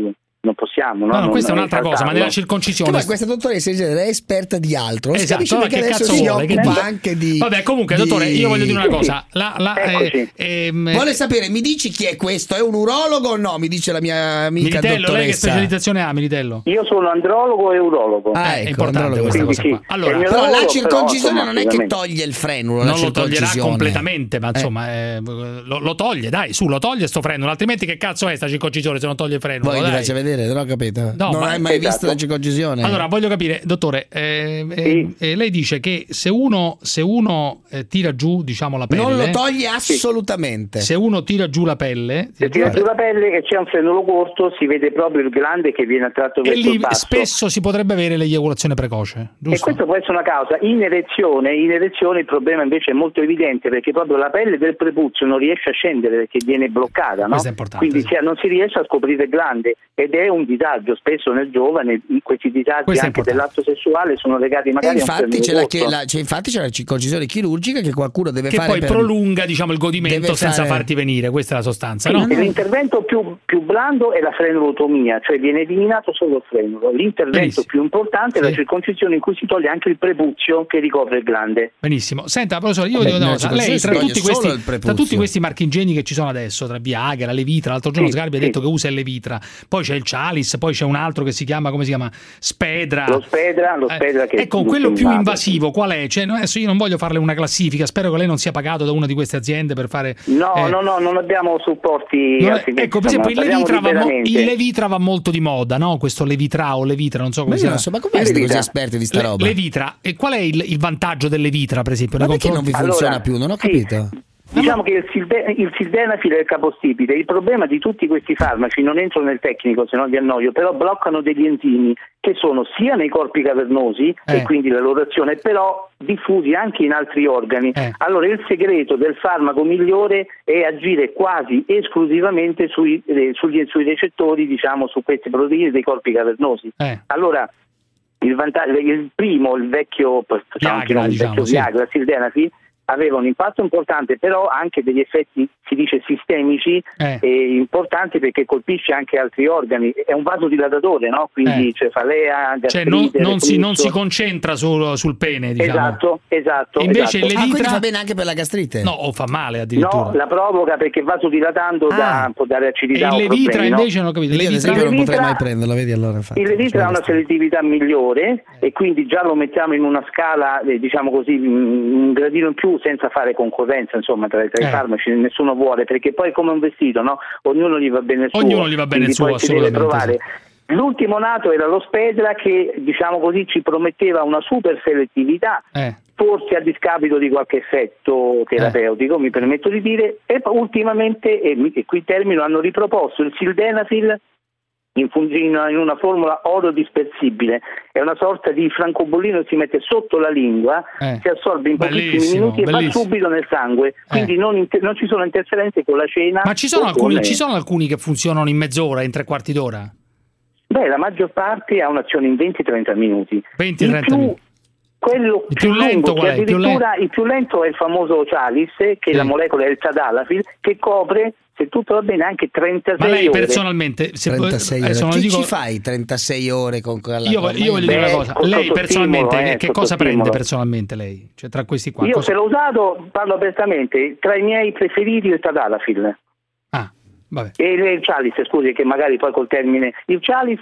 non possiamo. No, no, no non, questa non è un'altra cosa, ma nella circoncisione. Ma questa dottoressa in genere è esperta di altro. Non esatto, si capisce perché che adesso cazzo si vuole, occupa che anche di. Vabbè, comunque, di... dottore, io voglio dire una cosa. La, la, eh, eh, Vuole sapere, mi dici chi è questo? È un urologo o no? Mi dice la mia amica Militello, dottoressa. lei che specializzazione ha, Militello? Io sono andrologo e urologo. Ah, è ecco, importante questa cosa sì. qua. Allora, però lavoro, la circoncisione però, non è che toglie il frenulo, non la lo toglierà circoncisione. completamente, ma Eh. insomma eh, lo, lo toglie, dai, su, lo toglie sto frenulo, altrimenti che cazzo è sta circoncisione se non toglie il frenulo? Vuoi che ti dai. faccia vedere? Non ho capito. No, non ma- hai mai esatto. visto la circoncisione? Allora, voglio capire, dottore, eh, eh, Sì. eh, lei dice che se uno, se uno eh, tira giù, diciamo, la pelle, non lo toglie assolutamente. se uno tira giù la pelle, Se tira giù la pelle e c'è un frenulo corto, si vede proprio il glande che viene attratto e verso lì il basso. spesso si potrebbe avere l'eiaculazione precoce, E giusto? questo può essere una causa. In erezione, in erezione il problema invece è molto evidente, perché proprio la pelle del prepuzio non riesce a scendere perché viene bloccata, no? Questo è importante, Quindi sì. cioè, non si riesce a scoprire il glande ed è un disagio. Spesso nel giovane questi disagi Questo è anche importante. dell'atto sessuale sono legati E magari a un infatti c'è, frenulo la, corto. la- c'è, infatti c'è la circoncisione chirurgica che qualcuno deve Che fare poi per... prolunga, diciamo, il godimento deve senza fare- farti venire, questa è la sostanza, Sì, no? l'intervento più, più blando è la frenulotomia, cioè viene eliminato solo il frenulo. L'intervento Benissimo. più importante è Sì. la circoncisione in cui si toglie anche il prepuzio che ricopre il glande. Benissimo. Senta, professore, io Vabbè, devo dire una nella cosa. Lei, tra circoncisione tutti, si toglie questi, solo il prepuzio. tra tutti questi marchingegni che ci sono adesso, tra Viagra, Levitra, l'altro giorno Sì, Sgarbi ha sì. detto che usa il Levitra, poi c'è il Cialis, poi c'è un altro che si chiama, come si chiama? Spedra. Lo spedra, lo Eh, spedra che ecco, che quello più invade. invasivo qual è? Cioè, no, adesso io non voglio farle una classifica, spero che lei non sia pagato da una di queste aziende per fare... No, eh, no, no, non abbiamo supporti. non è- altrimenti, ecco, per esempio, il insomma, Levitra, va mo- parliamo il liberamente. Levitra va molto di moda, no? Questo Levitra o Levitra, non so come Ma si io non chiama. so, ma come siete così Levitra. esperti di sta Le- roba? Levitra, e qual è il, il vantaggio del Levitra, per esempio? Ma nei perché non vi confronti- funziona Allora, più? Non ho sì. capito. Diciamo che il, silde- il sildenafil è il capostipite. Il problema di tutti questi farmaci, non entro nel tecnico se no vi annoio, però bloccano degli enzimi che sono sia nei corpi cavernosi Eh. e quindi la loro azione, però diffusi anche in altri organi. Eh. Allora il segreto del farmaco migliore è agire quasi esclusivamente sui, eh, sugli, sui recettori, diciamo, su queste proteine dei corpi cavernosi. Eh. Allora il, vantaggio, il primo, il vecchio, facciamo anche Viagra, noi, il diciamo, vecchio sì. Viagra, sildenafil, aveva un impatto importante, però anche degli effetti, si dice, sistemici Eh. eh, importanti, perché colpisce anche altri organi. È un vasodilatatore, no? Quindi Eh. cefalea, Cioè gastrite, non, non si, non si reflusso. concentra sul, sul pene, diciamo. Esatto, esatto. E invece esatto. le Ah, quindi Levitra fa bene anche per la gastrite? no, o fa male addirittura. No, la provoca perché vasodilatando Ah. dà, può dare E acidità il o Levitra problemi, no? invece non ho capito. Io ad Levitra esempio non Levitra- potrei mai prenderlo, vedi allora infatti. Il Levitra ha una selettività migliore e quindi già lo mettiamo in una scala, eh, diciamo così, un gradino in più, senza fare concorrenza, insomma, tra, tra Eh. i farmaci. Nessuno vuole, perché poi come un vestito, no? Ognuno gli va bene il suo. Ognuno gli va bene il quindi suo, poi si deve assolutamente, provare. L'ultimo nato era lo Spedra, che, diciamo così, ci prometteva una super selettività, eh. forse a discapito di qualche effetto terapeutico, mi permetto di dire, e poi ultimamente, e, mi- e qui termino, hanno riproposto il sildenafil in, fun- in una- in una formula oro dispersibile. È una sorta di francobollino che si mette sotto la lingua, Eh. si assorbe in pochissimi Bellissimo, minuti e va bellissimo. subito nel sangue, quindi Eh. non, inter- non ci sono interferenze con la cena. Ma ci sono, o alcuni, con- ci sono alcuni che funzionano in mezz'ora, in tre quarti d'ora? Beh, la maggior parte ha un'azione in venti trenta minuti. venti Il trenta più- minuti. Quello Il più lungo, lento che qual è? Il più addirittura il più lento è il famoso Cialis, che Sì. la molecola è il tadalafil, che copre, se tutto va bene, anche trentasei Ma lei ore. personalmente, se trentasei ore. adesso non Chi dico- ci fai trentasei ore con quella io, cosa? io voglio dire Beh, una cosa, con lei sottostimolo, personalmente eh, che cosa sottostimolo. prende personalmente lei? Cioè tra questi qua? Io cosa- se l'ho usato, parlo apertamente, tra i miei preferiti il tadalafil. Ah, vabbè. E il Cialis, scusi, che magari poi col termine il Cialis,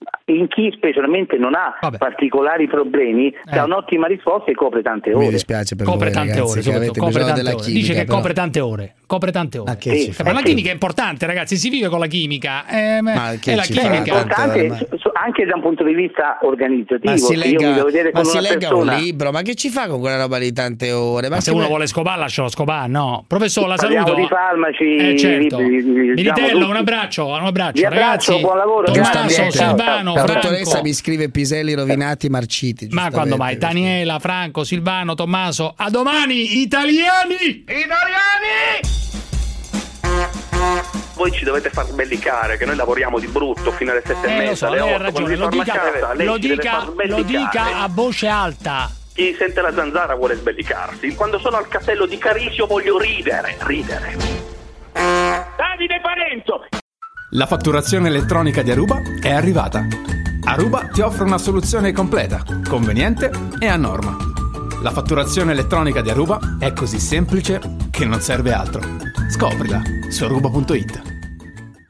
in chi specialmente non ha Vabbè. particolari problemi, dà Eh. un'ottima risposta e copre tante Mi ore. dispiace per Copre voi tante ragazzi, ore, che avete soprattutto, copre bisogno tante della ore. chimica. Dice che però. copre tante ore. Copre tante ore. Ma che Sì. ci fa? Ma la sì. chimica è importante, ragazzi, si vive con la chimica. Eh, Ma che è la ci fa? È chimica. Tanto importante ormai. so- so- anche da un punto di vista organizzativo. Ma si se io mi legga, devo vedere ma con si una legga persona. un libro, ma che ci fa con quella roba di tante ore? Ma se che- uno vuole scopare, lascialo scopare, no. Professore, la Parliamo saluto. di farmaci, Eh, certo. libri, li- li- diciamo Militello, tutti. un abbraccio, un abbraccio, Vi abbraccio, ragazzi. buon lavoro, Tommaso, grazie. Silvano, Ciao, ciao. La Franco. dottoressa mi scrive piselli rovinati marciti. Ma quando mai? Daniela, Franco, Silvano, Tommaso. A domani, italiani! Italiani! Voi ci dovete far sbellicare che noi lavoriamo di brutto fino alle sette e Eh, mezza, lo so, alle lei ha otto, quando ragione. si Lo torna dica, a casa, lei lo, ci deve dica, far lo sbellicare. dica a voce alta. Chi sente la zanzara vuole sbellicarsi. Quando sono al castello di Carisio voglio ridere, ridere. Davide Parenzo! La fatturazione elettronica di Aruba è arrivata. Aruba ti offre una soluzione completa, conveniente e a norma. La fatturazione elettronica di Aruba è così semplice che non serve altro. Scoprila su aruba punto it.